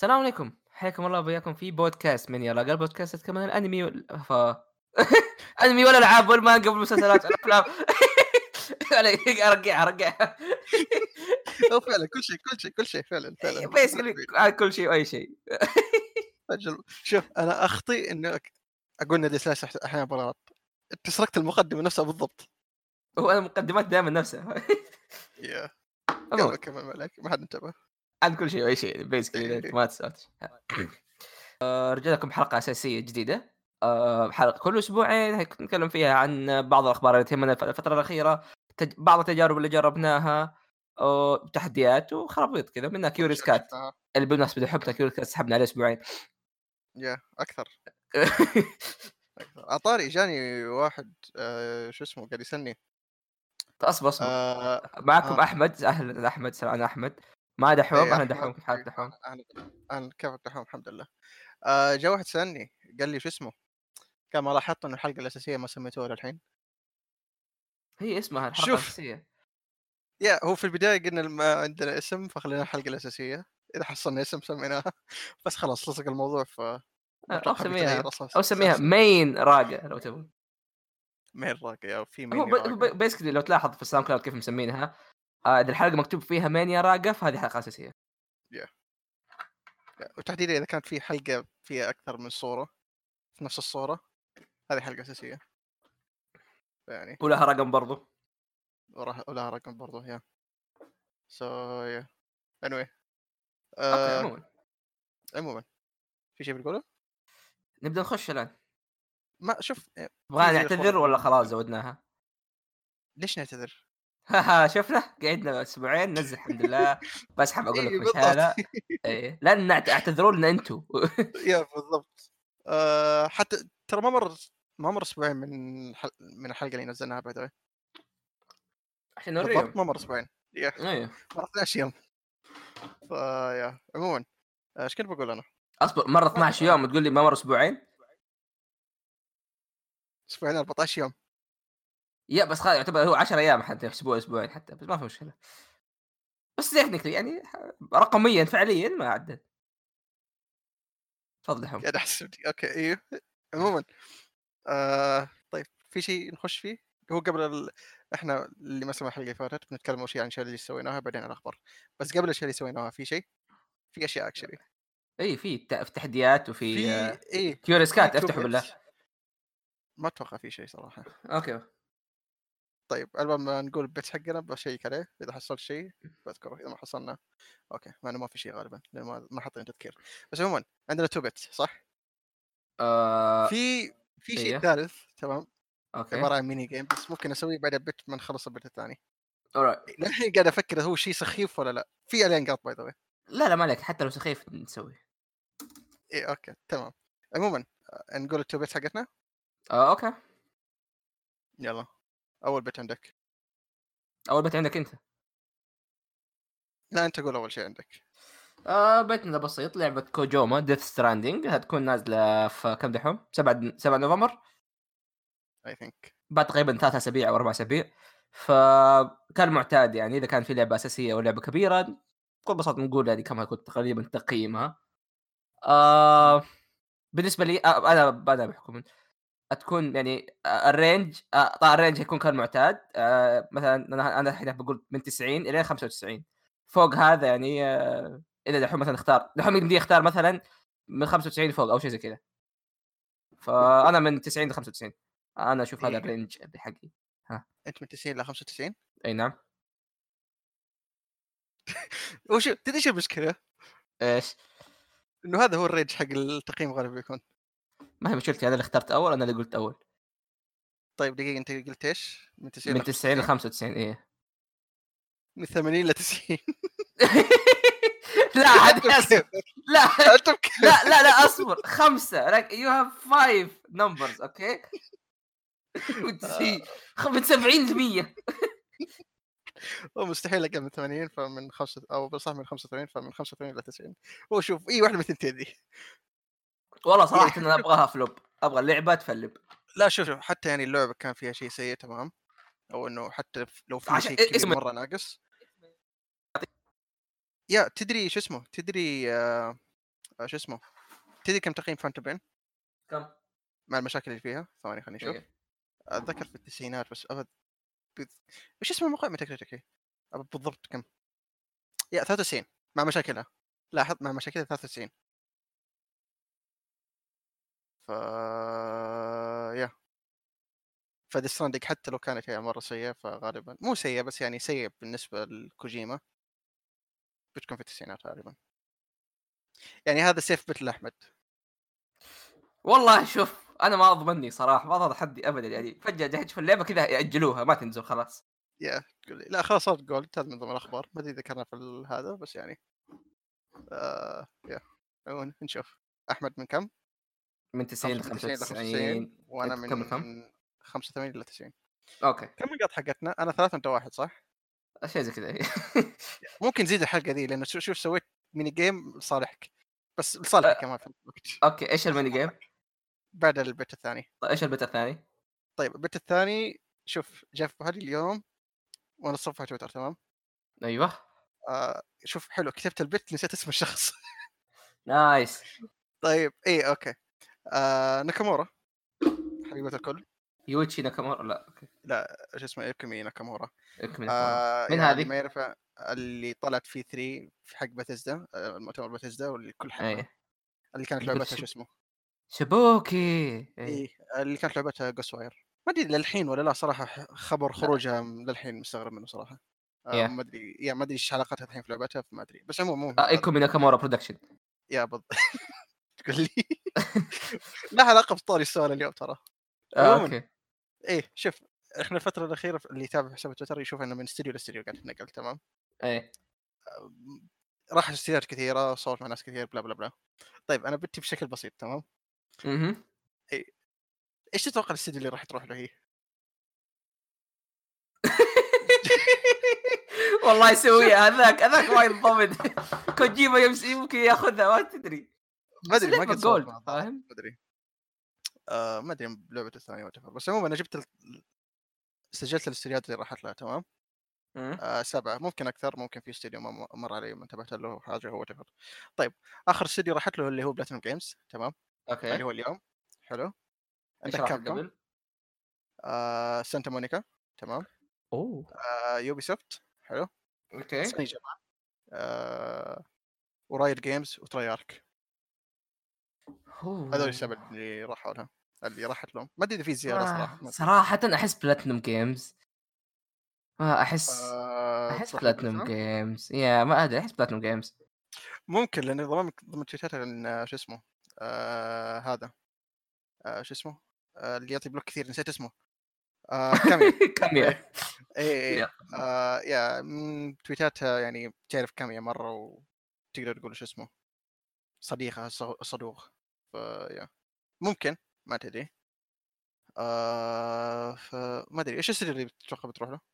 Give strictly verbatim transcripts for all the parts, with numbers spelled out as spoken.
السلام عليكم، حياكم الله وبياكم في بودكاست من يلا قال بودكاست يتكلم عن الانمي وال... ف... انمي والالعاب والمانجا والمسلسلات والافلام. ارجعها ارجعها. هو فعلًا كل شيء، كل شيء، كل شيء فعلًا، فعلًا بيسكلي عن كل شيء واي شيء. أجل شوف أنا أخطي إني أك أقول نادي سلاش أح أحيانًا بالغلط، أنت سرقت المقدمة نفسها بالضبط. هو المقدمات دائما نفسها. ياه! كمل، عموما كمل ما عليك، ما حد انتبه. عن كل شيء واي شيء بيسكلي انت إيه، ما تسولف. رجع لكم حلقه اساسيه جديده. آه، حلقه كل اسبوعين هيك نتكلم فيها عن بعض الاخبار اللي تهمنا في الفتره الاخيره، تج... بعض التجارب اللي جربناها، آه، تحديات وخرابيط كذا منها كيوريوس والأشياء اللي كات شفناها. اللي بالمناسبه حبتها كيوريوس كات سحبنا عليه اسبوعين. ياه! أكثر، أكثر. على طاري جاني واحد آآ شو اسمه قاعد يسألني اصبر اصبر آآ معكم آه، احمد، اهلا احمد، سلام انا احمد، ما دحوم، إيه اهلا أحمد، دحوم، كيف حالك إيه دحوم؟ أهلًا، أهلًا، أهلًا كيفك دحوم؟ الحمد لله. آآ جا واحد سألني قال لي شو اسمه، قال ما لاحظت إنه الحلقة الأساسية ما سميتوها للحين؟ هي اسمها الحلقه شوف الاساسيه. يا هو في البداية قلنا ما عندنا اسم فخلينا الحلقة الأساسية، إذا حصلنا اسم سميناها. بس خلاص لصق الموضوع فما آه، او أتوقع بيتغير سميها أصلًا او س سميها سالفة مين راقه لو تبغى. مين راقي أو في هو مين ب... هو راقة. بيسكلي لو تلاحظ في الساوند كلاود كيف مسمينها، آه، اذا الحلقه مكتوب فيها مانيا راقه فهذه حلقه اساسيه. يا يا وتحديدًا إذا كانت في حلقة فيها أكثر من صورة في نفس الصورة هذه حلقة أساسية يعني ولها رقم برضو. وراها ولها رقم برضه يا so yeah anyway اوكي آآ عموما عمومًا في شيء بتقوله؟ نبدا نخش الان. ما شوف آآ في تبغانا زي الأخبار نعتذر ولا الجانبية خلاص مثلًا زودناها؟ ليش نعتذر؟ ها شفنا قعدنا اسبوعين ننزل الحمد لله. بسحب اقول إي لكم ايش بالضبط. هذا. ايه لن نعت- اعتذروا لنا انتم. يا بالضبط. آآ حتى ترى ما مر ما مر أسبوعين من الحل من الحلقة اللي نزلناها by the way. عشان بالضبط نوريهم. ما مر أسبوعين. ياه! ايوه مر اثنا عشر يوم. فياه عمومًا آه، إيش كنت باقول أنا؟ اصبر مره ما اثنا عشر آه، يوم وتقول لي ما مر اسبوعين؟ أسبوعين أربعة عشر يوم. يا بس خلاص يعتبر هو عشرة ايام حتى اسبوع اسبوعين حتى، بس ما في مشكله. بس تكنيكلي يعني ح- رقميا فعليا ما عدى. تفضل دحوم. قاعد أحسب أوكي أيوه. عمومًا آآ طيب في شيء نخش فيه؟ هو قبل ال إحنا اللي ما سمع الحلقة اللي فاتت بنتكلم أول شيء عن الأشياء اللي سويناها بعدين عن الأخبار. بس قبل الأشياء اللي سويناها في شيء؟ في أشياء actually. اي في ت- في تحديات وفي في آه، إيه كيوريوس في كات two افتحوا بالله. bits ما أتوقع في شيء صراحة. اوكي. طيب قبل ما نقول البيت حقنا باشيك عليه إذا حصلت شيء باذكره إذا ما حصلنا أوكي مع إنه ما في شيء غالبًا لأن ما ما حاطين تذكير. بس عمومًا عندنا two bits صح؟ آه... في في شيء ايه. ثالث تمام، اوكي. عبارة عن mini game بس ممكن أسويه بعد البت ما نخلص البت الثاني. alright. للحين قاعد أفكر هو شيء سخيف والّا لأ، في عليه نقاط by the way. لا لا ما عليك حتى لو سخيف نسوي. إيه أوكي تمام. عمومًا آآ نقول الtwo bits حقتنا؟ آه اوكي. يالّا أول بت عندك. اول بيت عندك انت. لا أنت قُل أول شيء عندك. آه بيتنا بسيط، لعبة كوجوما ديث ستراندينج هتكون نازلة في كم دحوم؟ سبعة سبعة نوفمبر. I think. بعد تقريبا ثلاث اسابيع او اربع اسابيع. فكان معتاد يعني اذا كان في لعبة اساسية او لعبة كبيرة بكل بساطة نقول هذه كم هيكون تقريبا تقييمها. إمم. آه بالنسبة لي آه انا انا بحكم تكون يعني آه، الرينج آه، طبعا الرينج هيكون كالمعتاد، آه، مثلا انا انا الحين بقول من تسعين الى خمسة وتسعين. فوق هذا يعني آه، اذا دحوم مثلا اختار دحوم يمدي يختار مثلا من خمسة وتسعين فوق او شيء زي كذا. فانا من تسعين ل خمسة وتسعين. انا اشوف هذا دقيقة الرينج اللي حقي. ها. أنت من تسعين لخمسة وتسعين؟ اي نعم. هو شوف تدري إيش المشكلة؟ ايش؟ إنه هذا هو الrange حق التقييم غالبًا بيكون. ما هي مشكلتي انا اللي اخترت اول، انا اللي قلت اول. طيب دقيقة أنت قُلت إيش؟ من تسعين من تسعين ل لخمسة وتسعين؟ خمسة وتسعين ايه. من ثمانين لتسعين. لا عاد أنت اصبر. بكيفك، لا أنت بكيفك. لا لا لا اصبر خمسة like you have five numbers اوكي. آه، وتسي- خ- من سبعين ل مية. هو مستحيل أقل من ثمانين فمن خمسة أو بالأصح من خمسة وثمانين فمن خمسة وثمانين إلى تسعين. هو شوف أي واحدة من الثنتين ذي. والله يعني صراحة انا ابغاها فلوب، ابغى اللعبة تفلب. لا شوف شوف حتى يعني اللعبة كان فيها شيء سيء تمام، أو إنه حتى ف لو في عشان شيء كبير اسم. مرة ناقص. يا تدري شو اسمه، تدري آه، آه شو اسمه تدري كم تقييم فانتوم بين كم؟ مع المشاكل اللي فيها؟ ثواني خليني اشوف. إيه. اتذكر في التسعينات بس ابد. بذ... وش اسم الموقع متى كريتيك؟ ابد بالضبط كم. يا ثلاثة وتسعين مع مشاكلها. لاحظ مع مشاكلها ثلاثة وتسعين. ف يا فديث ستراندينج حتى لو كانت هي مرة سيئة فغالبا مو سيئة بس يعني سيء بالنسبة لكوجيما بتكون في التسعينات غالبا. يعني هذا سيف بيت الأحمد. والله شوف انا ما اضمني صراحه، ما اضمن تحدي ابدا يعني، فجاه جاي تشوف اللعبه كذا ياجلوها ما تنزل خلاص. يا تقول لي لا خلاص صارت جولد هذا من ضمن الأخبار ما أدري ذكرنا في ال- هذا بس يعني آه يا عموماً نشوف. أحمد من كم؟ من تسعين ل خمسة من تسعين إلى خمسة وتسعين خمسة وتسعين. وأنا انت من كم كم؟ خمسة وثمانين إلى تسعين. اوكي كم النقاط حقتنا؟ أنا ثلاثة أنت واحد صح؟ اشياء زي كذا. ممكن نزيد الحلقة ذي لأن شوف شوف سويت ميني جيم لصالحك بس لصالحي كمان في الوقت. اوكي ايش الميني جيم؟ بعد البيت الثاني. طيب ايش البيت الثاني؟ طيب البيت الثاني شوف جاء في بالي اليوم وانا صفحة تويتر تمام. ايوه آه شوف حلو كتبت البيت نسيت اسم الشخص. نايس. طيب اي اوكي. آه ناكامورا حبيبة الكل. يوتشي ناكامورا، لا اوكي لا ايش اسمه ايكومي ناكامورا. اكمل ناكامورا. آه من يا اللي هذه؟ ما يعرفه اللي طلعت في ثلاثة في حق باتيزدا آه المؤتمر باتيزدا واللي الكل حبها. اي اللي كانت اللي قلت لعبتها شب... شو اسمه. شبوكي. اي ايه اللي كانت لعبتها جوست واير ما ادري للحين ولا لا صراحة خبر لا خروجها للحين مستغرب منه صراحة. آه يا ما ادري يا ما ادري ايش علاقتها الحين في لعبتها فما ادري بس عموما مو آه، هذا. ايكومي ناكامورا برودكشن. يا بض تقول لي لا علاقة بطاري السؤال اليوم ترى. آه، عموما اوكي ايه شوف احنا الفترة الأخيرة اللي يتابع حساب تويتر يشوف انه من استديو لاستديو قاعد يتنقل تمام. اي راح استديوهات كثيرة صوت مع ناس كثير بلا بلا بلا. طيب انا بدي بشكل بسيط تمام. اها إيه. ايش تتوقع الاستديو اللي راح تروح له هي؟ والله يسويها هذاك هذاك ما ينضبط. كوجيما يمس يمكن ياخذها ما تدري. ما بس ادري ما اللعبه قد صورت جولد مع بعض فاهم. ما ادري. آه ما ادري بلعبته الثانية واتفر. بس عموما انا جبت ال... سجلت الاستديوهات اللي راحت لها تمام. أمم، آه سبعة ممكن اكثر ممكن في استديو ما مر علي ما انتبهت له حاجة هو واتفر. طيب اخر استديو راحت له اللي هو بلاتينوم جيمز تمام. اوكي اللي هو اليوم. حلو. ايش عندك راح كابكوم. قبل؟ آه سانتا مونيكا تمام. اوه آه يوبي سوفت حلو. اوكي سوني جابان. آه ورايد جيمز وترايارك. هذول أوه. السبع اللي راحوا لها اللي راحت لهم ما ادري اذا في زياده صراحه آه. ما ادري. صراحة أحس بلاتنوم جيمز. آه أحس آه أحس تروح بلاتنوم لبلاتينوم. جيمز يا ما أدري أحس بلاتنوم جيمز. ممكن لان ضمن ضمن تويتات ان شو اسمه آه هذا آه شو اسمه آه اللي يعطي بلوك كثير نسيت اسمه. آه كاميا. كامية. ايه ايه يا ايه آه يا من تويتاتها يعني تعرف كاميا مره وتقدر تقول شو اسمه صديقها الص- الصدوق. فيا ممكن ما تدري. آه فما ادري ايش السر اللي تتوقع بتروح له.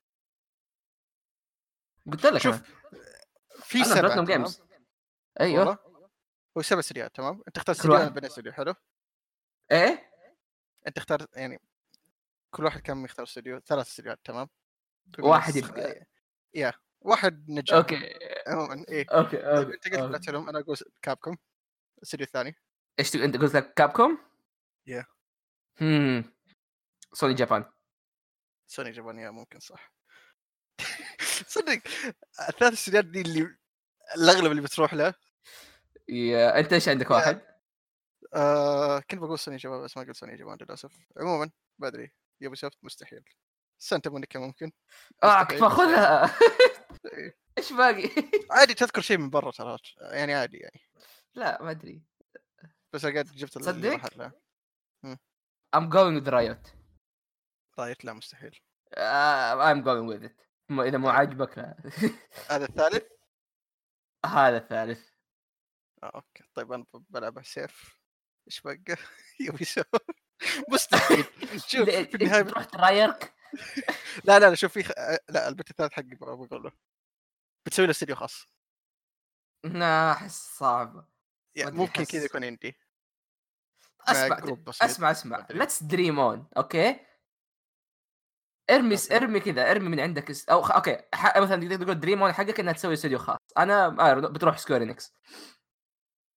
قلت لك شوف أنا في أنا سبعه بلاتنوم تمام. جيمز. أيوه والله هو سبع سريات تمام. انت اختار كل استديو انا واحد بني استديو حلو. إيه انت اختار يعني كل واحد كم يختار استديو ثلاث استديوهات تمام. تقول واحد نص يبقى. يا واحد نجح. أوكي عموما ايه. أوكي طيب أوكي, انت قلت أوكي. بلاتينوم انا اقول كابكوم الاستديو الثاني. إيش تق- أنت قلت لك كابكوم؟ يا هم سوني جابان. سوني جابانيا ممكن صح. صدق الثلاث استديوهات دي اللي الاغلب اللي بتروح له. يا أنت إيش عندك يا واحد؟ آه كنت بقول سوني جابان بس ما قلت سوني جابان للاسف. عموما بدري يوبي سوفت مستحيل. سانتا مونيكا ممكن آه كيف مستحيل بس يعني أخذها. إيه. إيش باقي؟ عادي تذكر شيء من برا ترى يعني عادي يعني. لا ما أدري بس قاعد جبت اللي تصدق راحت له. إمم. I'm going with Riot. رايت لا مستحيل. آه I'm going with it. م- إذا مو طيب عاجبك لا. هذا الثالث. هذا الثالث. آه أوكي طيب أنا ب بالعب سيف. إيش بقى؟ يوبي سوفت مستحيل. شوف ل- في أنت النهاية تروح ترايرك. لا، لا، لا شوف في خ لا البت الثالث حقي ب باقول له بتسوي له استديو خاص. لا أحس صعب. يا ما أدري ممكن كذا أحس. يكون عندي مع اسمع جروب بسيط اسمع ما اسمع أدري. let's dream on اوكي. ارمي أوكي. ارمي كذا ارمي من عندك اس... او خ... اوكي ح... مثلا تقدر تقول دريم اون حقك انها تسوي استوديو خاص. انا آه بتروح سكوير انكس.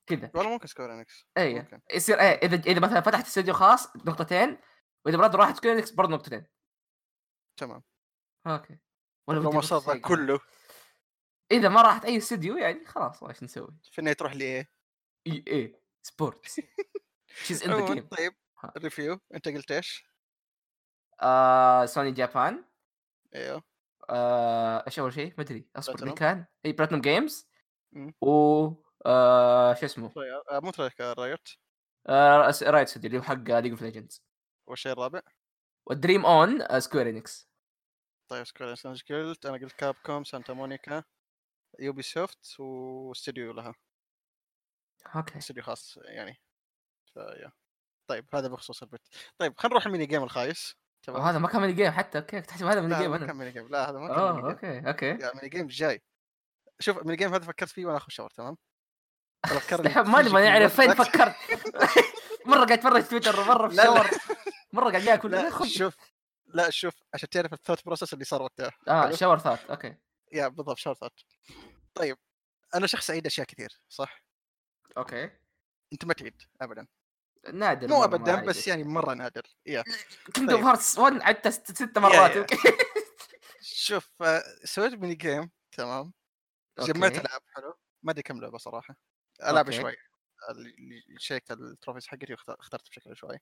كذا. والله ممكن سكوير انكس اي ممكن يصير ايه اذا اذا مثلا فتحت استوديو خاص نقطتين، واذا برضه راحت سكوير انكس برضه نقطتين. تمام. اوكي. طب ولا لو ودي ما اروح صار ذا شيء كمان. كله اذا ما راحت اي استوديو يعني خلاص ايش نسوي؟ في النهايه تروح لي ايه. اي اي سبورتس شيز ان ذا عموما جيم. طيب الريفيو انت قلت ايش؟ آه سوني جابان. ايوه آه ايش اول شيء؟ ما ادري اصبر مين بلاتينوم. كان؟ اي بلاتنوم جيمز. امم و آه شو اسمه؟ آه، مو تراك رايوت. آه رايت ستوديو اللي هو حق ليج اوف ليجندز. والشيء الرابع والدريم اون آه سكوير انكس. طيب سكوير انكس انا قلت انا قلت كاب كوم سانتا مونيكا يوبي سوفت واستديو لها اوكي. استديو خاص يعني. فيا طيب هذا بخصوص البت. طيب خلينا نروح الميني جيم الخايس. تمام. وهذا ما كان ميني جيم حتى كيف تحسب هذا ميني لا هذا جيم ما انا؟ كان ميني جيم لا هذا ما كان ميني اه جيم. اوكي اوكي. يا ميني جيم جاي. شوف الميني جيم هذا فكرت فيه وانا اخش شاور تمام. الافكار اللي دحين ما تجيك نبغى من نعرف فين مخك. فكرت. مره قاعد اتفرج تويتر ومره في لا لا شاور، مره قاعد ياكل لا خذ. شوف لا شوف عشان تعرف الثوت بروسس اللي صار وقتها. اه حلو شاور ثات اوكي. يا بالضبط شاور ثوت. طيب انا شخص اعيد اشياء كثير صح. اوكي انت ما تعيد ابدا. نادر مو مره ما ابدا اعيد بس يعني اشياء. مره نادر يا. كينجدوم طيب هارتس واحد عدت ست ست يا مرات يا يمكن. شوف آه، سويت ميني جيم تمام. جمعت اوكي العاب حلو ما ادري كم لعبه صراحه. العب اوكي. شوي اللي شيكت التروفيز حقتي واخترت بشكل عشوائي.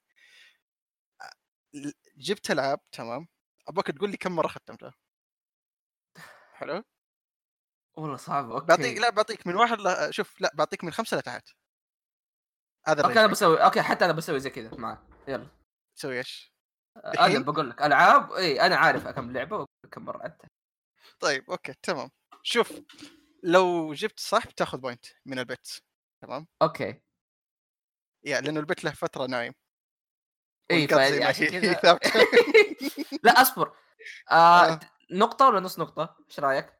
جبت العاب تمام. ابغاك تقول لي كم مره ختمتها. حلو والله صعب. بعطيك اوكي لا بعطيك من واحد ل... شوف لا بعطيك من خمسه لتحت. هذا اوكي الرينج انا حقي. بسوي اوكي حتى انا بسوي زي كذا معك يلا. تسوي ايش انا الحين؟ بقول لك العاب اي انا عارف كم لعبه وكم مره عدت. طيب اوكي تمام. شوف لو جبت صح بتاخذ بوينت من البت تمام. اوكي يا لانه البت له فتره نايم اي والقط زي ما فعشان هي هي كذا. ثابته. لا اصبر. آه آه. نقطة ولا نص نقطة؟ ايش رايك؟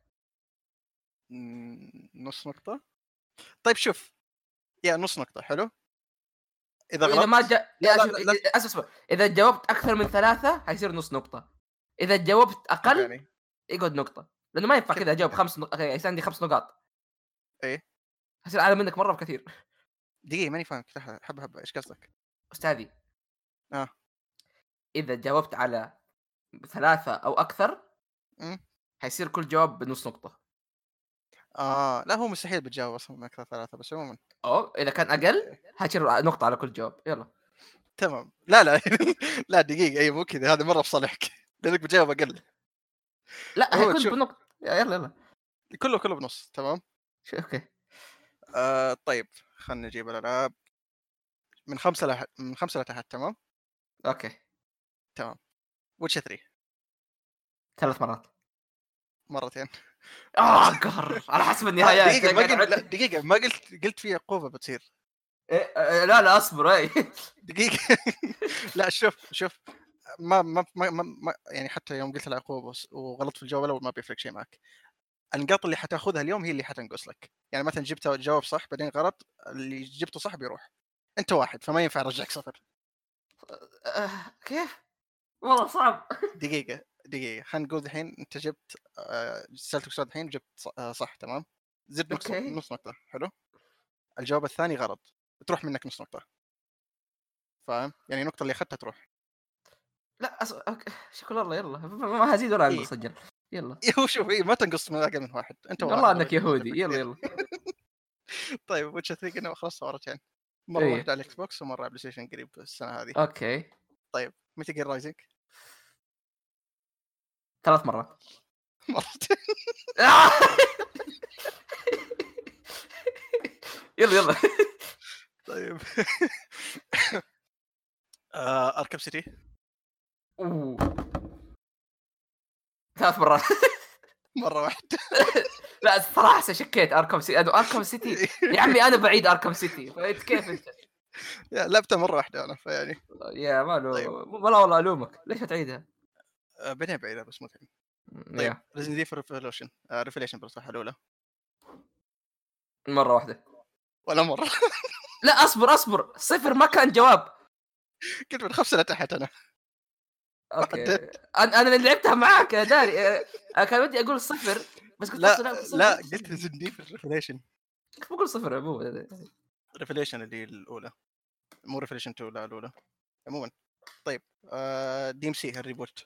مم، نص نقطة. طيب شوف يا نص نقطة حلو. إذا واذا ما غلطت جا لا لا لا شوف لا, لا. اسف اسف اذا جاوبت اكثر من ثلاثة حيصير نص نقطة. اذا جاوبت كيف اقل يعني؟ يقعد نقطة، لانه ما ينفع كيف كذا اجاوب يعني؟ خمس نق... يصير عندي خمس نقاط. إيه حيصير اعلى منك مرة بكثير. دقيقة ماني فاهم لحظة، حبة حبة إيش قصدك؟ استاذي آه اذا جاوبت على ثلاثة او اكثر أمم. حيصير كل جواب بنص نقطة. آه لا هو مستحيل بتجاوب أصلا من أكثر ثلاثة بس عموما. او اذا كان اقل حتصير نقطة على كل جواب. يلا تمام لا لا لا دقيقة أي مو كذا هذه مرة بصالحك لأنك بتجاوب أقل. لا هو حيكون تشوف بنقطة. يلا يلا كله كله بنص تمام. شو اوكي آه طيب خلنا نجيب الألعاب من خمسة لح... من خمسة لتحت تمام. اوكي تمام ويتش ثلاثة ثلاث مرات. مرتين. اه قهر على حسب آه النهايات. دقيقة ما قاعد قلت لا أعد. دقيقة ما قلت قلت في عقوبة بتصير. إيه، آه، لا لا اصبر اي. دقيقة لا شوف شوف ما ما ما, ما, ما يعني حتى يوم قلت العقوبة وس- وغلطت في الجواب الأول ما بيفرق شيء معك. النقاط اللي حتاخذها اليوم هي اللي حتنقص لك. يعني مثلا جبت جواب صح بعدين غلط اللي جبته صح بيروح. أنت واحد فما ينفع أرجعك صفر. آه، كيف؟ والله صعب. دقيقة دقيقة خلينا نقول الحين أنت جبت آه، سألتك سؤال الحين جبت ص- آه، صح تمام. زدت نص اوكي نص نقطة حلو. الجواب الثاني غلط بتروح منك نص نقطة. فاهم يعني النقطة اللي أخذتها تروح. لا أص... أوكي. شكرا الله يلا ما هزيد ولا إيه انقص سجل. يلا هو شوف إيه ما تنقص من أقل من واحد أنت والله واحد انك already يهودي. تفرق يلا كثير. يلا طيب ويتش ثلاثة قلنا خلاص مرتين. مرة ايه واحدة على الإكس بوكس ومرة على بلاي ستيشن قريب السنة هذه. اوكي طيب متى جير رايزنج؟ ثلاث مرات. مرتين. آه! يلا يلا طيب آه، أركب سيتي. أوه. ثلاث مرات. مرة واحدة. لا الصراحه شكيت اركم سيتي. اركم سيتي يا عمي انا بعيد اركم سيتي فانت كيف انت؟ يا لعبتها مرة واحدة أنا فيعني. يا ماله طيب ولا والله الومك ليش تعيدها؟ آه، بعدين بعيدة بس مو الحين. طيب يا ريزن ديفل ريفولوشن ريفوليشن بالصحة الأولى. مره واحده. ولا مرة. لا اصبر اصبر صفر ما كان جواب. كنت من خمسة لتحت أنا. اوكي عديت. انا انا اللي لعبتها معاك يا داري. أنا كان ودي اقول صفر بس قلت لا لا لا صفر. قلت ريزن ديفل ريفوليشن. كيف بقول صفر عموما؟ ريفليشن اللي الاولى، مو ريفليشن اثنين، لا الاولى. عموما طيب آه دي ام سي الريبوت.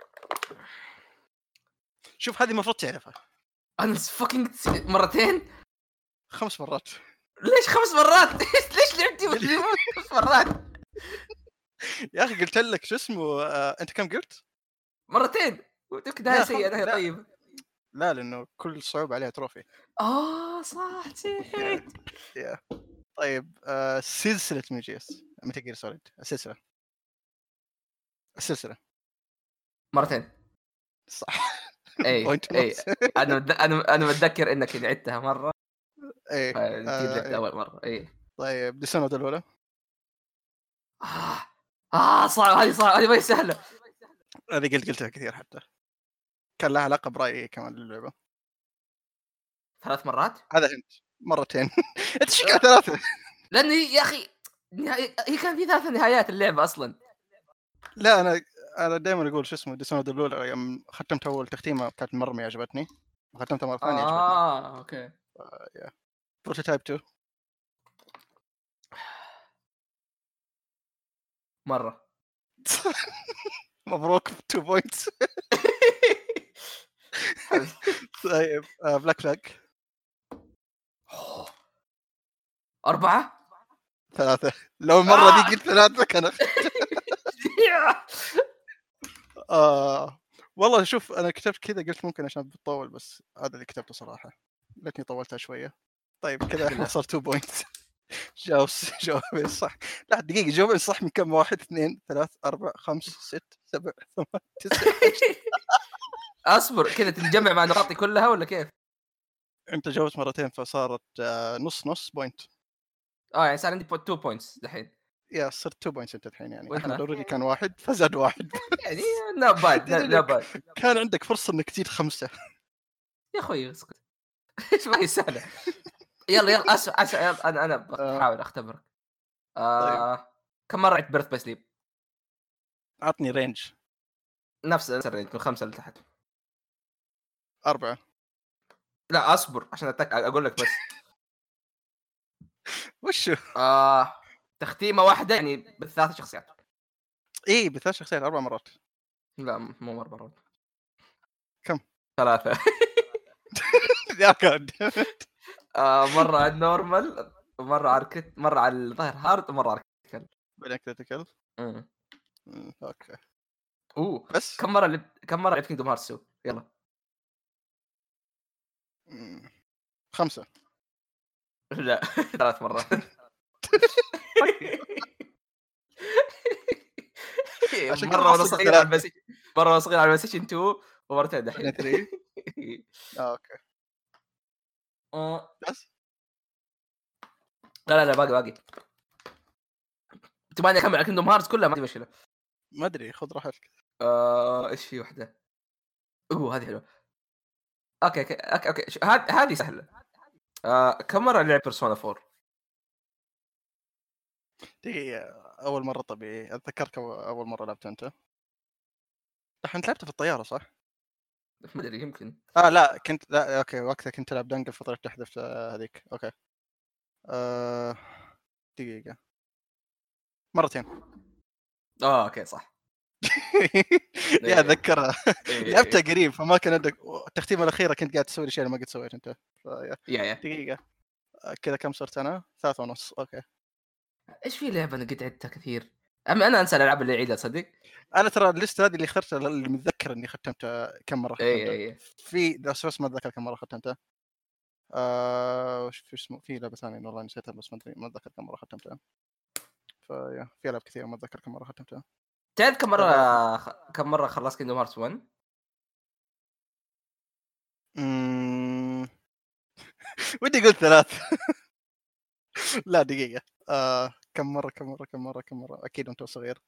شوف هذه المفروض تعرفها. انا فاكينج مرتين. خمس مرات. ليش خمس مرات؟ ليش لعبتي بالريموت خمس مرات؟ يا اخي قلت لك شو اسمه آه انت كم قلت؟ مرتين. وتك لا، نهايه خم- سيئه نهايه لا. طيب. لا لانه كل صعوبه عليها تروفي. اه صح نسيت. يا طيب آه سلسله ميجيس متى جير سوليد السلسله السلسله مرتين. صح. اي بوينت اي. ونص. انا مد... انا انا متذكر انك عدتها مره. ايه فنتي آه، لعبت إيه. اول مره. اي طيب ديسونود الاولى. اه اه صعب. هذه صعبه. هذه ما هي سهله. هذه قلت قلتها كثير حتى كان لها علاقه برايي كمان للعبه. ثلاث مرات. هذا هنت مرتين. انت ايش قاعد ثلاثه؟ لانه يا اخي نهاية... هي كان في ثلاث نهايات اللعبه اصلا. لا انا انا دائما اقول شو اسمه ديسونود الاولى يوم ختمت اول تختيمه كانت مره ما عجبتني، ختمتها مره ثانيه عجبتني. اه اوكي. بروتوتايب اثنين. مره. مبروك اثنين بوينتس. طيب آه بلاك فلاج. أربعة. ثلاثة. لو المرة آه! دي قلت ثلاثة كان أخ- آه والله شوف أنا كتبت كذا قلت ممكن عشان بتطول بس هذا اللي كتبته صراحة لكني طولتها شوية. طيب كذا احنا صار اثنين بوينت. جاوب جوابين صح. لا دقيقة جوابين صح من كم؟ واحد اثنين ثلاث أربع خمس ست سبع ثمان تسع. اصبر كذا تنجمع مع نقاطي كلها ولا كيف؟ أنت جاوبت مرتين فصارت آه نص نص بوينت. اه يعني صار عندي اثنين بوينتس دحين. يا صرت اثنين بوينتس أنت الحين يعني وأنت؟ أحمد أوريدي كان واحد فزاد واحد. يعني لا باد لا باد. كان عندك فرصة إنك تزيد خمسة. يا اخوي اسكت. ايش ما هي سهله. يلا يلا اسف اسف يلا انا انا بحاول اختبرك. طيب آه... كم مره لعبت بيرث باي سليب؟ عطني رينج. نفس نفس الرينج من خمسه لتحت. أربعة. لا اصبر عشان أتك... اقول لك بس. وشو؟ آه... تختيمه واحده يعني بالثلاث شخصيات. إيه بثلاث شخصيات أربع مرات. لا مو اربع مرات. كم؟ ثلاثه. يا كاد. آه... مره على النورمال ومره على الكت مره على الظهر هارد ومره على الكل. بعدين كريتيكال. امم اوكي اوه بس كم مره لعبت كم مره لعبت كينجدوم هارتس؟ يلا. مم. خمسة. لا ثلاث مرات. عشان كذا مره وانا بحسب صغير على ثلاثة. البلاي مره وانا صغير على البلاي ستيشن اثنين ومرتين بعدين دحين. ثلاثة. آه، اوكي آه، بس لا لا لا باقي باقي. تبغاني اكمل على كينجدوم هارتس كلها؟ ما عندي مشكله. ما ادري خذ راحتك. آه، ايش في وحده؟ اوه هذه حلوه. اوكي اوكي اوكي, أوكي. شو- هذه هذه سهله. آه، كم مره لعب بيرسونا أربعة؟ دقيقة أول مرة طبيعي أتذكرك أو- أول مرة لعبت أنت. الحين لعبت في الطيارة صح؟ ما ادري يمكن. آه لا كنت لا أوكي وقتها كنت ألعب دنجل فترة تحذف آه، هذيك أوكي. آه... دقيقة مرتين. اه اوكي صح. يا اتذكرها. إيه. لعبتها قريب فما كان عندك التختيمه الاخيره كنت قاعد تسوي الاشياء اللي ما قد سويت انت. فيا. يا يا دقيقه آه، كذا كم صرت انا؟ ثلاثة ونص اوكي. ايش في لعبه انا قد عدتها كثير. اما انا انسى الالعاب اللي اعيدها تصدق. انا ترى الليست هذه اللي اخترتها اللي متذكر اني ختمتها كم مره اي ختمتها. اي في بس بس ما اتذكر كم مره ختمتها. آه وش في اسمه في لعبه ثانيه والله نسيتها بس ما ادري ما اتذكر كم مره ختمتها. فيا في العاب كثير ما اتذكر كم مره ختمتها. تعرف كم طيب مره خ... كم مره خلصت كينجدوم هارتس واحد؟ امم ودي اقول ثلاث. لا دقيقه آه كم مره كم مره كم مره كم مره اكيد وانت صغير.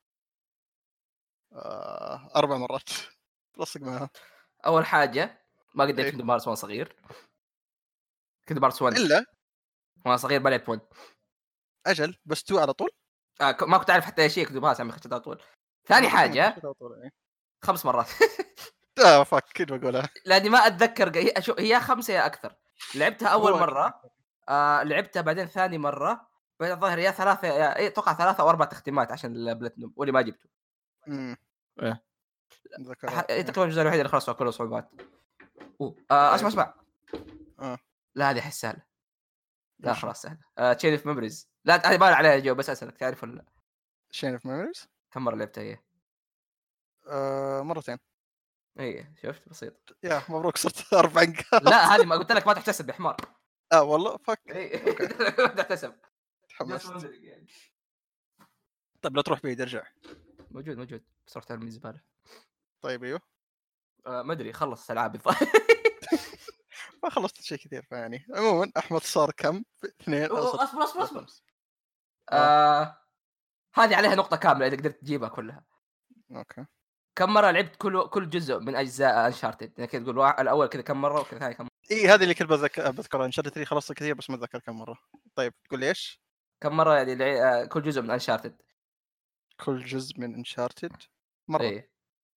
آه اربع مرات. لصق معها. اول حاجه ما قد لعبت إيه. كينجدوم هارتس وانا صغير. كينجدوم هارتس واحد الا وانا صغير ما لعبت واحد. اجل بس تو على طول. آه ك- ما كنت اعرف حتى ايش هي كينجدوم هارتس عم خشيت على طول. ثاني حاجه على طول إيه. خمس مرات. اه فاك كنت بقولها. لاني ما اتذكر هي شو هي خمسه يا اكثر. لعبتها اول هو أكيد. مره. آه لعبتها بعدين ثاني مره. الظاهر يا ثلاثة يا إيه أتوقع ثلاثة أو أربع تختيمات عشان البلاتينوم واللي ما جبته. إمم، إيه. ح ذكريات إيه إيه، تقريبًا الجزء الوحيد اللي خلصته كله صعوبات. أوه! آآ اسمع، طيب اسمع. آه، لا هذه أحس سهلة. لا وش هو؟ خلاص سهلة. آآ Chain of Memories. لا هذه ما عليها إجابة بس أسألك تعرف والّا لأ؟ Chain of Memories؟ كم مرة لعبتها هي؟ آآ، مرتين. إي شُفت بسيط. ياه مبروك صرت أربع نقاط. لا هذه ما قُلت لك ما تحتسب يا حمار. آه والله فك، إي أوكي ما تحتسب. Just تحمست. wondering يعني. طيب لا تروح بعيد ارجع. موجود، موجود، بس رُحت أرمي الزبالة. طيب أيوه، آآ ما أدري خلّص ألعابي الظاهر. ما خلصت شيء كثير فيعني عمومًا أحمد صار كم؟ اثنين أو أنا أو صرت أصبر، أصبر، ثلاثة أصبر. ونص. آه، آآ هذه عليها نقطة كاملة إذا قدرت تجيبها كلها. أوكي. كم مرة لعبت كل كل جزء من أجزاء Uncharted؟ يعني كذا تقول وا الأول كذا كم مرة وكذا الثاني كم مرة؟ إي هذه اللي كنت باتذك باذكرها Uncharted ثلاثة خلصتها كثير بس ما أتذكر كم مرة. طيب تقول لي إيش؟ كم مرة يعني لع آآ كل جزء من Uncharted؟ كل جزء من Uncharted مرة، إي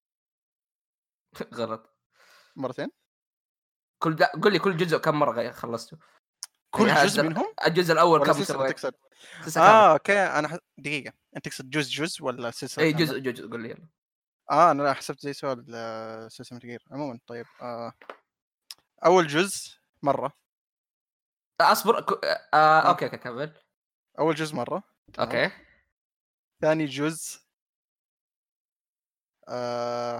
غلط. مرتين؟ كل لأ قُل لي كل جزء كم مرة غ خلصته؟ يعني كل ها جزء الجزء منهم؟ الجزء الأول والّا كم سلسلة سويت؟ تقصد؟ سلسلة كاملة. آه أوكي أنا ح دقيقة، أنت تقصد جزء جزء والّا سلسلة إي كاملة؟ جزء، جزء قُل لي يالّا. آه أنا لا حسبت زي سؤال آه، سلسلة Metal Gear. عمومًا طيب آه، أول جزء مرة. أصبر ك آآ آه، أوكي، أوكي كمّل. أول جزء مرة، تمام. أوكي، ثاني جزء آآ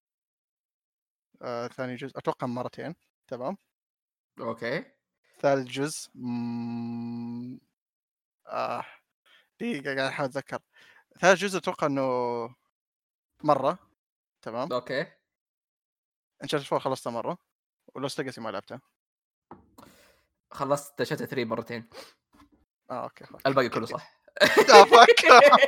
آآ ثاني جزء أتوقع مرتين، تمام. أوكي. ثالث جزء إمم، آه، دقيقة قاعد أحاول أتذكر. ثالث جزء أتوقع إنه مرة، تمام. أوكي. Uncharted أربعة خلصتها مرة، وLost Legacy ما لعبتها. خلّصت Uncharted ثلاثة مرتين. آه أوكي فك الباقي كله كذب. صح. آه فك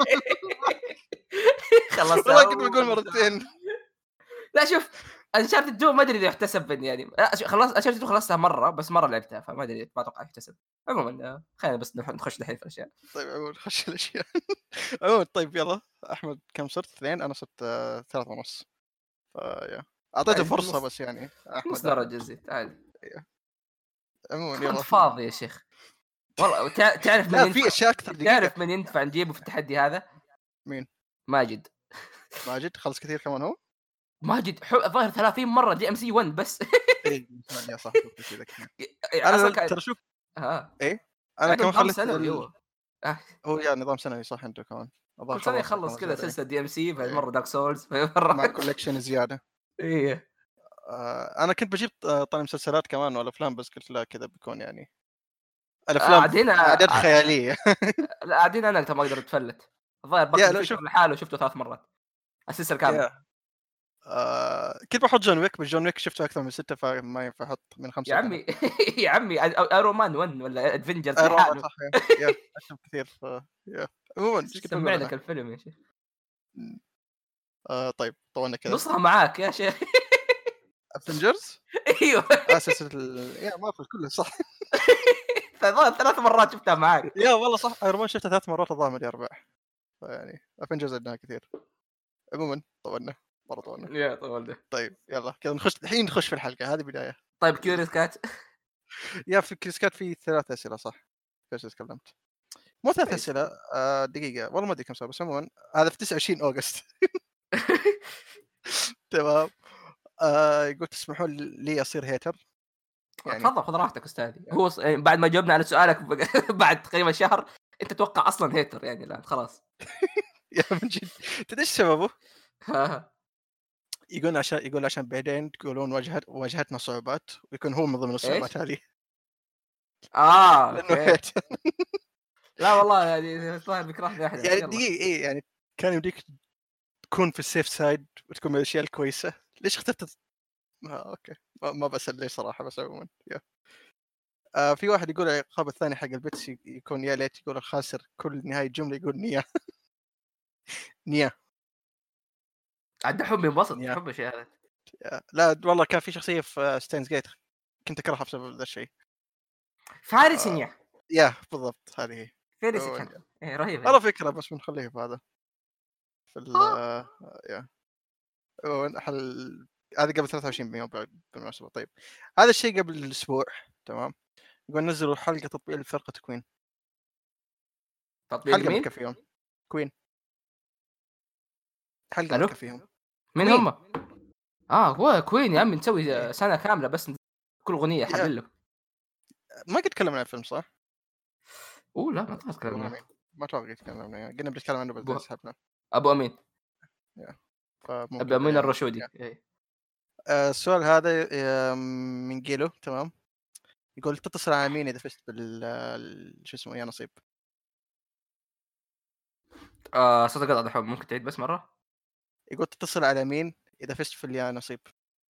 خلّصتها والله كنت باقول وخلّصتها. مرتين. لأ شوف Uncharted اثنين ما أدري إذا يُحتسب إني يعني لأ ش خلصت Uncharted اثنين خلصتها مرة، بس مرة لعبتها، فما أدري ما أتوقع يُحتسب. عمومًا خلينا بس نخ نخش دحين في الأشياء. طيب عمومًا نخش الأشياء. عمومًا طيب يالّا أحمد كم صرت؟ اثنين أنا صرت ثلاثة ونص. فيا أعطيته عادي فرصة نُص بس يعني نُص أحمد أحمد. درجة زدت عادي. أيوه. عمومًا أنت يالّا. فاضي يا شيخ. والله تع تعرف من لا في ينفع أشياء أكثر دقيقة. تعرف من ينفع نجيبه في التحدي هذا؟ مين؟ ماجد. ماجد خلص كثير كمان هو؟ ماجد ح الظاهر ثلاثين مرة دي إم سي واحد بس. إيه يا صح شُفت كذا كمان. ي أنا أصلًا ل كان ترى شوف آه. إيه، أنا عنده كمان نظام خلّيت سنوي ال هو. آه. هو يا نظام سنوي صح عنده كمان. الظاهر كل سنة خلّصها يخلّص كمان كذا زيادة إيه. سلسلة دي إم سي بعد إيه، مرة Dark Souls بعدين مرة مع collection زيادة. إيه. آآ أنا كنت باجيب ط طاري مسلسلات كمان والأفلام بس قُلت لا كذا بيكون يعني آه الأفلام عاد هنا أعداد ع خيالية. لأ عاد هنا أنا ما أقدر أتفلت. الظاهر Back to يا the لا Future شوف لحاله شُفته ثلاث مرات. السلسلة كاملة. يا آآ كنت باحط جون ويك بس جون ويك شُفته أكثر من ستة فما ينفع أحط من يا خمسة عمي تحت. يا عمي أ Iron Man واحد والّا Avengers آآ روما لحاله. صح يا يا أشوف كثير ف يا عمومًا إيش كنت سمّع باقول لك أنا؟ الفيلم يا شيخ. إمم. آآ طيب طوّلنا كذا. نُصها معاك يا شيخ. Avengers؟ أيوه. آه سلسلة ال يا مارفل كله صح. الظاهر ثلاث مرات شُفتها معاك. يا والله صح Iron Man شُفته ثلاث مرات الظاهر ماني أربع. فيعني Avengers عدناها كثير. عمومًا طوّلنا، مرة طوّلنا. يا طويل ده. طيب يالّا كذا نخش الحين نخش في الحلقة هذه بداية. طيب Curious Cat. يا في كيس كات في ثلاث أسئلة صح، كويس تكلمت. مو ثلاث كويس. أسئلة آآ دقيقة والله ما أدري كم سؤال بس عمومًا هذا في تسعة وعشرين أوغست. تمام. آآ يقول تسمحون لي أصير hater يعني تفضل خُذ راحتك أستاذي. هو ص يعني بعد ما جاوبنا على سؤالك ب بعد تقريبًا شهر، أنت تتوقع أصلًا hater يعني الآن خلاص. يا من جد. تدري إيش سببه؟ ها. يقولون عشان يقول عشان بعدين تقولون واجهت واجهتنا صعوبات ويكون هو من ضمن إيش؟ الصعوبات هذه. آه، لأنه أوكي. hater. لا والله يعني الظاهر بيكرهني أحد، يعني يالّا. دقيقة إيه يعني كان يمديك تكون في الsafe side وتكون من الأشياء الكويسة، ليش اخترت ت آه أوكي. ما ما باسأل ليش صراحة بس عمومًا يا آآ في واحد يقول العقاب الثاني حق البيبسي ي يكون يا ليت يقول الخاسر كل نهاية جملة يقول نيا. نيا. عاد دحوم بينبسط، نيا. يحب الشيء هذا. يا لا والله كان في شخصية في Steins Gate كنت أكرهها بسبب ذا الشيء. فارس آآ نيح. ياه بالضبط هذه هي. فارس عمومًا كان. يا إيه رهيبة والله دي. فكرة بس بنخليها في هذا في ال آه. يا عمومًا حل هذه قبل ثلاثة وعشرين يوم بعد بالمناسبة. طيب هذا الشيء قبل أسبوع تمام، يقول نزّلوا حلقة تطبيق لفرقة كوين. تطبيق حلقه ما مين؟ تكفيهم. كوين حلقه ما الو تكفيهم. مين كوين هم؟ اه هو كوين يا عمي، إيه. نسوي سنه كامله بس كل اغنيه يا. حلل له. ما قد تكلمنا عن الفيلم صح؟ اوه لا ما اتذكر ابو عنه. امين ما اتوقع قد تكلمنا عنه. قلنا بنتكلم عنه ابو بعدين سحبنا. ابو امين يا. ابو فممكن امين بعدين. الرشودي يا. إيه. آه، السؤال هذا آه، من جيلو تمام. يقول تتصل على مين اذا فزت بال ال- شو اسمه يا نصيب. آه صدق قطع دحوم، ممكن تعيد بس مره؟ يقول تتصل على مين اذا فزت في اليا نصيب.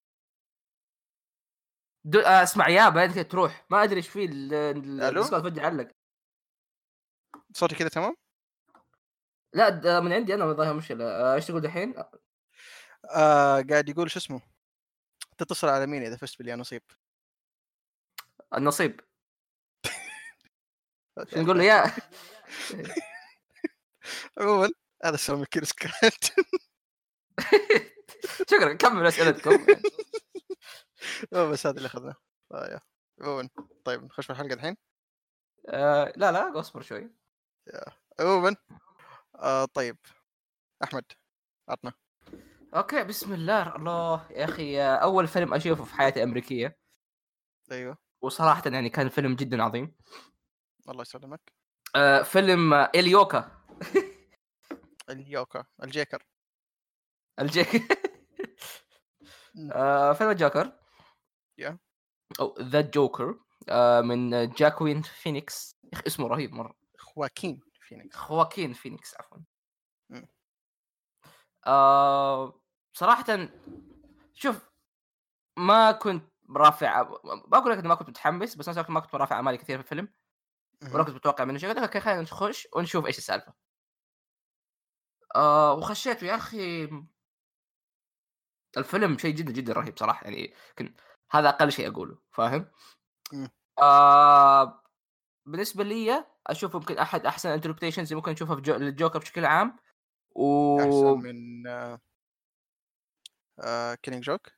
دو... آه اسمع يا بعدين كده تروح، ما ادري ايش فيه ال- ال- الو الديسكورد فجاه علق. صوتي كذا تمام. لا د- من عندي انا والله مشكله. آه، ايش تقول دحين؟ آه قاعد يقول شو اسمه تتصل على مين اذا فزت باليا نصيب. النصيب. شو يا نقول له ساتر. يا عموما هذا السؤال من كيرس كات. شكرا، كمل اسئلتكم. هو بس هذا اللي اخذناه. آه يا. عموما طيب نخش في الحلقه الحين. آه لا لا اصبر شوي. يا. عموما آه طيب احمد عطنا. اوكي بسم الله. الله يا اخي، آه، اول فيلم اشوفه في حياتي امريكيه، ايوه وصراحه يعني كان فيلم جدا عظيم. الله يسلمك. آه فيلم آه، اليوكا. اليوكا الجيكر. الجيك. مم. آه فيلم الجوكر يا. او ذا جوكر. آه من جاكوين فينيكس. يا اخي اسمه رهيب مره. خواكين فينيكس. خواكين فينيكس عفوا. مم. آه صراحه شوف، ما كنت رافع، بقول لك اني ما كنت متحمس، بس نفس الوقت ما كنت رافع امالي كثير في الفيلم، ولا مهم. كنت متوقع منه شيء. قلت اوكي خلينا نخش ونشوف ايش السالفه. آه وخشيت يا اخي، الفيلم شيء جدا جدا رهيب صراحه. يعني كن هذا اقل شيء اقوله، فاهم؟ مم. آه بالنسبه لي اشوف يمكن احد احسن انتربريتيشنز ممكن نشوفها في جو... للجوكر بشكل عام. احسن و من آه آه كيلينج جوك.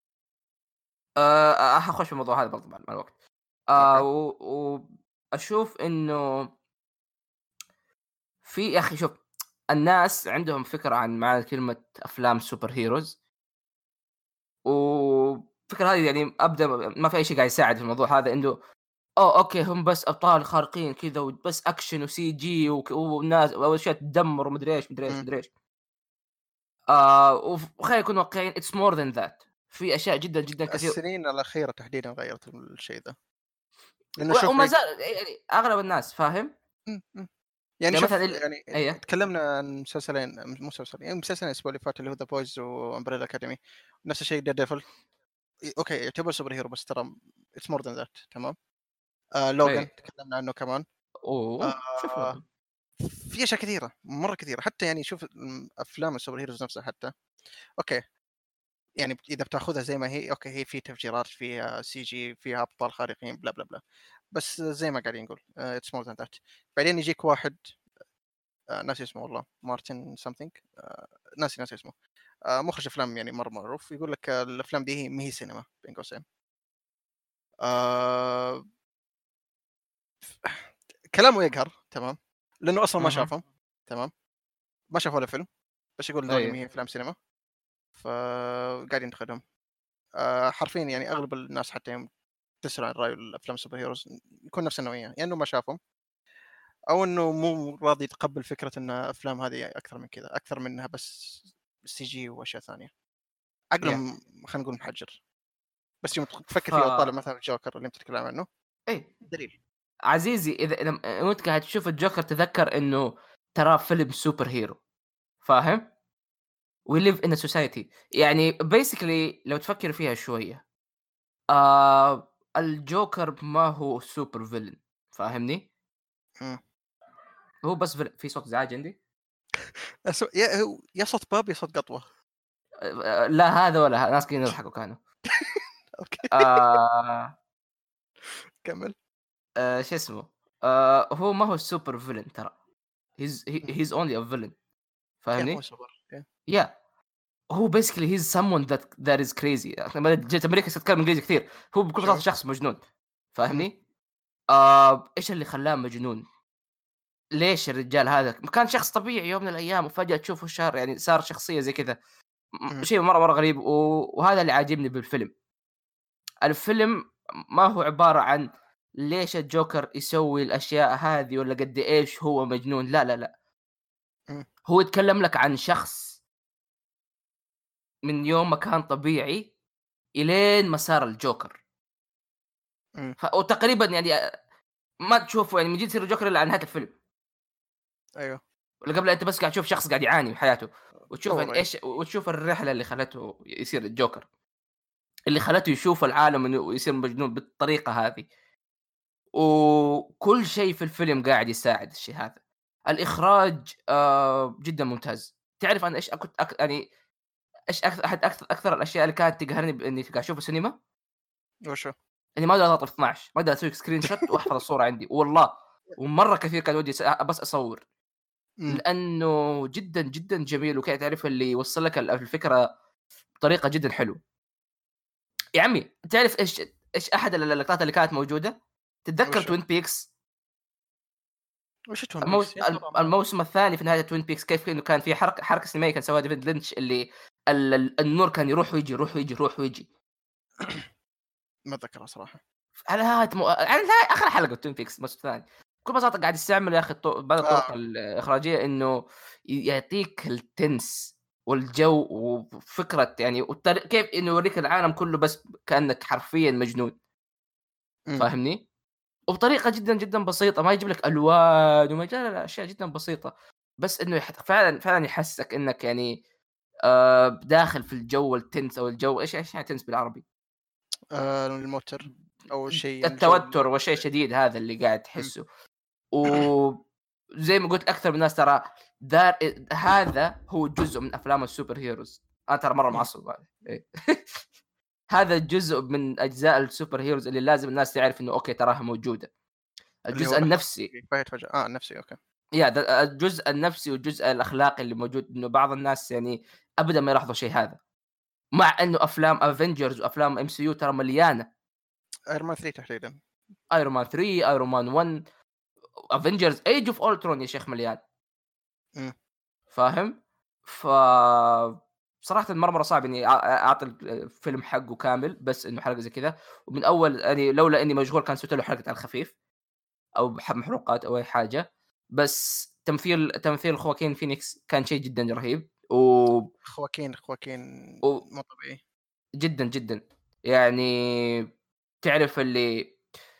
آه حخش في الموضوع هذا برضه مع مع الوقت. اوكي. آه و... واشوف انه في يا اخي شوف، الناس عندهم فكره عن معنى كلمه افلام سوبر هيروز، والفكره هذه يعني ابدا ما في اي شيء قاعد يساعد في الموضوع هذا، انه أوه أوكي هم بس أبطال خارقين كذا وبس أكشن وسي جي وك وناس وأشياء تدمر ومدري إيش مدري إيش مم. مدري إيش. آه وف وخلينا نكون واقعيين، it's more than that. في أشياء جدًا جدًا كثير. السنين الأخيرة تحديدًا غيّرت الشيء ذا، لأنه و شوف وما لك. زال يعني أغلب الناس فاهم؟ إمم، إمم. يعني يعني مثلًا شوف ال يعني أيوه. تكلمنا عن مسلسلين مو مسلسلين يعني مسلسلين الأسبوع اللي فات اللي هو The Boys وUmbrella Academy. نفس الشيء Daredevil. ي أوكي يعتبر سوبر هيرو بس ترى it's more than that تمام. آآ Logan إيه. تكلمنا عنه كمان. أوه! شوف آآ لوجن. في أشياء كثيرة، مرة كثيرة، حتى يعني شوف م أفلام السوبر هيروز نفسها حتى. أوكي. يعني إذا بتاخذها زي ما هي أوكي هي في تفجيرات فيها سي جي فيها أبطال خارقين بلا بلا بلا. بس زي ما قاعدين نقول آآ it's more than that. بعدين يجيك واحد آآ ناسي اسمه والله مارتن something آآ ناسي ناسي اسمه. آآ مخرج أفلام يعني مرة معروف يقول لك آه، الأفلام دي هي ما هي سينما بين قوسين. آآ كلامه يقهر تمام. لأنه أصلًا ما اهم. شافهم تمام. ما شاف ولا فيلم. بس يقول ذولي ما أيوه. هي أفلام سينما. فقاعد ينتقدهم. آآ حرفيًا يعني أغلب الناس حتى يوم تسأل عن رأيه الأفلام السوبر هيروز يكون نفس النوعية، يا إنه ما شافهم أو إنه مو راضي يتقبل فكرة إن الأفلام هذه أكثر من كذا، أكثر منها بس سي جي وأشياء ثانية. ياه! عقلهم خلينا نقول محجر. بس يوم تفكر ف فيه وتطالع مثلًا الجوكر اللي أنت تتكلم عنه إيه. دليل. عزيزي إذا لم وأنت قاعد تشوف الجوكر تذكر إنه ترى فيلم سوبر هيرو، فاهم؟ we live in a society. يعني basically لو تفكر فيها شوية، آه الجوكر ما هو سوبر فيلن، فاهمني؟ إمم. هو بس فيلن. في صوت ازعاج عندي؟ أسو يا هو يا صوت باب يا صوت قطوة. آه لا هذا ولا هذا، ناس قاعدين يضحكوا كانوا. أوكي. آه كمل. آه شو اسمه، آه هو ما هو سوبر فيلن ترى. he's he, إمم. he's only a villain، يا هو فاهمني؟ سوبر يا. yeah. هو basically he's someone that that is crazy. لما جيت امريكا تتكلم انجليزي كثير، هو بكل بساطه شوف. شخص مجنون، إمم. فاهمني؟ آه ايش اللي خلاه مجنون؟ ليش الرجال هذا كان شخص طبيعي يوم من الأيام وفجأة تشوفه شار يعني صار شخصية زي كذا، م إمم، شيء مرة، مرة غريب و وهذا اللي عاجبني بالفيلم. الفيلم ما هو عبارة عن ليش الجوكر يسوي الأشياء هذه والّا قد إيش هو مجنون، لا، لا، لأ، إمم، هو يتكلم لك عن شخص من يوم ما كان طبيعي إلين ما صار الجوكر. إمم، ف وتقريبًا يعني أ ما تشوفه يعني من جد يصير الجوكر إلا على نهاية الفيلم، أيوه، واللي قبلها أنت بس قاعد تشوف شخص قاعد يعاني في حياته، وتشوف تطوّر يعني أيوه، إيش وتشوف الرحلة اللي خلته يصير الجوكر، اللي خلته يشوف العالم إنه يصير مجنون بالطريقة هذه. وكل شيء في الفيلم قاعد يساعد الشيء هذا. الإخراج آآ جدًا ممتاز. تعرف أنا إيش كنت أك يعني إيش أكث أحد أكث أكثر الأشياء اللي كانت تقهرني بإني قاعد أشوفه سينما، وشو؟ إني ما أقدر أضغط اثناشر ما أقدر أسوي screen shot وأحفظ الصورة عندي والله، ومرّة كثير كان ودي س بس أصوّر، إمم، لأنه جدًا، جدًا جميل وكذا تعرف اللي يوصّل لك ال الفكرة بطريقة جدًا حلوة. يا عمي تعرف إيش إيش أحد ال اللقطات اللي كانت موجودة؟ تتذكر وشو؟ Twin Peaks؟ وش توين الموس بيكس؟ يا الم ترى ما الموسم الثاني في نهاية Twin Peaks كيف إنه كان في حركة حركة سينمائية كان سواها ديفيد لينش اللي ال ال النور كان يروح وييجي، يروح وييجي، يروح وييجي. ما أتذكرها صراحة. على نهاية م على نهاية آخر حلقة Twin Peaks الموسم الثاني. بكل بساطة قاعد يستعمل يا أخي الط بعض الطرق آه، الإخراجية إنه ي يعطيك التِنس والجو وفكرة يعني والطري كيف إنه يوريك العالم كله بس كأنك حرفيًا مجنون، إمم، فاهمني؟ وبطريقة جدًا، جدًا بسيطة ما يجيب لك ألوان وما لا، لا، لا، أشياء جدًا بسيطة، بس إنه يح فعلًا، فعلًا يحسّسك إنك يعني آآ داخل في الجو التِنس أو الجو إيش إيش يعني تِنس بالعربي؟ آآ الموتر أول شيء الجو التوتر الموتر والشيء إيه، الشديد هذا اللي قاعد إمم، تحسّه. وزي ما قُلت أكثر من الناس ترى دار أ هذا هو جزء من أفلام السوبر هيروز. أنا ترى مرّة إمم، معصّب بعد إيه. هذا جزء من أجزاء السوبر هيروز اللي لازم الناس تعرف إنه أوكي تراها موجودة. اللي هو الجزء لحظة النفسي بايت فجأة، آه النفسي أوكي، يا د الجزء النفسي والجزء الأخلاقي اللي موجود، إنه بعض الناس يعني أبدًا ما يلاحظوا الشيء هذا، مع إنه أفلام Avengers وأفلام إم سي يو ترى مليانة. Iron Man ثلاثة تحديدًا، Iron Man ثري Iron Man ون Avengers Age of Ultron يا شيخ مليان، إمم، فاهم؟ ف بصراحةً مرة، مرة صعب إني أ أعطي ال الفيلم حقه كامل، بس إنه حلقة زي كذا، ومن أول يعني لولا إني مشغول كان سويت له حلقة على الخفيف أو بح محروقات أو أي حاجة، بس تمثيل تمثيل خواكين فينيكس كان شيء جدًا رهيب و خواكين خواكين و مو طبيعي، جدًا، جدًا. يعني تعرف اللي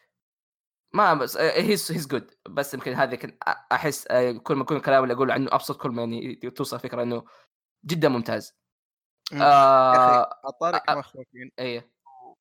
ما بس آآ he's he's good بس يمكن هذا يمكن أ أحس آآ كل ما يكون الكلام اللي أقوله عنه أبسط كل ما يعني توصل فكرة إنه جدًا ممتاز. إمم، يا أخي آآ على طاري أ كمان أ خواكين أيوه،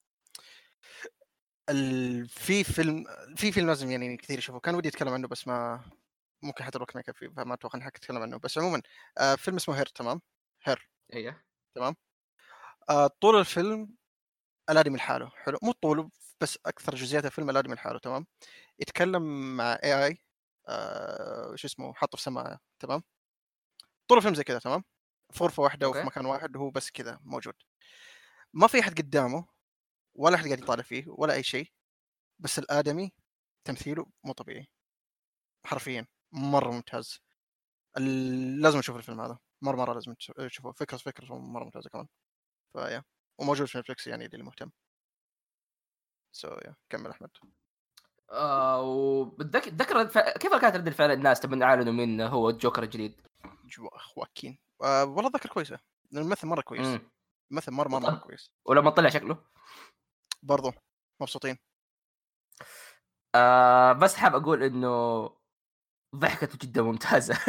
ال في فيلم في فيلم لازم يعني كثير يشوفوه، كان ودي أتكلم عنه بس ما ممكن حتى الوقت ما يكفي، فما أتوقع إني حاتكلم عنه، بس عمومًا آآ فيلم اسمه Her تمام؟ Her أيوه، تمام؟ آآ طول الفيلم الآدمي لحاله، حلو، مو طوله بس أكثر جزئيات الفيلم الآدمي لحاله تمام؟ يتكلم مع إيه آي آآ شو اسمه حاطه في سماعة تمام؟ طول الفيلم زي كذا تمام؟ في غرفة واحدة وفي أوكي، مكان واحد وهو بس كذا موجود، ما في أحد قدامه ولا أحد قاعد يطالع فيه ولا أي شيء، بس الآدمي تمثيله مو طبيعي، حرفيًا مرة ممتاز. ال لازم تشوف الفيلم هذا، مرة، مرة لازم تش تشوفه، فكرة فكرته مرة ممتازة كمان، فيا وموجود في نتفلكس يعني للي مهتم. So yeah كمل أحمد. آآ وبتذك تتذكر رد ف كيف كانت ردة فعل الناس لمن أعلنوا مين هو الجوكر الجديد؟ جو خواكين آآ والله أتذكر كويسة، لأن الممثل مرة كويس، إمم، الممثل مرة، مرة، مرة طب كويس، ولمّا طلع شكله؟ برضه مبسوطين. آآ بس حاب أقول إنه ضحكته جدًا ممتازة.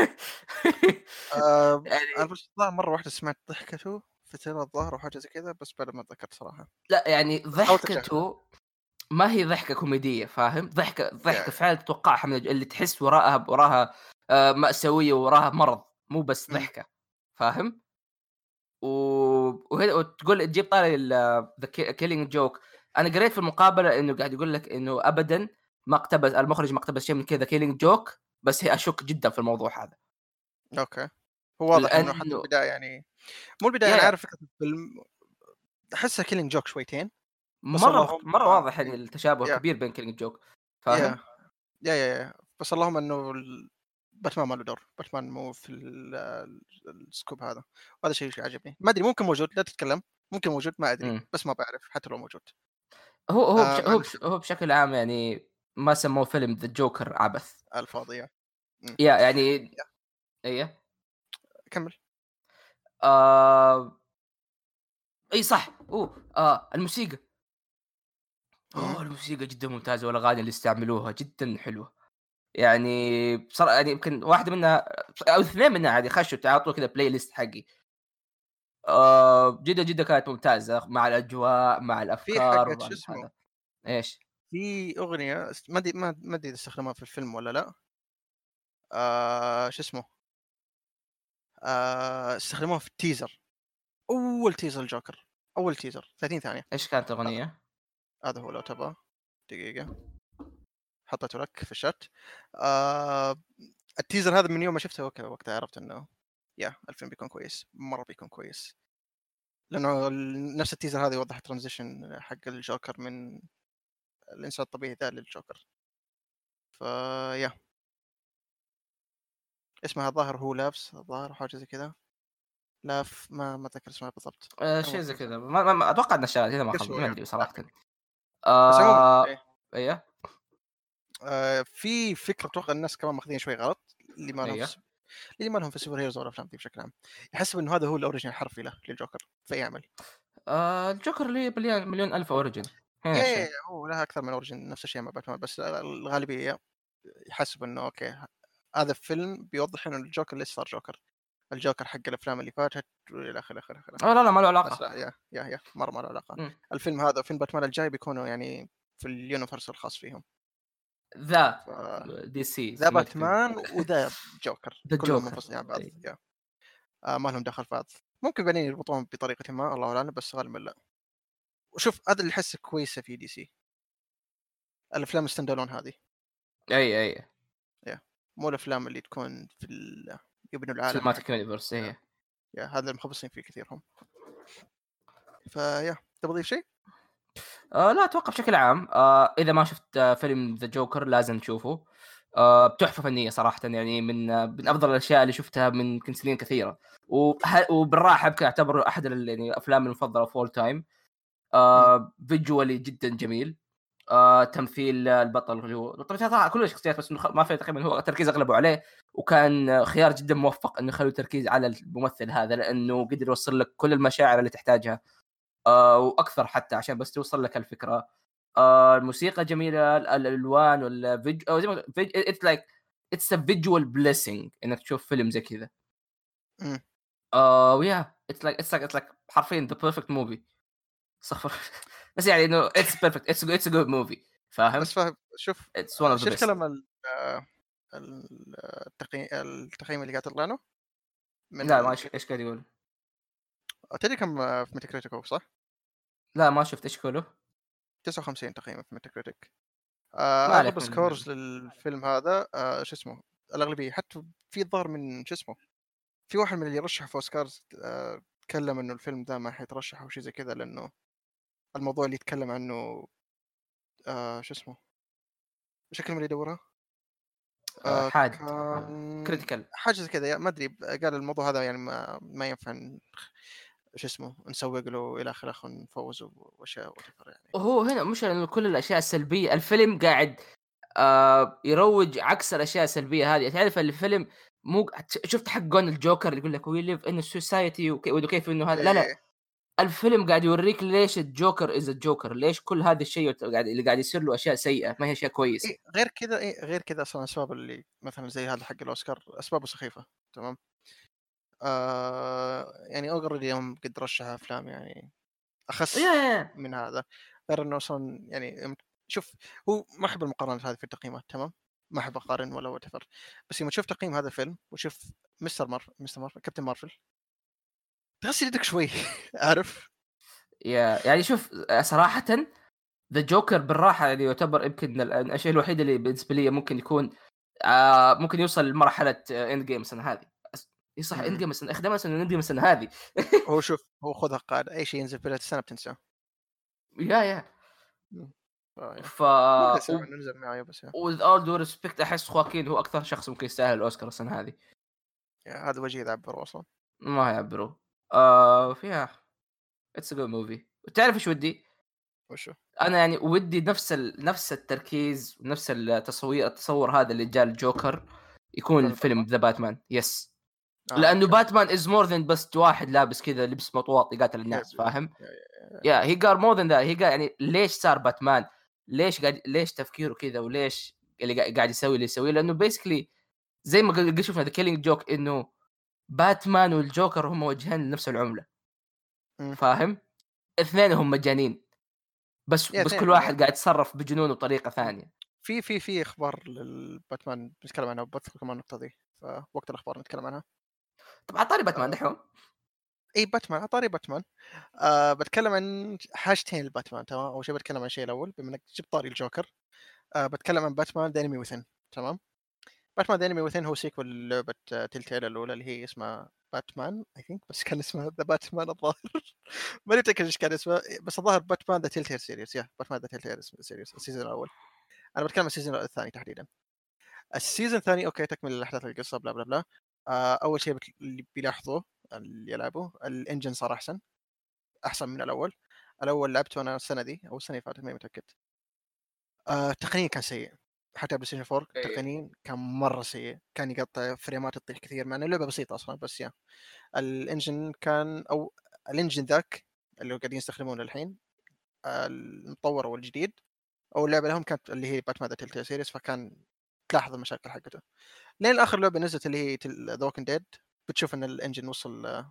آآ أنا يعني بس الظاهر مرة واحدة سمعت ضحكته في ترى الظاهر أو حاجة زي كذا، بس بعدين ما اتذكرت صراحة، لأ يعني بس حاولت أشغله. ضحكته ما هي ضحكة كوميدية فاهم؟ ضحكة يا ضحكة فعلًا تتوقعها من الج اللي تحس وراءها وراها آآ مأساوية وراها مرض، مو بس إمم، ضحكة، فاهم؟ و وهنا وتقول تجيب طاري ال The ki Killing Joke. أنا قريت في المقابلة إنه قاعد يقول لك إنه أبدًا ما اقتبس المخرج ما اقتبس شيء من كذا Killing Joke، بس هي أشُك جدًا في الموضوع هذا، أوكي. هو واضح إنه حتى لأنه البداية يعني مو البداية يا، أنا يا عارف فكرة الفيلم أحسها killing joke شويتين، بس مرة مخت اللهم مرة واضح يعني إيه التشابه يا كبير بين Killing Joke يا فاهم؟ يا يا يا بس اللهم إنه ال باتمان ما له دور، باتمان مو في ال- ال- السكوب هذا، وهذا شيء شيء عجبني. ما ادري ممكن موجود، لا تتكلم، ممكن موجود ما ادري، إمم. بس ما بعرف حتى لو موجود. هو هو بش آه هو عن بش هو بشكل عام يعني ما سموه فيلم ذا جوكر عبث. الفاضيه. مم. يا يعني أيوه. كمل. آه... اي صح، اوه آه الموسيقى. مم. اوه الموسيقى جدا ممتازه، والاغاني اللي استعملوها جدا حلوه. يعني بصراحه يعني يمكن واحده منها او اثنين منها هذه خشوا تعاطوا كذا بلاي ليست حقي. آه جدا جدا كانت ممتازه مع الاجواء مع في الافكار حقت مع شو اسمه، هذا. ايش؟ في اغنيه است- ما ادري ما ما ادري اذا استخدموها في الفيلم ولا لا. آه شو اسمه، آه استخدموها في التيزر، اول تيزر الجوكر، اول تيزر ثلاثين ثانيه. ايش كانت آه الاغنيه؟ هذا هو لو تبغى دقيقه، حطيته لك في الشات. آه التيزر هذا من يوم ما شفته وك- وقتها عرفت انه يا الفيلم بيكون كويس، مره بيكون كويس، لانه ال- نفس التيزر هذا يوضح ترانزيشن حق الجوكر من الانسان الطبيعي ذا للجوكر. فيا اسمها الظاهر هو لابس الظاهر حاجه زي كذا، لاف ما ما اتذكر اسمها بالضبط. آه المهم شيء زي اسمه كذا، ما, ما, ما اتوقع ان الشغله كذا، ما خب... اسمه ما يا ادري صراحه. لاف. بس عموما آه إيه. ايوه آه في فكره اتوقع الناس كمان ماخذين شوي غلط، اللي ما لهم في ايوه. الس- اللي ما لهم في السوبر هيروز والافلام دي بشكل عام، يحسب انه هذا هو الاوريجين الحرفي له للجوكر في عمل. آه الجوكر لي مليون مليون الف اوريجن هنا يا يا الشيء. يا هو لها اكثر من اوريجين نفس الشيء مع باتمان، بس الغالبيه يحسب انه اوكي هذا الفيلم بيوضح انه الجوكر ليش صار جوكر، الجوكر حق الافلام اللي فاتت والى اخره الى اخره. آه لا لا ما له بس علاقه. لا يا يا يا مره ما له علاقه. مم. الفيلم هذا وفيلم باتمان الجاي بيكونوا يعني في اليونيفرس الخاص فيهم. ذا ف دي سي ذا زي ما تكتب. باتمان وذا جوكر ذا كلهم جوكر. منفصلين عن بعض. أي. يا. آه ما لهم دخل في بعض، ممكن بعدين يربطون بطريقه ما الله اعلم، بس غالبا لا. وشوف هذا اللي احسه كويسه في دي سي، الافلام الستاند هذه. اي اي يا مو الافلام اللي تكون في ال... يبنوا العالم سينماتيك حقهم. يونيفرس يا. اي. يا هذا المخبصين فيه كثيرهم. فيا تبغى تضيف شيء؟ آه لا اتوقع بشكل عام آه اذا ما شفت آه فيلم ذا جوكر لازم تشوفه. آه تحفه فنيه صراحه، يعني من آه من افضل الاشياء اللي شفتها من يمكن سنين كثيره. وه- وبالراحه يمكن اعتبره احد ال- يعني افلامي المفضله فول تايم. مم. آه فيجوالي جدا جميل. آه تمثيل البطل اللي هو طبعا صراحة كل الشخصيات، بس إنه خ- ما في تقريبا هو التركيز اغلبه عليه. وكان آه، خيار جدا موفق انه يخلوا التركيز على الممثل هذا، لانه قدر يوصل لك كل المشاعر اللي تحتاجها آه واكثر حتى عشان بس توصل لك الفكره. آه الموسيقى جميله، ال- الالوان والفيديو او زي ما اتس لايك اتس ا فيجوال بليسنج انك تشوف فيلم زي كذا. مم. آه ويا اتس لايك اتس لايك اتس لايك حرفيا ذا بيرفكت موفي. صفر. بس يعني انه اتس بيرفكت، اتس اتس ا جود موفي. فاهم؟ بس فاهم شوف، اتس ون آه، اوف ذا شفت بيست. كلام ال- آه، ال- التقييم التقييم اللي قاعد يطلع له من لا ما ال... ايش ايش قاعد يقول؟ تدري كم آه، في ميتاكريتيك هو صح؟ لا ما شفت ايش كله. تسعة وخمسين تقييمه في ميتاكريتيك. آه، ما اغلب عليك من السكورز للفيلم هذا آه، شو اسمه، الاغلبيه حتى في الظاهر من شو اسمه، في واحد من اللي يرشح في اوسكارز آه، تكلم انه الفيلم ده ما حيترشح او شيء زي كذا، لانه الموضوع اللي يتكلم عنه آه، شو اسمه، ايش الكلمه اللي يدورها؟ آه، آه، حاد. كان كريتيكال. حاجه زي كذا، ما ادري، قال الموضوع هذا يعني ما, ما ينفع شو اسمه نسوق له الى اخره نفوز واشياء وتفر يعني. وهو هنا مش انه كل الاشياء السلبيه الفيلم قاعد آه يروج عكس الاشياء السلبيه هذه. تعرف الفيلم مو شفت حق جون الجوكر اللي يقول لك وي ليف ان سوسايتي وكيف انه هذا، لا لا. إيه الفيلم قاعد يوريك ليش الجوكر از الجوكر، ليش كل هذا الشيء قاعد اللي قاعد يصير له اشياء سيئه ما هي اشياء كويسه. إيه غير كذا، إيه غير كذا اصلا اسباب اللي مثلا زي هذا حق الاوسكار اسبابه سخيفه. تمام. آه يعني اوريدي يوم قد رشح افلام يعني يا اخس يا من هذا، غير انه اصلا يعني يوم- شوف، هو ما احب المقارنات هذه في التقييمات. تمام. ما احب اقارن ولا وتفر، بس يوم تشوف تقييم هذا الفيلم وشوف مستر مارفل مستر مارفل كابتن مارفل تغسل يدك شوي. عارف. يا يعني شوف صراحه ذا جوكر بالراحه يعني يعتبر يمكن ال- الشيء الوحيد اللي بالنسبه لي ممكن يكون آه ممكن يوصل لمرحله اند جيم السنه هذه. أس- إي صح اند مم. جيم السنه اخدمها سنه اند جيم السنه هذه. هو شوف، هو خذها قاعدة، اي شيء ينزل في بداية السنة بتنساه. يا يا مم. ف ما أدري و إنه نزل معايا بس يا. with all due respect أحس خواكين هو أكثر شخص ممكن يستاهل الأوسكار السنة هذه. يا هذا وجهي يعبر أصلا. ما يعبروا. آآ فيها it's a good movie. وتعرف إيش ودي؟ وشو؟ أنا يعني ودي نفس ال نفس التركيز ونفس التصوير التصور هذا اللي جاء الجوكر يكون فيلم الفيلم باتمان؟ ذا باتمان. يس. آه لأنه أوكي. باتمان is more than بس واحد لابس كذا لبس مطواط يقاتل الناس، يب فاهم؟ يا يا yeah he got more than that. he got يعني ليش صار باتمان؟ ليش قاعد ليش تفكيره كذا وليش اللي قا قاعد يسوي اللي يسويه؟ لأنه basically زي ما ق قد شفنا The Killing Joke إنه باتمان والجوكر هم وجهين لنفس العملة، إمم. فاهم؟ اثنينهم مجانين، بس يا بس اثنين كل هم يا. واحد قاعد يتصرف بجنون وطريقة إمم. ثانية. في في في إخبار للباتمان بنتكلم عنها وبذكر كمان النقطة دي، فوقت الأخبار نتكلم عنها. طب عطاري باتمان آآ دحوم. إي باتمان، على طاري باتمان، آآ باتكلم عن حاجتين لباتمان تمام. أول شيء باتكلم عن الشيء الأول بما إنك جبت طاري الجوكر، آآ باتكلم عن باتمان The Enemy Within تمام. باتمان The Enemy Within هو sequel للعبة Telltale الأولى اللي هي اسمها باتمان I think، بس كان اسمها The Batman الظاهر. ماني متأكد إيش كان اسمها، بس الظاهر باتمان The Telltale Series يا باتمان The Telltale Series السيزون الأول. أنا باتكلم عن السيزون الثاني تحديدًا. السيزون الثاني أوكي تكمل أحداث القصة بلا بلا بلا. آآ أول شيء بت اللي بيلاحظوه اللي يلعبوا الengine صار أحسن، أحسن من الأول. الأول لعبته أنا السنة دي أو السنة اللي فاتت ماني متأكد. آآ تقنيًا كان سيء، حتى بلايستيشن فور أيوه. تقنيًا كان مرة سيء، كان يقطع فريمات تطيح كثير مع إن اللعبة بسيطة أصلًا بس يا الengine كان أو الengine ذاك اللي هو قاعدين يستخدمونه الحين، آآ المطور أو الجديد أو اللعبة لهم كانت اللي هي باتمان The Telltale Series، فكان تلاحظ المشاكل حقته. لين آخر لعبة نزلت اللي هي تل The Walking Dead بتشوف إن الengine وصل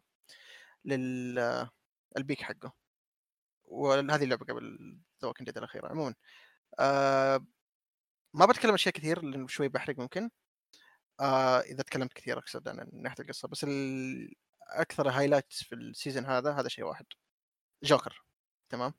لل الpeak حقه، وهذه اللعبة قبل The Walking Dead الأخيرة. عمومًا آآ ما باتكلم أشياء كثير لأنه شوي باحرق ممكن. آآ إذا تكلمت كثير أقصد عن ناحية القصة، بس ال أكثر highlights في السيزون هذا، هذا شيء واحد، جوكر تمام.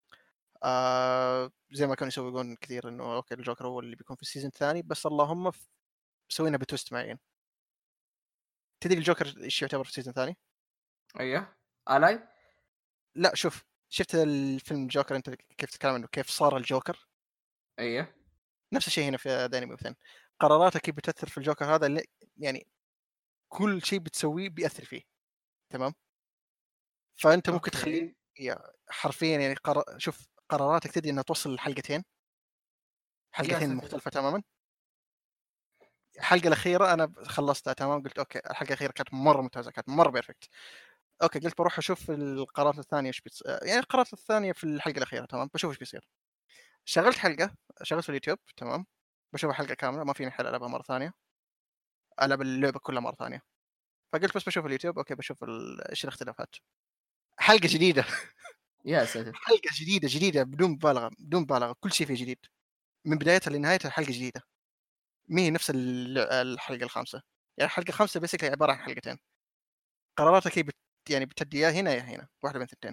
آآ زي ما كانوا يسوقون كثير إنه أوكي الجوكر هو اللي بيكون في السيزون الثاني، بس اللهم ف مسوينها بtwist معين. تدري الجوكر إيش يعتبر في السيزون الثاني؟ أيوه. ألاي؟ لأ شوف، شفت الفيلم جوكر أنت كيف تتكلم عنه كيف صار الجوكر؟ أيوه. نفس الشيء هنا في The Enemy Within. قراراتك كيف بتأثر في الجوكر هذا اللي يعني كل شيء بتسويه بيأثر فيه، تمام؟ فأنت ممكن تخليه أوكي. يا حرفيًا يعني قرا شوف قراراتك تدري إنها توصل لحلقتين، يا حلقتين ساتر! مختلفة تمامًا. الحلقة الأخيرة أنا ب خلصتها تمام، قُلت أوكي الحلقة الأخيرة كانت مرة ممتازة، كانت مرة perfect. أوكي قُلت باروح أشوف القرارات الثانية إيش بتص يعني القرارات الثانية في الحلقة الأخيرة تمام، باشوف إيش بيصير. شغّلت حلقة، شغّلت في اليوتيوب تمام، باشوف الحلقة كاملة ما فيني حيل ألعبها مرة ثانية، ألعب اللعبة كلها مرة ثانية. فقُلت بس باشوف اليوتيوب أوكي باشوف ال إيش الاختلافات. حلقة جديدة. يا ساتر! حلقة جديدة، جديدة بدون مبالغة، بدون مبالغة، كل شيء فيه جديد. من بدايتها لنهايتها الحلقة جديدة. ما هي نفس ال الحلقة الخامسة. يعني الحلقة الخامسة basically عبارة عن حلقتين. قراراتك هي بت يعني بتأدي يا هنا يا هنا، واحدة من الثنتين.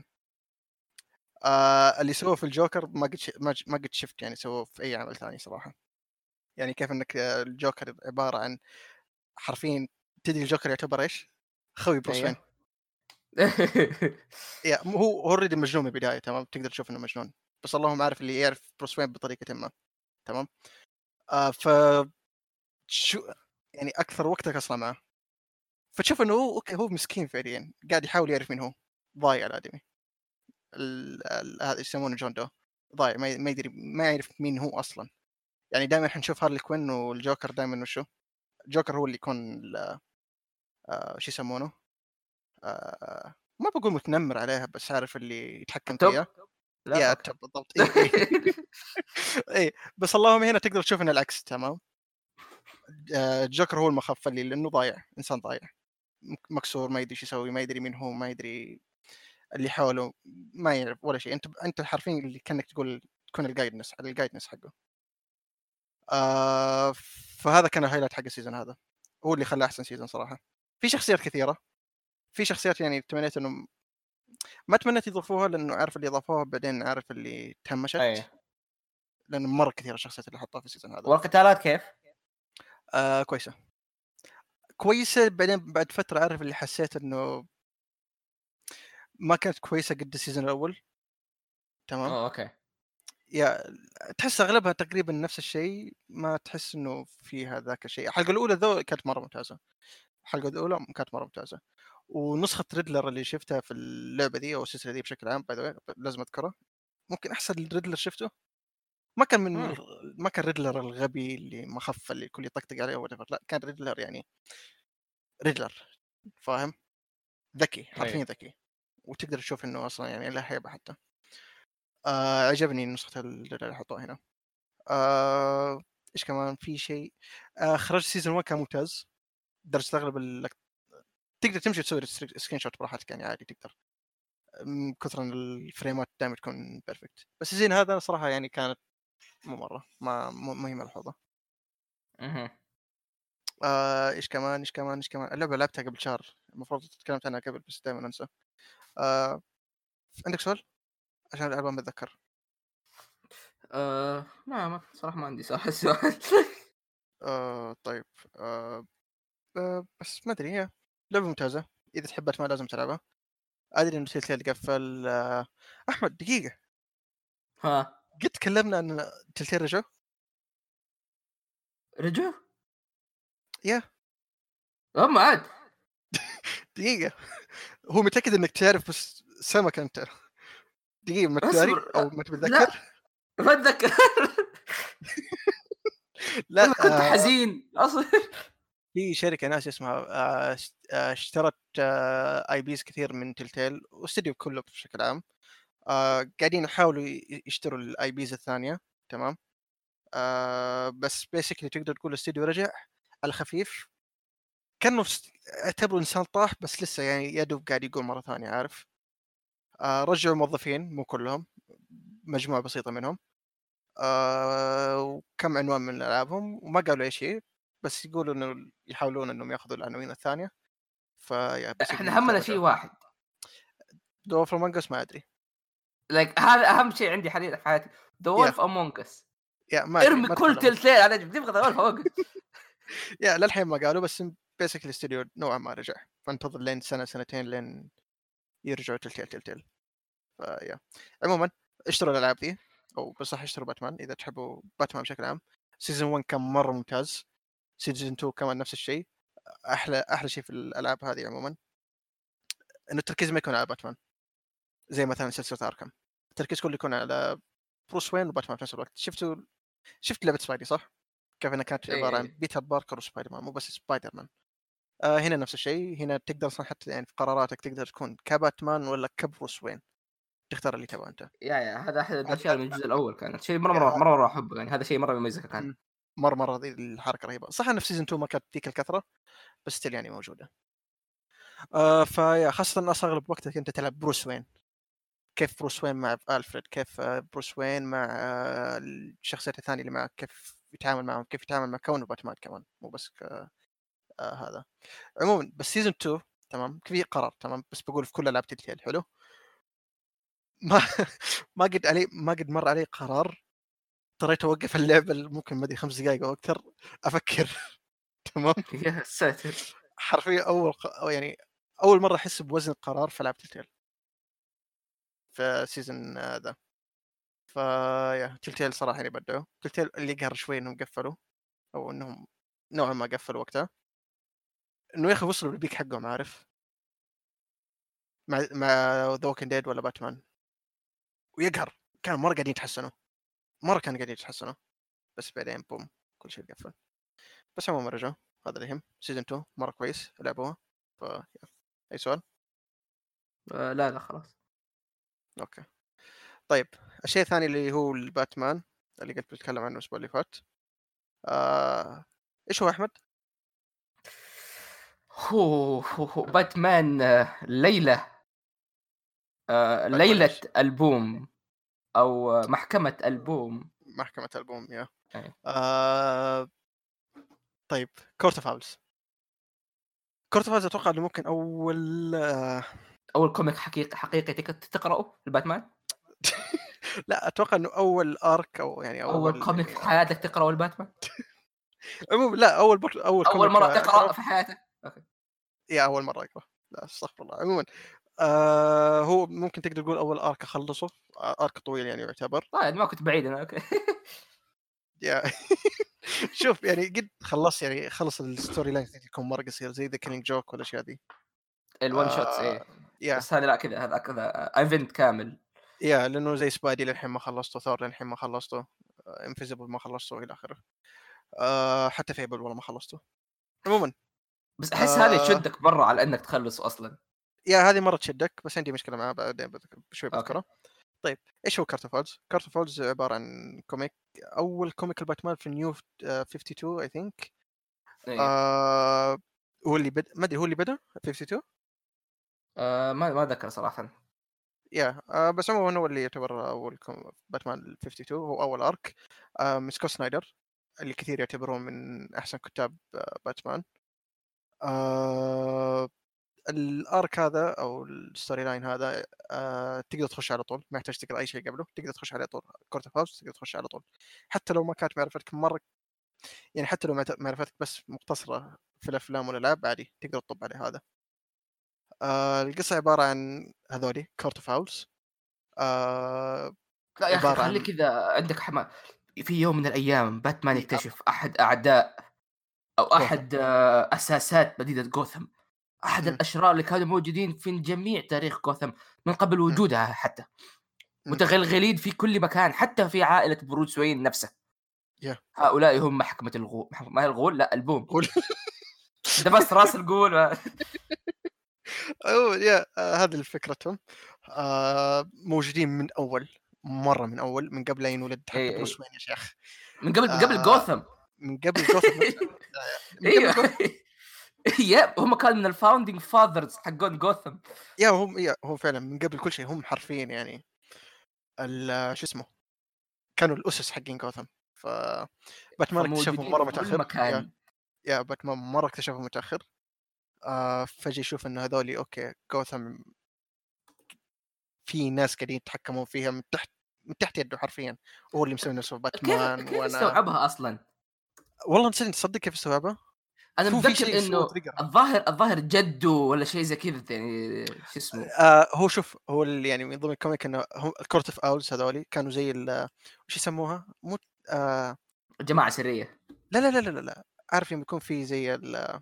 آآ اللي سووه في الجوكر ما قد ش ما ج ما قد شفت يعني سووه في أي عمل ثاني صراحة. يعني كيف إنك آه، الجوكر عبارة عن حرفيًا تدري الجوكر يعتبر إيش؟ خوي بروس وين. أيوه. يا م هو already مجنون من البداية تمام، تقدر تشوف إنه مجنون، بس اللهم عارف اللي يعرف بروس وين بطريقةٍ ما، تمام؟ آآ ف شو يعني أكثر وقتك أصلًا معاه. فتشوف إنه هو أوكي هو مسكين فعليًا، قاعد يحاول يعرف مين هو، ضايع الآدمي. ال ال هذا إيش يسمونه جون دو، ضايع ما ي ما يدري ما يعرف مين هو أصلًا. يعني دايمًا حنشوف هارلي كوين والجوكر دايمًا وشو، الجوكر هو اللي يكون ال آآ شو يسمونه، آآ ما باقول متنمر عليها بس عارف اللي يتحكم التوب؟ فيها. لا يا أوكي. التب بالضبط إي، إي. إي، بس اللهم هنا تقدر تشوف إن العكس تمام. آآ الجوكر هو المخفّى اللي لإنه ضايع، إنسان ضايع، مك مكسور ما يدري إيش يسوي، ما يدري مين هو، ما يدري اللي حوله، ما يعرف ولا شيء. أنت ب أنت حرفيًا اللي كأنك تقول تكون الguidance الguidance حقه. آآ فهذا كان الhighlight حق السيزون هذا، هو اللي خلّاه أحسن سيزون صراحة. في شخصيات كثيرة، في شخصيات يعني تمنيت إنهم ما تمنيت يضيفوها لإنه عارف اللي أضافوها بعدين عارف اللي أيوه. تهمشت، لإنه مرة كثيرة الشخصيات اللي حطوها في السيزون هذا. والقتالات كيف؟ آآ كويسة، كويسة بعدين بعد فترة عارف اللي حسيت إنه ما كانت كويسة قد السيزون الأول، تمام؟ أوه أوكي. يا تحس اغلبها تقريبا نفس الشيء، ما تحس انه فيها ذاك الشيء. الحلقه الاولى ذو كانت مره ممتازه، الحلقه الاولى كانت مره ممتازه. ونسخه ريدلر اللي شفتها في اللعبه دي او السلسله دي بشكل عام باي ذا لازم اذكره، ممكن احسن ريدلر شفته. ما كان من مم. الغ- ما كان ريدلر الغبي اللي مخفى اللي الكل يطقطق عليه ولا لا، كان ريدلر يعني ريدلر، فاهم؟ ذكي، ايوه. حرفيا ذكي، وتقدر تشوف انه اصلا يعني له هيبه حتى. آه عجبني نسخه اللي حطوها هنا. آه ايش كمان في شيء. آه خرج سيزون واحد كان ممتاز، تقدر تستغرب ال... تقدر تمشي تسوي سكرين شوت براحتك يعني عادي تقدر، من كثر ان الفريمات دائما تكون بيرفكت. بس الزين هذا صراحه يعني كانت مو مره ما مو مو هي ملحوظه. مهم. آه ايش كمان ايش كمان ايش كمان اللعبه لعبتها قبل شهر، المفروض تكلمت عنها قبل بس دائما انسى. آه عندك سؤال عشان الالعاب ما اتذكر؟ آه ما ما صراحه ما عندي صراحه سؤال. آه طيب. آه آه، بس ما ادري، هي لعبه ممتازه، اذا تحب باتمان لازم تلعبها. ادري انه تلتيل قفل. آه احمد دقيقه، ها قد تكلمنا ان تلتيل رجعوا. رجع. يا هم عاد. دقيقه، هو متاكد انك تعرف بس سمك انت. دقيقه، ما تداري اصبر. او ما تتذكر؟ لا ما اتذكر. لا. انا كنت آه حزين اصلا. في شركه ناس اسمها آه اشت- آه، اشترت آه اي بيز كثير من تلتيل واستديو كله بشكل عام. آه قاعدين يحاولوا ي- يشتروا الاي بيز الثانيه. تمام. آه بس بيسكلي تقدر تقول الاستديو رجع على خفيف، كانه س- اعتبره انسان طاح بس لسه يعني يا دوب قاعد يقول مره ثانيه، عارف؟ آه رجعوا موظفين مو كلهم، مجموعه بسيطه منهم. آه وكم عنوان من العابهم وما قالوا اي شيء، بس يقولوا انه يحاولون انهم ياخذوا العناوين الثانيه. فيا احنا بيسكلي همنا شيء ترجعوا. واحد. دو اوف مانجس ما ادري. لايك هذا اهم شيء عندي حاليا في حياتي. ذا يا وولف امونج اس. يا ما ادري ارمي ما كل تكلموا. تلتين على جنب، نبغى ذا وولف امونج اس. يا للحين ما قالوا، بس بيسكلي الاستوديو نوعا ما رجع، فانتظر لين سنه سنتين لين يرجعوا تلتيل تلتيل. فيا عموما اشتروا الالعاب ذي، او بصح اشتروا باتمان اذا تحبوا باتمان بشكل عام. سيزون واحد كان مره ممتاز، سيزون اثنين كمان نفس الشيء. احلى احلى شيء في الالعاب هذه عموما انه التركيز ما يكون على باتمان زي مثلا سلسله اركم. التركيز كله يكون على بروس وين وباتمان في نفس الوقت. شفتوا شفت لعبه سبايدي صح؟ كيف انها كانت عباره عن ايه. بيتر باركر وسبايدر مان، مو بس سبايدر مان. آه هنا نفس الشيء، هنا تقدر صح حتى يعني في قراراتك تقدر تكون كباتمان ولا كبروس وين، تختار اللي تبغاه انت. يا يا هذا احد هذا الاشياء من الجزء الاول، كانت شيء مره مره هذا مره مره احبه يعني، هذا شيء مره يميزك كان. مم. مره مره ذي الحركه رهيبه. صح ان في سيزون اثنين ما كانت ذيك الكثره، بس ستيل يعني موجوده. آه فيا خاصه الناس اغلب وقتك انت تلعب بروس وين. كيف بروس وين مع الفريد، كيف آه، بروس وين مع آه، الشخصيات الثانيه اللي معك، كيف يتعامل معهم، كيف يتعامل مع كونه باتمان كمان، مو بس ك... آه هذا. عموما بس سيزون اثنين تمام في قرار تمام، بس بقول في كل العاب تلتيل حلو. ما ما قد علي ما قد مر علي قرار اضطريت اوقف اللعبه ممكن ما ادري خمس دقائق او اكثر افكر. تمام. يا ساتر. حرفيا اول ق... أو يعني اول مره احس بوزن القرار في العاب تلتيل في السيزون ذا. فيا تلتيل صراحه يعني بدعوا تلتيل اللي قهر شوي انهم قفلوا، او انهم نوعا ما قفلوا وقتها، انه يا اخي وصلوا للبيك حقهم، عارف؟ مع مع ذا ووكينج ديد ولا باتمان، ويقهر كانوا مره قاعدين يتحسنوا، مره كانوا قاعدين يتحسنوا، بس بعدين بوم كل شيء قفل. بس عموما رجعوا، هذا اللي يهم. سيزون اثنين مره كويس لعبوها. ف اي سؤال؟ آه لا لا خلاص. اوكي طيب. الشيء الثاني اللي هو الباتمان اللي قلت بتكلم عنه الاسبوع اللي فات. آه... ايش هو احمد؟ هو هو هو باتمان آه، ليلة آه، باتمان ليلة ايش؟ ألبوم أو آه، محكمة ألبوم. محكمة ألبوم يا. أي. آه... طيب كورت اوف هاوس. كورت اوف هاوس اتوقع انه ممكن اول آه... أول كوميك حقيقي حقيقي تك- تقرأه الباتمان. لا اتوقع انه اول ارك او يعني أول اول كوميك في يعني حياتك تقرأه الباتمان. عموما لا اول بر... اول أول كوميك مرة اقرا. تقرأ في حياتك. أوكي. يا اول مره اقرا. لا استغفر الله. عموما آه هو ممكن تقدر تقول اول ارك اخلصه، ارك طويل يعني يعتبر. طيب ما كنت بعيد انا اوكي. يا شوف يعني قد خلص يعني خلص الستوري لاين يكون مره قصير زي ذا كيلينج جوك والاشياء دي. الون شوتس آه ايه. يا بس هذا لا كذا، هذا كذا ايفنت كامل. يا لانه زي سبايدي للحين ما خلصته، ثور للحين ما خلصته، انفيزبل ما خلصته الى اخره. آه حتى فيبل والله ما خلصته. عموما بس احس هذا آه يشدك برا على انك تخلصه اصلا. يا هذه مره تشدك، بس عندي مشكله معاه بعدين بذك- شوي اوكي. بذكره. طيب ايش هو كارت فولز؟ كارت فولز عباره عن كوميك، اول كوميك الباتمان في النيو اثنين وخمسين اي ثينك. ايه. آه هو اللي بدا، ما ادري هو اللي بدا اثنين وخمسين. آه ما ما اتذكر صراحه. يا آه بس عموما هو اللي يعتبر اول كوم- باتمان ال اثنين وخمسين، هو اول ارك. آه من سكوت سنايدر اللي كثير يعتبرون من احسن كتاب آه باتمان. آه الارك هذا او الستوري لاين هذا آه تقدر تخش على طول، ما يحتاج تقرا اي شيء قبله، تقدر تخش على طول كورت اوف هاوس، تقدر تخش على طول حتى لو ما كانت معرفتك مره، يعني حتى لو معت- معرفتك بس مقتصره في الافلام والالعاب عادي تقدر تطب عليه هذا. آه القصه عباره عن هذولي كورت اوف هاوس. آه لا يا اخي عباره خليك عن كذا عندك حماس. في يوم من الايام باتمان ي- يكتشف احد اعداء او جوثم. احد آه، اساسات مدينه جوثم، احد مم، الاشرار اللي كانوا موجودين في جميع تاريخ جوثم من قبل مم، وجودها حتى، مم. متغلغلين في كل مكان حتى في عائله بروس وين نفسه. يا هؤلاء هم محكمه الغول، ما هي الغول، لا البوم. قول. ده بس راس الغول. أوه، يا آه هذه فكرتهم. آه موجودين من اول مره، من اول من قبل لا ينولد اي حتى اي بروس وين يا شيخ. من قبل من قبل آه جوثم. من قبل جوثم نفسها. لا، يا- من قبل ايوه. جوثم. يب هم كانوا من الفاوندينج فاذرز حقون جوثم. يا هم يا هو فعلا من قبل كل شيء، هم حرفيا يعني ال- شو اسمه، كانوا الاسس حقين جوثم. ف باتمان اكتشفهم فموجودين مره في كل متاخر. يا مكان. يا باتمان مره اكتشفهم متاخر. آه فجأة يشوف انه هذولي اوكي جوثم في ناس قاعدين يتحكمون فيها من تحت، من تحت يده حرفيا. هو اللي مسوي نفسه كيف باتمان كيف وانا. استوعبها اصلا؟ والله نسيت تصدق كيف استوعبها. انا هو في متذكر شيء سوى انه تريجر. الظاهر الظاهر جده ولا شيء زي كذا يعني، شو اسمه. آه هو شوف، هو اللي يعني من ضمن الكوميك انه هم الكورت اوف اولز هذولي كانوا زي ال- وش يسموها مو آه جماعه سريه. لا لا لا لا لا لا. عارف يوم يكون في زي ال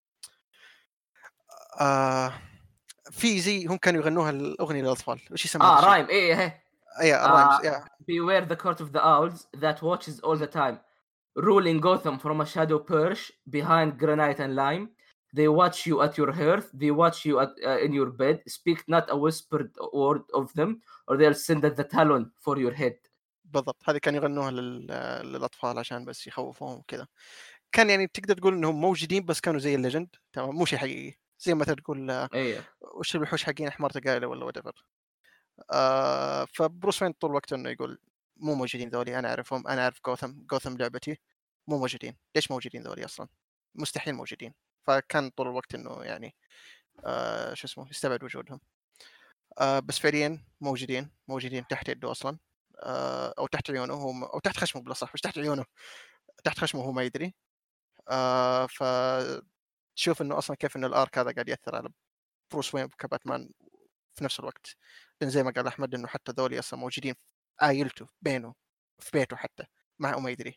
آه في زي هم كانوا يغنوها الاغنيه للاطفال، وش يسمى هذا اه الشيء؟ رايم ايه ايه. اي الرايمز آه يا. beware the court of the owls that watches all the time, ruling Gotham from a shadow perch behind granite and lime. They watch you at your hearth, they watch you at, uh, in your bed. Speak not a whispered word of them, or they'll send at the talon for your head. بالضبط هذه كانوا يغنوها لل... للاطفال عشان بس يخوفوهم وكذا. كان يعني تقدر تقول انهم موجودين بس كانوا زي الليجند، تمام، مو شيء حقيقي. زي ما تقول آه، ايه. وش الوحوش حقين حمار قايله ولا وات ايفر. آه فبروس وين طول الوقت انه يقول مو موجودين ذولي، انا اعرفهم، انا اعرف جوثم، جوثم لعبتي، مو موجودين، ليش موجودين ذولي اصلا؟ مستحيل موجودين. فكان طول الوقت انه يعني آه شو اسمه يستبعد وجودهم. آه بس فعليا موجودين، موجودين تحت يده اصلا. آه او تحت عيونه هو، او تحت خشمه بالاصح، مش تحت عيونه، تحت خشمه هو ما يدري. آه ف تشوف انه اصلا كيف انه الارك هذا قاعد ياثر على بروس وين كباتمان في نفس الوقت. لان زي ما قال احمد انه حتى ذولي اصلا موجودين في عائلته بينه، في بيته حتى مع وما يدري.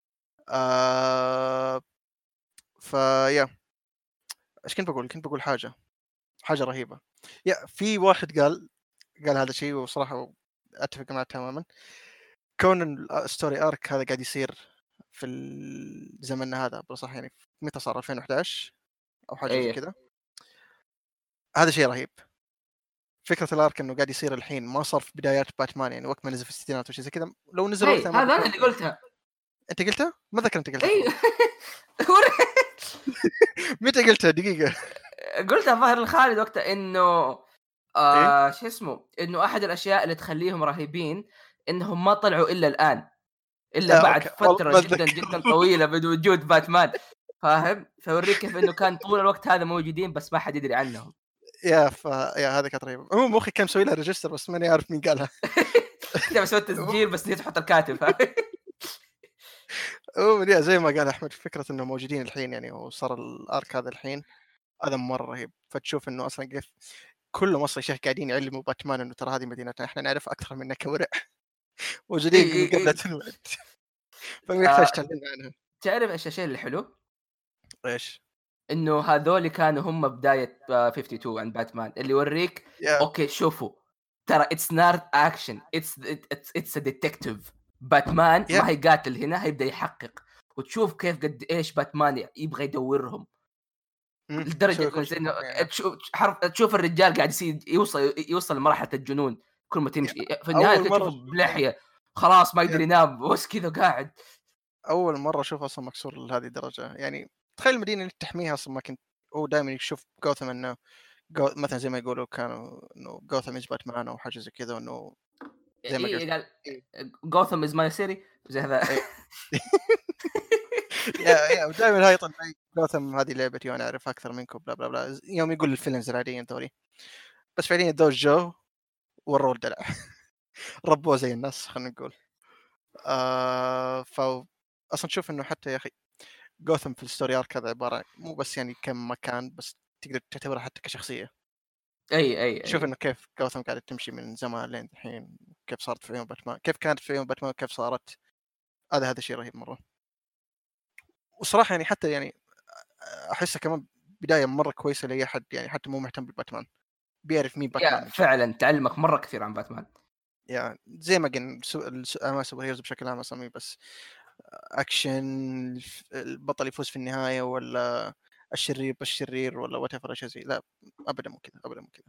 آه فيا ايش كنت بقول؟ كنت بقول حاجه حاجه رهيبه. يا في واحد قال قال هذا الشيء وصراحه اتفق معه تماما. كون الستوري ارك هذا قاعد يصير في زمننا هذا بصح، يعني متى صار ألفين وأحد عشر او حاجه زي ايه. كذا. هذا شيء رهيب. فكره الارك انه قاعد يصير الحين، ما صار في بدايات باتمان يعني وقت ما نزل في الستينات وشي زي كذا. لو نزل هي وقتها ما هذا انا بيكون اللي يعني. قلتها. انت قلتها؟ ما ذكر انت قلتها ايه. ترى. متى قلتها؟ دقيقه. قلتها ظاهر لخالد وقتها انه ايه آه شو اسمه، انه احد الاشياء اللي تخليهم رهيبين انهم ما طلعوا الا الان، الا آه بعد اوكي والله فتره ما جدا اتذكر. جدا طويله من وجود باتمان. فاهم؟ فوريك كيف انه كان طول الوقت هذا موجودين بس ما حد يدري عنهم. يا ف يا هذا كانت رهيبه. عموما مخي كان مسوي لها ريجستر بس ماني عارف مين قالها. انت مسوي تسجيل بس نسيت تحط الكاتب. فاهم؟ عموما يا زي ما قال احمد، فكره انه موجودين الحين يعني وصار الارك هذا الحين، هذا مره رهيب. فتشوف انه اصلا كيف كل مصري شيخ قاعدين يعلموا باتمان انه ترى هذه مدينتنا، احنا نعرف اكثر منك كورع اي موجودين اي قبل لا اي تنولد. فما يحتاج آه، تعلمنا عنها. تعرف ايش الشيء اللي حلو؟ ايش؟ انه هذول كانوا هم بدايه آه، اثنين وخمسين عند باتمان، اللي يوريك يا اوكي شوفوا، ترى اتس نارت اكشن، اتس اتس ا ديتكتيف. باتمان يا ما هيقاتل هنا، هيبدا يحقق، وتشوف كيف قد ايش باتمان يبغى يدورهم امم لدرجه يسوي كل مثلا شيء انه حرفيا. تشوف حرف تشوف الرجال قاعد يصير يوصل يوصل لمرحله الجنون، كل ما يا تمشي في النهايه اول تشوفه مره اشوفه. بلحيه خلاص ما يقدر يا ينام بس كذا قاعد. اول مره اشوف اصلا مكسور لهذه الدرجه. يعني تخيل المدينه اللي تحميها اصلا ما كنت. هو دائما يشوف جوثم انه جو... مثلا زي ما يقولوا كانوا انه جوثم از باتمان او حاجه زي كذا، انه زي ما قلت. اي قال جوثام از ماي سيتي زي هذا. اي يا يا ودائما هاي يطلع جوثم هذه لعبتي وانا اعرف اكثر منكم بلا بلا بلا، يوم يقول الفيلمز العاديين ذولي. بس فعليا دول جو وروا الدلع ربوه زي الناس خلينا نقول. آه ف اصلا تشوف انه حتى يا اخي جوثم في الستوري ارك هذا عباره مو بس يعني كم مكان، بس تقدر تعتبرها حتى كشخصيه. اي اي شوف اي انه كيف جوثم قاعده تمشي من زمان لين الحين، كيف صارت في يوم باتمان، كيف كانت في يوم باتمان وكيف صارت. هذا هذا شيء رهيب مره. وصراحه يعني حتى يعني احسها كمان بدايه مره كويسه لاي احد يعني حتى مو مهتم بالباتمان، بيعرف مين باتمان يا من جد. فعلا تعلمك مره كثير عن باتمان. يعني زي ما قلنا سو... الس- اعمال السوبر هيروز بشكل عام اصلا مي بس اكشن، الف- البطل يفوز في النهايه ولا الشرير بس شرير ولا وات ايفر شيء زي. لا ابدا مو كذا، ابدا مو كذا.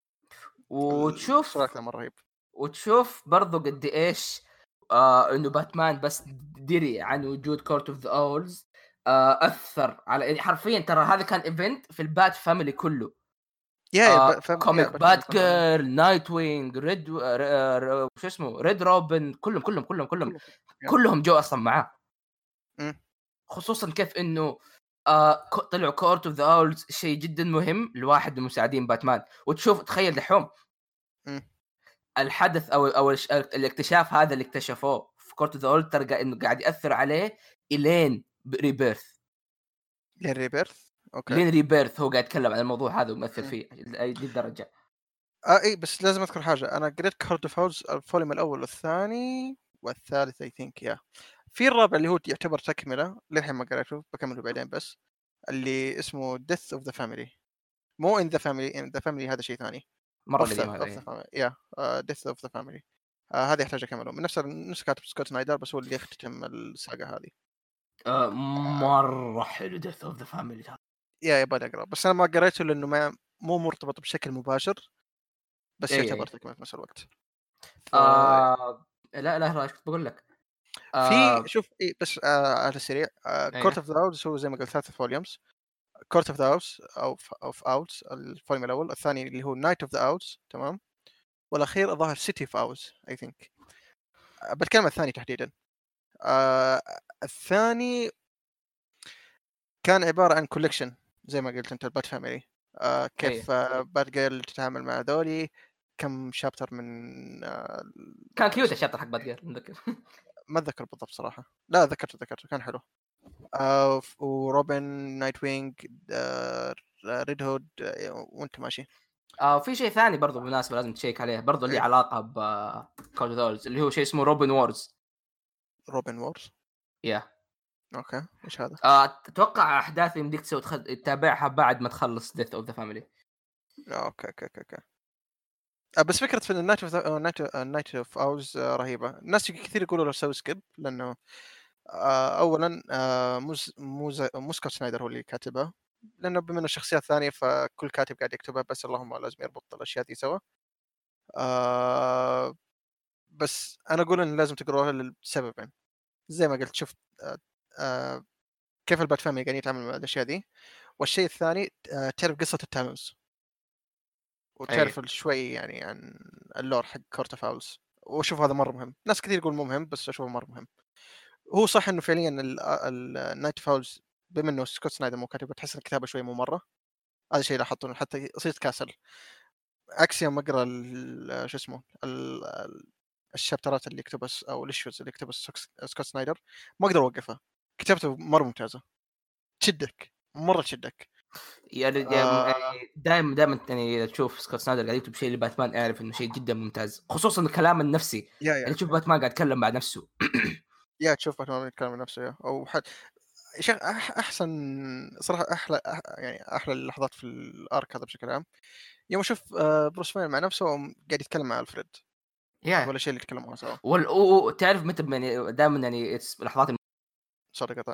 وتشوف الصراحه مره رهيب. وتشوف برضو قد ايش آه انه باتمان بس دري عن وجود كورت اوف ذا اولز، آه اثر على يعني حرفيا ترى هذا كان ايفنت في البات فاميلي كله. يا يا ب- آه فهم يا كوميك باتمان بات فهم. جيرل، نايت وينج، ريد شو اسمه ريد روبن، كلهم كلهم كلهم كلهم كله يا. كلهم جو اصلا معاه. أمم، خصوصا كيف انه آه ك- طلعوا كورت اوف ذا اولز شيء جدا مهم لواحد من مساعدين باتمان. وتشوف تخيل دحوم أمم. الحدث او او الش- الاكتشاف هذا اللي اكتشفوه في كورت اوف ذا اولز ترى قا- انه قاعد ياثر عليه الين ريبيرث. يا ريبيرث اوكي. لين ريبيرث هو قاعد يتكلم عن الموضوع هذا ويمثل أمم. فيه ل- دي الدرجه. اه اي بس لازم اذكر حاجه، انا قريت كارد اوف هاوس الفوليوم الاول والثاني والثالث اي ثينك يا. في الرابع اللي هو يعتبر تكمله للحين ما قريته بكمله بعدين، بس اللي اسمه ديث اوف ذا فاميلي. مو ان ذا فاميلي، ان ذا فاميلي هذا شيء ثاني. مره اوف قديم ذا هذا اوف ذا إيه. فاميلي يا ديث اوف ذا فاميلي. هذا يحتاج اكمله من نفس نفس كاتب سكوت سنايدر، بس هو اللي يختتم الساقه هذه. آه مره حلو ديث اوف ذا فاميلي. يا يبغى اقرا بس انا ما قريته لانه ما مو مرتبط بشكل مباشر، بس اي يعتبر اي تكمله في نفس الوقت. ف آه لا لا ايش كنت بقول لك. في آه شوف إيه بس آه على السريع كورت ايه اوف ذا هاوس هو زي ما قلت ثلاثة فوليومز. كورت اوف ذا هاوس او اوف اوتس الفوليوم الاول، الثاني اللي هو نايت اوف ذا اوتس تمام، والاخير الظاهر سيتي اوف اوتس اي ثينك. بتكلم عن الثاني تحديدا. آه الثاني كان عباره عن كوليكشن زي ما قلت انت البات فاميلي. آه ايه كيف آه بات جيرل تتعامل مع ذولي، كم شابتر من آه كان كيوت اسمه الشابتر حق باتجر نذكر. ما اتذكر بالضبط صراحه. لا ذكرته ذكرته كان حلو. آه وروبن، نايت وينج، آه ريد هود، آه وانت ماشي. آه في شيء ثاني برضو بالمناسبة لازم تشيك عليه برضو اللي ايه علاقة ب كول دولز اللي هو شيء اسمه روبن وورز. روبن وورز يا اوكي ايش هذا؟ آه اتوقع احداث يمديك تسوي تخ... تتابعها بعد ما تخلص ديث اوف ذا فاميلي. آه اوكي اوكي اوكي, أوكي. آه بس فكره في النايت اوف نايت نايت اوف اوز رهيبه. الناس كثير يقولوا له سوي سكيب لانه آه اولا آه مو ز- مو ز- مو سكوت سنايدر هو اللي كاتبها، لانه بما انه شخصيات ثانيه فكل كاتب قاعد يكتبها، بس اللهم لازم يربط الاشياء دي سوا. آه بس انا اقول انه لازم تقروها لسببين. زي ما قلت شفت آه آه كيف البات فاميلي قاعدين يتعاملوا مع الاشياء دي، والشيء الثاني آه تعرف قصه التالونز اي وتعرف شوي يعني عن اللور حق كورت اوف هاوس. واشوف هذا مره مهم. ناس كثير يقول مو مهم بس اشوفه مره مهم. هو صح انه فعليا النايت فاولز بما انه سكوت سنايدر مو كاتب تحس الكتابه شوي مو مره. هذا الشيء لاحظته حتى صرت كاسل عكس يوم اقرا ال- شو اسمه ال- ال- الشابترات اللي يكتبها س- او الاشوز اللي يكتبها سكس- سكوت سنايدر ما اقدر اوقفها. كتابته مره ممتازه تشدك مره تشدك. يعني آه يعني دائما دائما يعني إذا تشوف سكوت سنايدر قاعد يكتب شيء لباتمان اعرف انه شيء جدا ممتاز، خصوصا الكلام النفسي. يا يا يعني تشوف باتمان قاعد يتكلم مع نفسه. يا تشوف باتمان يتكلم عن نفسه يا. او حد شيء أح احسن صراحه احلى أح يعني احلى اللحظات في الارك هذا بشكل عام يوم اشوف آه، بروس وين مع نفسه وقاعد يتكلم مع الفريد. يا ولا الشيء اللي يتكلموا سوا. وال... و- تعرف متى يعني دائما يعني it's لحظات صار قطع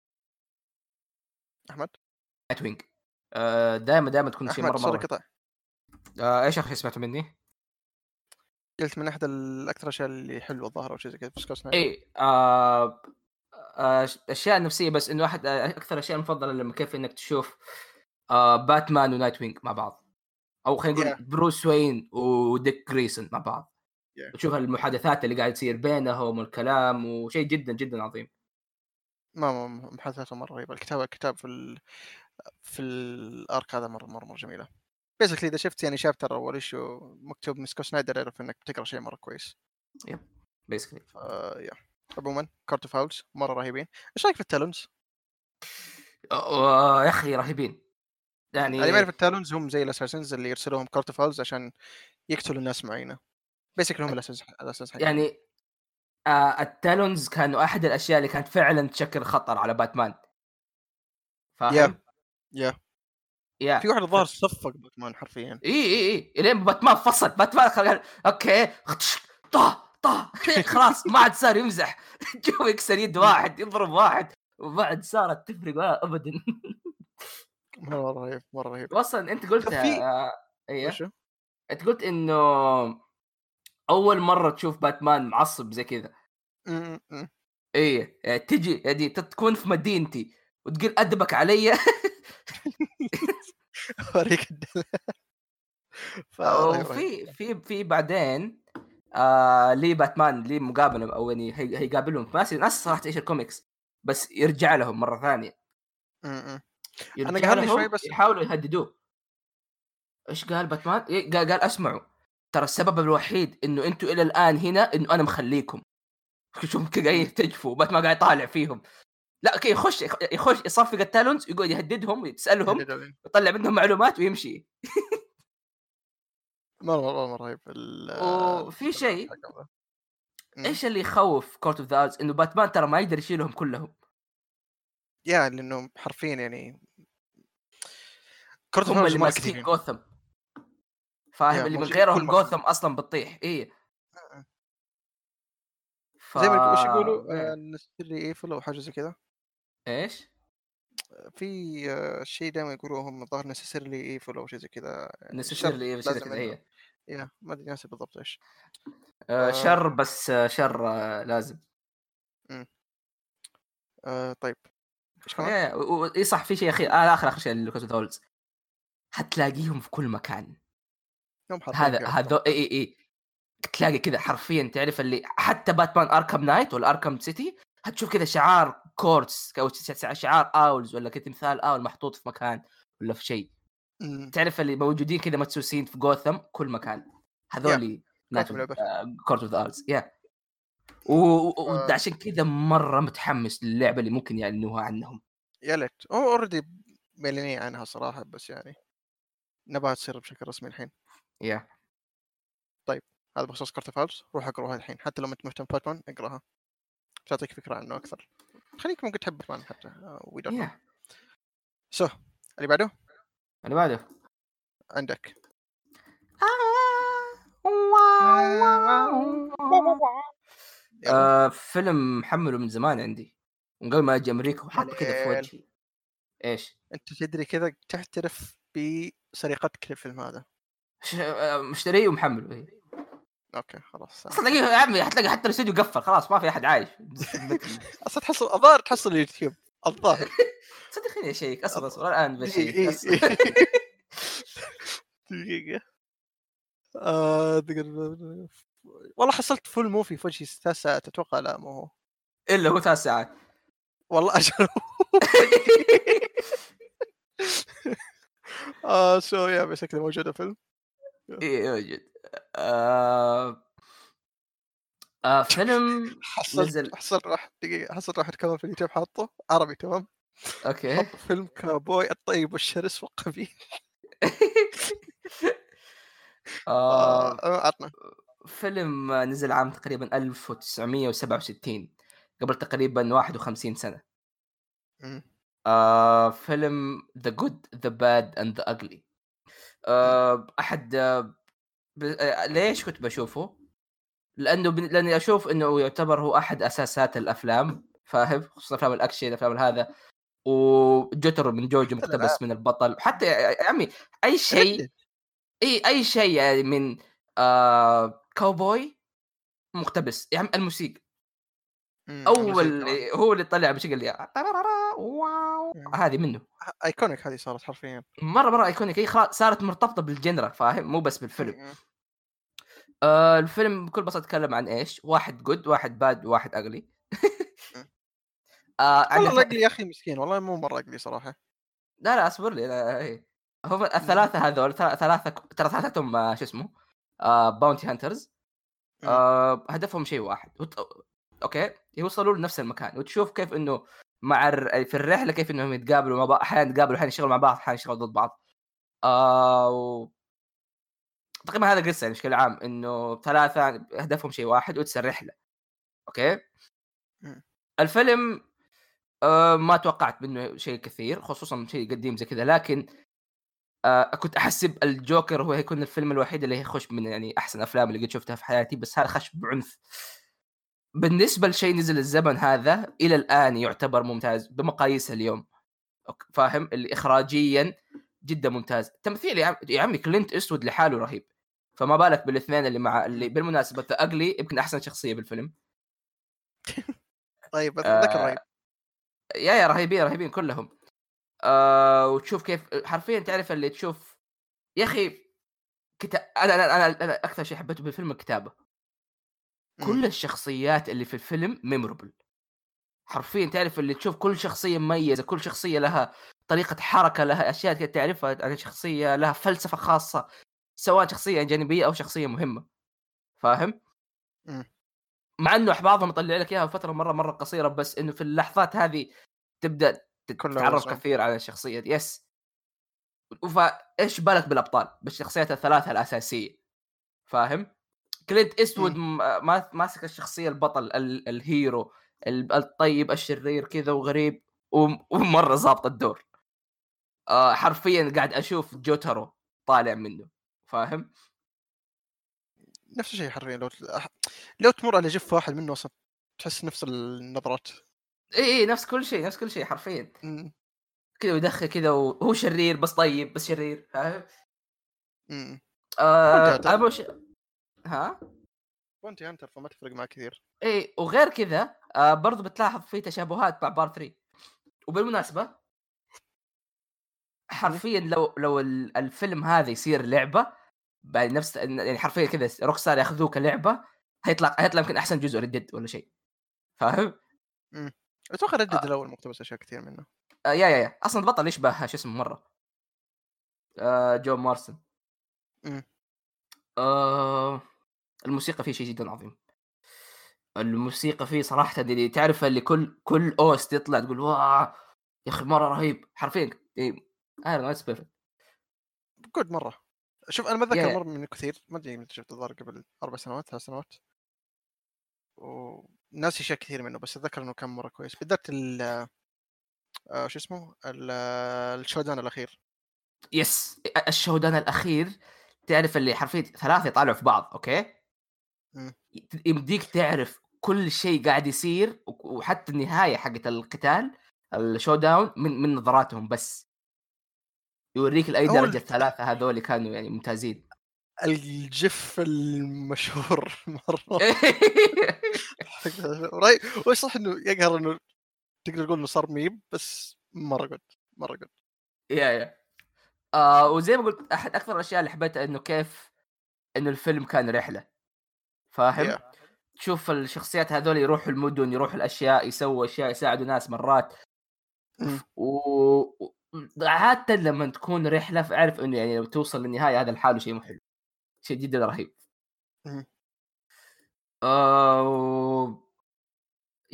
احمد. النايت وينج. دائما دائما تكون شيء احمد مره صار مره. قطع. آه، ايش اخر شيء سمعته مني؟ قلت من احد الاكثر الاشياء اللي حلوه الظاهر او شيء زي كذا في سكوت سنايدر. اي آه آه اشياء نفسيه، بس انه واحد آه، اكثر الاشياء المفضله لما كيف انك تشوف آه باتمان ونايت وينج مع بعض، او خلينا نقول يا بروس وين وديك جريسون مع بعض. يا وتشوف المحادثات اللي قاعد تصير بينهم والكلام، وشيء جدا جدا عظيم. ما ما محادثاته مره رهيبه. الكتاب الكتاب في ال... في الارك هذا مره مره مره جميله. بيسكلي اذا شفت يعني شابتر اول ايشو مكتوب من سكوت سنايدر اعرف انك بتقرا شيء مره كويس. يب بيسكلي. ف يا عموما كارت اوف هاوس مره رهيبين. ايش رايك في التالونز؟ يا اخي رهيبين اللي ما يعرف يعني. التالونز هم زي الاساسنز اللي يرسلوهم كارت اوف هاوس عشان يقتلوا ناس معينه. بيسكلي هم الاساس الاساس حقهم. يعني آه التالونز كانوا احد الاشياء اللي كانت فعلا تشكل خطر على باتمان، يا فاهم؟ يا في يا واحد ف... الظاهر صفق باتمان حرفيا. اي اي اي الين باتمان فصل. باتمان خل... اوكي طه طه خلاص ما عاد صار يمزح. جو يكسر يد واحد يضرب واحد وبعد صارت تفرق آه ابدا. مره رهيب مره رهيب. اصلا انت طب قلت في آه... ايه وشو؟ انت قلت انه اول مره تشوف باتمان معصب زي كذا. م- م. ايه يعني تجي يعني تكون في مدينتي وتقول ادبك علي. اوريك الدل. فرهيب رهيب. وفي في في بعدين آه لي باتمان لي مقابله، او يعني هي- هيقابلهم ناس ناس صراحه ايش الكوميكس، بس يرجع لهم مره ثانيه. م- م. انا يرجع قهرني شوي لهم بس. يحاولوا يهددوه. ايش قال باتمان؟ إيه قال, قال اسمعوا، ترى السبب الوحيد انه انتم الى الان هنا انه انا مخليكم. شوف كذا م. تجفوا باتمان قاعد يطالع فيهم. لا كي يخش يخش يصفق التالونز يقعد يهددهم يسالهم يطلع منهم معلومات ويمشي. مره مره مره رهيب ال- وفي التالونز شيء حقهم ذا. م. ايش اللي يخوف كورت اوف ذا انه باتمان ترى ما يقدر يشيلهم كلهم. يا لانه حرفيا يعني كارت اوف هم هاوس اللي مره ماسكين كثيرين. جوثم، فاهم؟ يا اللي من موجودين في كل غيرهم مكان. جوثم اصلا بتطيح. ايه م- م. ف زي ما يقول- وش يقولوا إيه. آه، نسيري ايفل او حاجه زي كذا. ايش في آه، شيء دائما يقولوه هم الظاهر نسيسيرلي ايفل او شيء زي كذا. نسيسير الشر لي إيه شيء لازم كذا منه. هي يا ما ادري ناسي بالضبط ايش. آه آه شر، بس آه شر آه لازم. مم. آه طيب ايش كمان؟ ايه و- و- إيه صح، في شيء اخير آه اخر اخر شيء اللي كنت هولز حتلاقيهم في كل مكان. يوم حاطين هذا قاعد في كل هذا اي مكان. اي اي تلاقي كذا حرفيا، تعرف اللي حتى باتمان اركم نايت ولا اركم سيتي هتشوف كذا شعار كورتس او شعار اولز ولا كذا تمثال اول محطوط في مكان ولا في شيء. مم. تعرف اللي موجودين كذا مدسوسين في جوثم كل مكان، يا هذول نايت كاتب لعبه. كورت اوف ذا اولز يا. آه وعشان كذا مره متحمس للعبه اللي ممكن يعلنوها عنهم. يا ليت هو اوريدي مليانين عنها صراحه بس يعني نبغى تصير بشكل رسمي الحين. يا طيب هذا بخصوص كارت فالز روح اقراها الحين حتى لو ما انت مهتم باتمان اقراها تعطيك فكره عنه اكثر. خليك ممكن تحب باتمان حتى وي دونت نو. يا سو اللي بعده اللي بعده عندك يلا. آه فيلم محمله من زمان عندي من قبل ما اجي امريكا يا وحاطه كذا في ليل وجهي. ايش انت تدري كذا تعترف بسرقتك للفيلم هذا. ش- آه، مشتريه ومحمله إيه. اوكي خلاص اصلا سامحك. تلاقيه يا عمي حتلاقي حتى الاستوديو قفل خلاص ما في احد عايش. اصلا تحصل الظاهر تحصل اليوتيوب الظاهر. صدق خليني اشيك اصلا اصلا الان بشيك دقيقة أصلاً. دقيقة آه دقيقة. والله حصلت فول موفي في وجهي ثلاث ساعات اتوقع. لا مو هو الا هو ثلاث ساعات. والله اجل. اه سو يا بشكل موجودة فيلم. ايه يوجد. آه آه فيلم حصلت نزل. حصلت راح دقيقة حصلت راح اتكلم في اليوتيوب حاطه عربي تمام. اوكي. حط فيلم كابوي الطيب والشرس والقبيح. آه آه آه، عطنا. فيلم نزل عام تقريبا ألف وتسعمية وسبعة وستين، قبل تقريبا واحد وخمسين سنة. إمم، آه فيلم The Good The Bad and The Ugly. إمم، آه أحد آه ب... آه ليش كنت بشوفه؟ لأنه ب... لأني أشوف إنه يعتبر هو أحد أساسات الأفلام، فاهم؟ خصوصا أفلام الأكشن، أفلام هذا، وجوترو من جوجو حتى الألعاب مقتبس من البطل، حتى يا يا عمي أي Reddit. شيء، اي اي شيء يعني من آه كاوبوي مقتبس، يعني الموسيقى إمم، الموسيقى اول كمان. هو اللي طلع بشكل اللي واو، إمم، هذه منه. أ iconic هذه صارت حرفيًا. مره مره ايكونيك، هي خلاص صارت مرتبطه بالجنرا، فاهم؟ مو بس إمم، بالفيلم. إمم. آه الفيلم بكل بساطه يتكلم عن ايش؟ واحد جود، واحد باد، وواحد اغلي. إمم. آه والله عندنا ث... العقلي يا أخي مسكين، والله مو مرة عقلي صراحة. لا لا اصبر لي، لا إيه. هم إمم، الثلاثه هذول ث- ثلاثه ترى ثلاثتهم آه، شو اسمه، آه باونتي هانترز. إمم. آه، هدفهم شيء واحد وت... اوكي، يوصلوا لنفس المكان، وتشوف كيف انه مع الر... في الرحله كيف انهم يتقابلوا مع بعض، احيانا يتقابلوا، احيانا يشتغلوا مع بعض، احيانا يشتغلوا ضد بعض. آه و... تقريبا هذا القصه يعني بشكل عام، انه ثلاثه هدفهم شيء واحد وتسر رحله. اوكي. إمم. الفيلم آه ما توقعت منه شيء كثير، خصوصا شيء قديم زي كذا، لكن آه كنت احسب الجوكر هو هيكون الفيلم الوحيد اللي هيخش من يعني احسن افلام اللي قد شفتها في حياتي، بس هذا خش بعنف. بالنسبة لشيء نزل الزمن هذا إلى الآن يعتبر ممتاز بمقاييس اليوم. أوك فاهم؟ اللي إخراجيًا جدًا ممتاز، تمثيل يا عم يا عمي كلينت إيستوود لحاله رهيب، فما بالك بالاثنين اللي مع اللي إمم. بالمناسبة The Ugly يمكن أحسن شخصية بالفيلم. طيب بس ذاك آآ الرهيب. يا يا رهيبين، رهيبين كلهم. آآ وتشوف كيف حرفيًا تعرف اللي تشوف يا أخي كتا أنا أنا أنا أنا أكثر شيء حبيته بالفيلم الكتابة، إمم. كل الشخصيات اللي في الفيلم memorable. حرفيًا تعرف اللي تشوف كل شخصية مميزة، كل شخصية لها طريقة حركة، لها أشياء كده تعرفها عن الشخصية، لها فلسفة خاصة، سواء شخصية جانبية أو شخصية مهمة، فاهم؟ إمم. مع إنه بعضهم يطلع لك إياها فترة مرة مرة قصيرة، بس إنه في اللحظات هذه تبدأ تت كله تتعرف وزن. كثير على الشخصية دي، يس. فإيش بالك بالأبطال، بالشخصيات الثلاثة الأساسية، فاهم؟ كلينت إيستوود إمم. م ما ماسك الشخصية البطل ال الهيرو ال الطيب الشرير كذا وغريب، وم ومرة ضابط الدور. آه حرفيًا قاعد أشوف جوتارو طالع منه، فاهم؟ نفس الشيء حرفيًا لو ت أح لو تمُر على جِف واحد منه أصلًا تحس نفس النظرات. إي، إي نفس كل شيء، نفس كل شيء حرفيًا. إمم. كذا ويدخن كذا وهو شرير بس طيب، بس شرير، فاهم؟ إمم. bounty آآ hunter. أنا مش ها؟ bounty hunter فما تفرق معاه كثير. إي وغير كذا آآ برضه بتلاحظ في تشابهات مع بارت ثلاثة. وبالمناسبة إمم. حرفيًا لو لو ال الفيلم هذا يصير لعبة بنفس يعني حرفيًا كذا روك ستار ياخذوه كلعبة، هيطلع هيطلع يمكن أحسن جزء Red Dead والّا شيء، فاهم؟ إمم. أتوقع Red Dead أ الأول مقتبس أشياء كثير منه. يا، يا، يا أصلًا البطل يشبه شو اسمه مرة، آآ جون مارسون. إمم. آآ الموسيقى فيه شيء جدًا عظيم. الموسيقى فيه صراحةً اللي تعرف اللي كل كل أوست يطلع تقول واه! يا أخي مرة رهيب، حرفيًا آآ I don't know it's perfect. good مرة. شوف أنا ما أتذكر يا مرة منه كثير، ما أدري متى شُفته الظاهر قبل أربع سنوات، ثلاث سنوات، وناسي أشياء كثير منه، بس أتذكر إنه كان مرة كويس، بالذات ال آآ شو اسمه؟ ال الشودان الأخير. يس أ الشودان الأخير تعرف اللي حرفيًا ثلاثة يطالعوا في بعض، أوكي؟ إمم. ي يمديك تعرف كل شيء قاعد يصير وك وحتى النهاية حقة القتال الshowdown من من نظراتهم بس، يوريك لأي هو درجة ال الثلاثة هذول كانوا يعني ممتازين. الجِف المشهور مرة حق رهيب. هو صح إنه يقهر إنه تقدر تقول إنه صار meme بس مرة good، مرة good. يا، يا. آه وزي ما قُلت أحد أكثر الأشياء اللي حبيتها إنه كيف إنه الفيلم كان رحلة، yeah. فاهم؟ تشوف الشخصيات هذول يروحوا المدن، يروحوا الأشياء، يسووا أشياء، يساعدوا ناس مرات، إمم. ف و و عادةً لمّا تكون رحلة فاعرف إنه يعني لو توصل للنهاية هذا لحاله شيء حلو، شيء جدًا رهيب. إمم. آآ و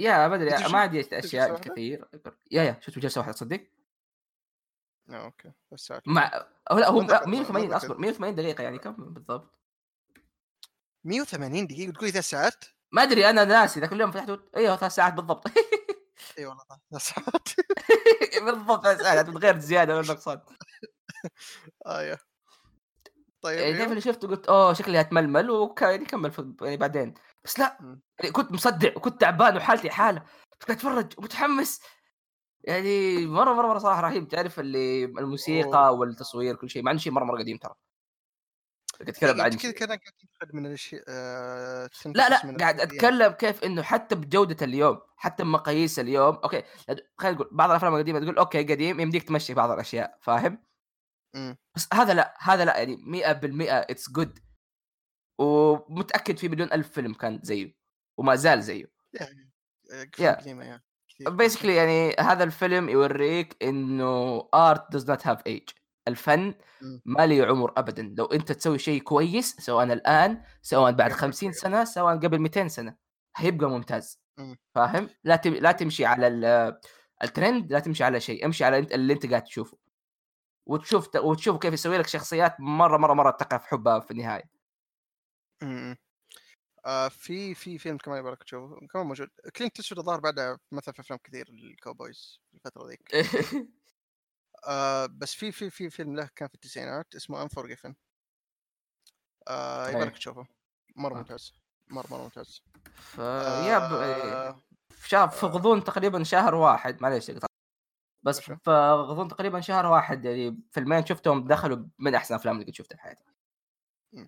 يا ما ادري أنت ما شفت عندي شفت جلسة اشياء واحدة؟ كثير. يا يا شفت جلسه واحده تصدق. آه أوكي بس ساعتين مع هو لا ما هو أتذكر ما مية وثمانين أتذكر اصبر مية وثمانين دقيقه يعني كم بالضبط. مية وثمانين دقيقة تقول لي ثلاث ساعات؟ ما ادري انا ناسي ذاك اليوم فتحت قلت ايوه ثلاث ساعات بالضبط. إي والله ثلاث ساعات. بالضبط ثلاث ساعات من غير زياده ولا نقصان. آه يا طيب يعني تعرف أيوه. اللي شفته قلت اوه شكلي هتململ وك يعني كمل في يعني بعدين. بس لا إمم. يعني كنت مصدع وكنت تعبان وحالتي حاله، كنت اتفرج ومتحمس. يعني مره مره مره صراحه رهيب. تعرف اللي أوه. الموسيقى والتصوير كل شيء، مع انه شيء مره مره قديم ترى. قاعد اتكلم إيه أنت عن كذا شيء. كأنك قاعد تنتقد من الشيء آآ لا تنتقص لا من قاعد الأشياء القديمة. اتكلم كيف انه حتى بجوده اليوم، حتى بمقاييس اليوم اوكي. خلينا نقول بعض الافلام القديمه تقول اوكي قديم يمديك تمشي بعض الاشياء فاهم. إمم. بس هذا لا هذا لا يعني مية بالمية اتس جود. ومتاكد في مليون الف فيلم كان زيه وما زال زيه. يعني آآ أفلام يا قديمة يا كثير كان فيه. بيسكلي يعني هذا الفيلم يوريك انه art does not have age. الفن إمم. ما له عمر ابدا. لو انت تسوي شيء كويس سواء الان سواء بعد يبقى خمسين كويس. سنه سواء قبل مئتين سنه هيبقى ممتاز. إمم. فاهم. لا تم... لا تمشي على ال... الترند. لا تمشي على شيء. امشي على انت اللي انت قاعد تشوفه وتشوف وتشوف كيف يسوي لك شخصيات مره مره مره تقع في حبها في النهايه. إمم. إمم. آآ في في فيلم كمان يبغى لك تشوفه كمان موجود كلينت إيستوود الظاهر بعدها مثل في أفلام كثير للكاوبويز في الفترة ذيك. آآ بس في في في فيلم له كان في التسعينات اسمه Unforgiven. آآ يبغى لك ايه تشوفه مرة اوكي. ممتاز، مرة مرة ممتاز. ف يا ب... إيه. آآ في شهر في آآ غضون تقريبا شهر واحد معليش أقطع. بس وشو؟ في غضون تقريبا شهر واحد يعني فيلمين شفتهم دخلوا من احسن الافلام اللي قد شفتها في حياتي. إمم.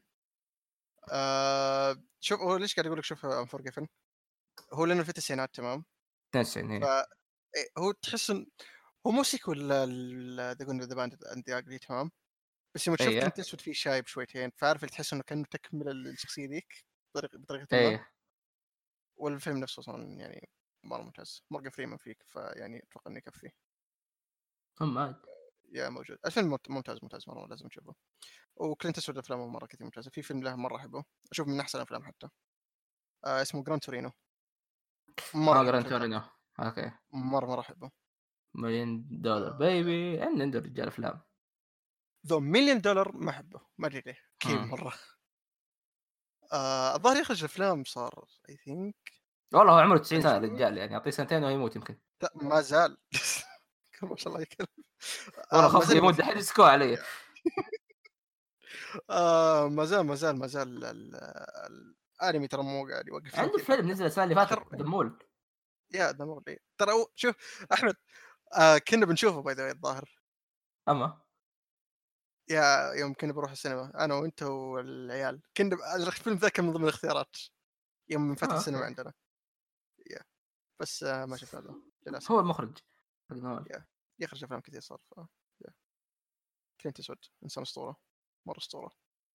آآ شوف هو ليش قاعد أقول لك شوف Unforgiven هو لأنه في التسعينات تمام. اثنين وتسعين ف ايه. آآ هو تحس إن هو مو sequel ل The Good The Bad and the Ugly تمام. بس يوم تشوف ايه كلينت إيستوود فيه شايب شويتين فعارف اللي تحس إنه كأنه تكملة للشخصية ذيك بطريقة بطريقةٍ ما. ايه. والفيلم نفسه أصلًا يعني مرة ممتاز. مورغان فريمان فيك فيعني أتوقع إنه يكفي. هم عاد. يا موجود. الفيلم ممت ممتاز ممتاز مرة لازم تشوفه. وكلينت إيستوود أفلامه مرة كثير ممتازة. في فيلم له مرة أحبه أشوفه من أحسن الأفلام حتى آآ اسمه جراند تورينو. مرة اه أحب جراند الفيلم ذا تورينو. اوكي. مرة مرة أحبه. مليون دولار آآ بيبي عندنا عند الرجال افلام. ذو مليون دولار ما أحبه ما أدري ليه كئيب امم مرة. آآ الظاهر يخرج أفلام صار I think والله هو عمره تسعين سنه أشوف الرجال يعني اعطيه سنتين ويموت يمكن. لأ ما زال ما شاء الله يكلم والله آآ ما خاف زال يموت يمثل. دحين يسكوا علي. آه ما زال ما زال ما زال ال الأنمي ترى مو قاعد يوقف عنده توقيف فيلم حتى. نزل السنه اللي آخر فاتت دمول. يا ذا مورلي ترى هو شوف أحمد آه كنا بنشوفه باي ذا الظاهر اما يا يوم كنا بنروح السينما أنا وأنت والعيال كنا ب... الفيلم ذا كان من ضمن الاختيارات يوم من فتح اه السينما اوكي. عندنا. يا بس آه ما شفنا له للأسف. هو المخرج حق دمول. يا يخرج أفلام كثير صار ف... يا كلينت إيستوود إنسان أسطورة مرة أسطورة.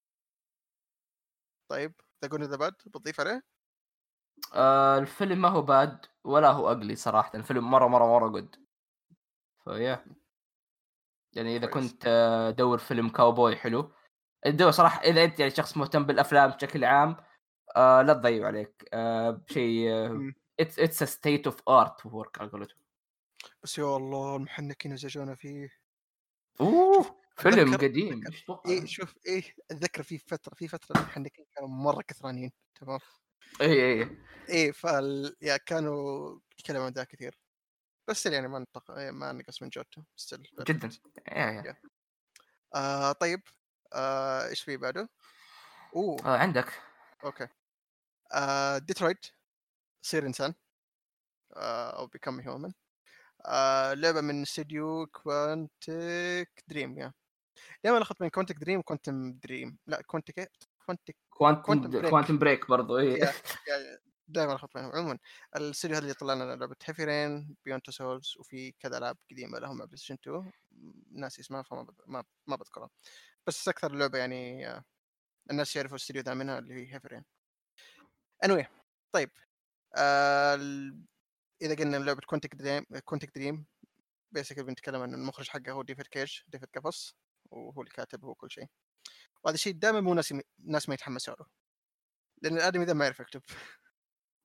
طيب ذا جود ذا باد بتضيف عليه؟ آه الفيلم ما هو باد ولا هو اقلي صراحه. الفيلم مره مره مره جود. فيا يعني اذا كويس. كنت آه، دور فيلم كاوبوي حلو الدور صراحه. اذا انت يعني شخص مهتم بالافلام بشكل عام آه لا تضيع عليك آه شيء آه مم. اتس اتس ا ستيت اوف ارت وورك على قولتهم. بس يا الله المحنكين زجاجونا فيه. شوف اوه فيلم اتذكر قديم اتذكر ايش توقع. ايه شوف ايه اتذكر في فتره في فتره المحنكين كانوا مره كثرانين تمام. اي اي إي. ايه فال يا كانوا يتكلمون عن ذا كثير. بس يعني ما نتق... إيه، ما نقص من جودته ستيل جدا. بيرفكت. إيه إيه. يا آه طيب آه ايش في بعده؟ اوه آه عندك اوكي آه ديترويت صير انسان آه او بيكم هيومن. آه لعبه من استديو كوانتيك دريم يا يا ما لخبط بين كوانتيك دريم وكوانتم دريم لا كوانتيك كوانتيك كوانتم كوانتم بريك. كوانتم بريك برضو اي. يا يا دائما الخط بينهم عموما. الاستوديو هذا اللي طلع لنا لعبه هيفي رين بيونت تو سولز وفي كذا العاب قديمه لهم على بلاي ستيشن تو ناسي اسمها فما بد... ما ما بذكرها. بس اكثر لعبه يعني آه، الناس يعرفوا الاستوديو ذا منها اللي هي هيفي رين. anyway طيب آه ال... اذا قلنا لعبه كونتك دريم كونتك دريم بيسكلي بنتكلم عن المخرج حقه هو ديفيد كيج ديفيد كفص وهو الكاتب هو كل شيء. وهذا الشيء دائما مو ناس ناس ما يتحمسوا له لان الادمي ذا ما يعرف يكتب.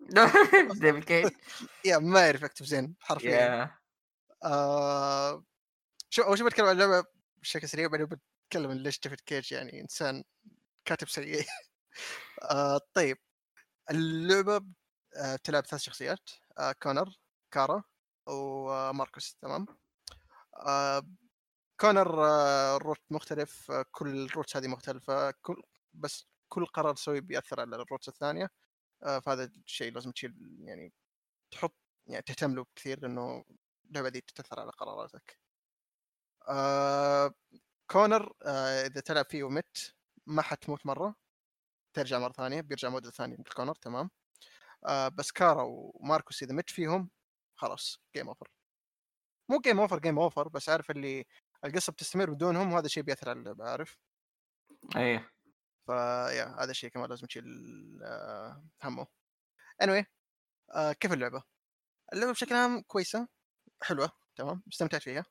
ديفيد كيج. يا ما يعرف يكتب زين حرفيًا. ياه! آآ شو أول شي باتكلم عن اللعبة بشكل سريع، بعدين باتكلم عن ليش ديفيد كيج يعني إنسان كاتب سيء. آآ طيب اللعبة آآ تلعب ثلاث شخصيات، آآ كونر، كارا، وماركوس تمام. آآ كونر آه، الروت مختلف، آه، كل الروتس هذه مختلفة، كل بس كل قرار تسويه بيأثر على الروتس الثانية. آآ فهذا الشيء لازم تشيل يعني تحط يعني تهتم له كثير، لأنه اللعبة دي تأثر على قراراتك. آآ كونر آآ إذا تلعب فيه ومت ما حتموت مرة، ترجع مرة ثانية، بيرجع موديل ثاني مثل كونر تمام. آآ بس كارا وماركوس إذا مت فيهم خلاص game over. مو game over game over، بس عارف اللي القصة بتستمر بدونهم، وهذا الشيء بيأثر على اللعبة عارف. أيوه. فيا هذا الشيء كمان لازم تشيل آآ همه. anyway آآ كيف اللعبة؟ اللعبة بشكل عام كويسة، حلوة، تمام، استمتعت فيها.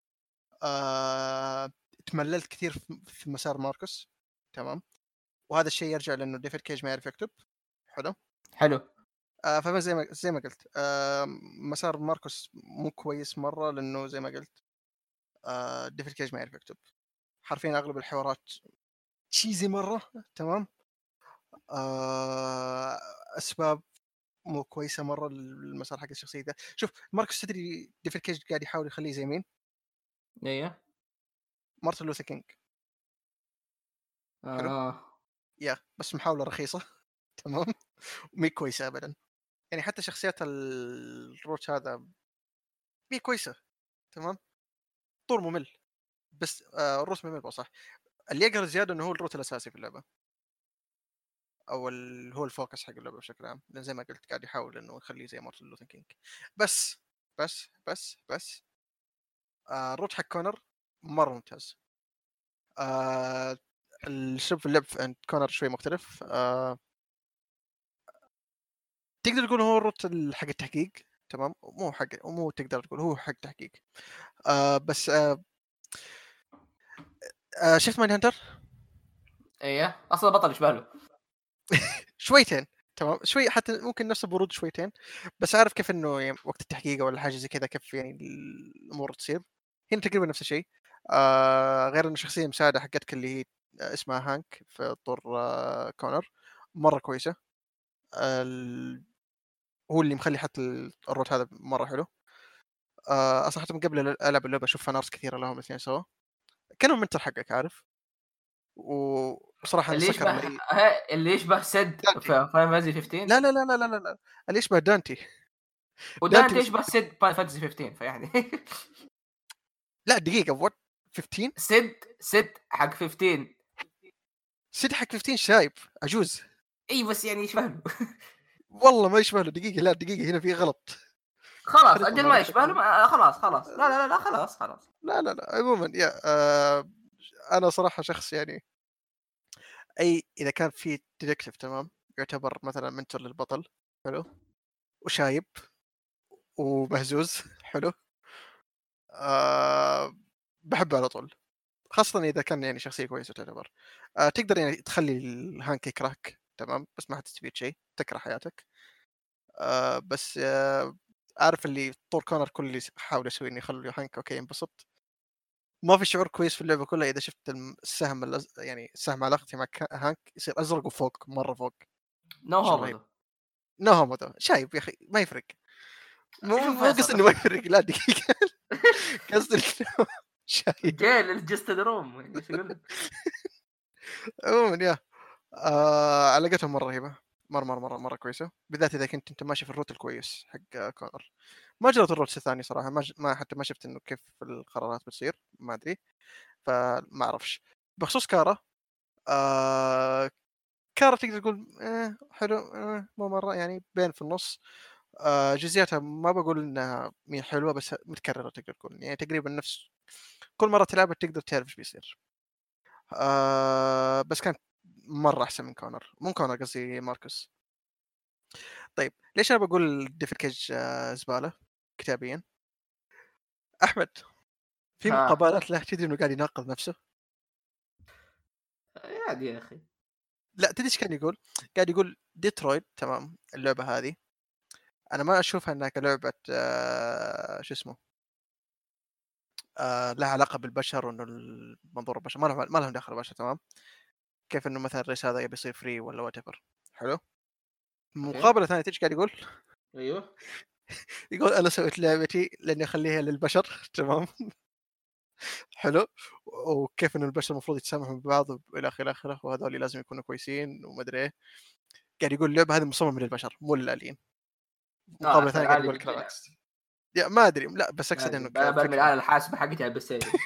آآ تمللت كثير ف في مسار ماركوس، تمام، وهذا الشيء يرجع لإنه ديفيد كيج ما يعرف يكتب، حلو. حلو. آآ فما زي ما زي ما قُلت آآ مسار ماركوس مو كويس مرّة، لإنه زي ما قُلت آآ ديفيد كيج ما يعرف يكتب، حرفيًا أغلب الحوارات cheesy مرّة، تمام. آآ أسباب مو كويسة مرّة المسار حق الشخصية ده. شوف ماركوس تدري ديفيد كيج قاعد يحاول يخلّيه زي مين؟ أيوه. مارتن لوثر كينج، حلو؟ آه. ياه! بس محاولة رخيصة. تمام، ومي كويسة أبدًا. يعني حتى شخصيات الروتش هذا مي كويسة، تمام، طور ممل. بس آآ الروت ممل صح. اللي يقهر زيادة إنه هو الروت الأساسي في اللعبة، أو ال هو الfocus حق اللعبة بشكل عام، لأن زي ما قُلت قاعد يحاول إنه يخلّيه زي مارتن لوثر كينج. بس، بس، بس، بس آآ الروت حق كونر مرّة ممتاز. آآ الأسلوب في اللعب عند كونر شوي مختلف. آآ تقدر تقول هو الروت ال حق التحقيق، تمام، مو حق مو تقدر تقول هو حق تحقيق. آآ بس آآ آآ شُفت ماين هانتر؟ أيوه، أصلًا البطل يشبه له. شويتين، تمام، شوي حتى ممكن نفس البرود شويتين، بس عارف كيف إنه يعني وقت التحقيق والّا حاجة زي كذا كيف يعني الأمور تصير. هنا تقريبًا نفس الشيء. آآ غير إنه الشخصية المساعدة حقتك اللي هي اسمها هانك في طور آه كونر مرة كويسة. ال هو اللي مخلّي حتى ال الروت هذا مرة حلو. آآ أصلًا حتى من قبل ال ألعب اللعبة أشوف فان آرتس كثيرة لهم الاثنين سوا، كأنهم منتور حقك عارف. وبصراحة أنا اللي سكر يشبه لأي ها اللي يشبه سيد دانتي. في Final Fantasy لا، خمستاشر. لا، لا، لا، لا، لا، لا، اللي يشبه دانتي. دانتي ودانتي بس يشبه سيد Final Fantasy خمستاشر فيعني لأ دقيقة what خمستاشر؟ سيد سيد حق خمستاشر. سيدي حق خمستاشر شايب عجوز. أي بس يعني يشبه له. والله ما يشبه له، دقيقة لا دقيقة هنا في غلط. خلاص خليني أطلع أجل ما المعلومة يشبه بشكل له عام. ما خلاص، خلاص. لا، لا، لا، لا خلاص، خلاص. لا، لا، لا، عمومًا يا آآ أنا صراحة شخص يعني أي إذا كان في detective تمام، يعتبر مثلًا mentor للبطل، حلو، وشايب ومهزوز. حلو. آآ باحبه على طول، خاصةً إذا كان يعني شخصية كويسة تعتبر. آآ تقدر يعني تخلّي الهانك يكرهك تمام، بس ما حتستفيد شيء، تكره حياتك. آآ بس آآ عارف اللي طور كونر كل اللي س حاول يسويه إنه يخلّي هانك أوكي ينبسط. ما في شعور كويس في اللعبة كلها إذا شفت الم السهم الأز يعني السهم علاقتي مع ك هانك يصير أزرق وفوق، مرة فوق، نو شيء هومو رهيب. ذو. no homo ده شايب يا أخي ما يفرق. مو شوف مو قصدي فيصل. إنه ما يفرق لا دقيقة. قصدي إنه شايب. جاي just in the room يعني ايش اقول لك؟ عمومًا ياه آآ علاقتهم مرة رهيبة، مرة، مرة، مرة، مرة كويسة، بالذات إذا كنت أنت ماشي في الroute الكويس حق كونر. ما جربت الroutes الثانية صراحة، ما ج ما حتى ما شفت إنه كيف القرارات بتصير، ما أدري، فما أعرفش. بخصوص كارا، آآ كارا تقدر تقول آه، حلو، آه، مو مرة يعني بين في النُص. آآ جزئياتها ما باقول إنها مي حلوة، بس متكررة تقدر تقول، يعني تقريبًا نفس كل مرة تلعبها تقدر تعرف إيش بيصير. آآ بس كانت مرة أحسن من كونر، مو كونر قصدي ماركوس. طيب ليش أنا باقول ديفيد كيج زبالة كتابيًا؟ أحمد في ها. مقابلات له تدري إنه قاعد يناقض نفسه؟ عادي يا اخي. لأ تدري إيش كان يقول؟ قاعد يقول ديترويت تمام، اللعبة هذه انا ما اشوفها انها كلعبه آه شو اسمه آه لها علاقه بالبشر، وانه المنظور البشر ما لهم ما لهم دخل بالبشر، تمام. كيف انه مثلا الرئيس هذا يبي يصير فري ولا وات ايفر. حلو. اوكي. مقابله ثانيه تيجي قاعد يقول ايوه. يقول انا سويت لعبتي لاني اخليها للبشر تمام. حلو. وكيف انه البشر المفروض يتسامحوا ببعض والى اخره الى اخره، وهذول لازم يكونوا كويسين وما ادري ايه. قاعد يقول اللعبه هذه مصممه للبشر مو للالين. اه مقابله ثانيه قاعد العالي يقول لك لا بيجي. العكس. يا ما ادري، لا بس ما اقصد ادري انه انا برمي الاله كفكره. الحاسبه حقتي على البلاي ستيشن.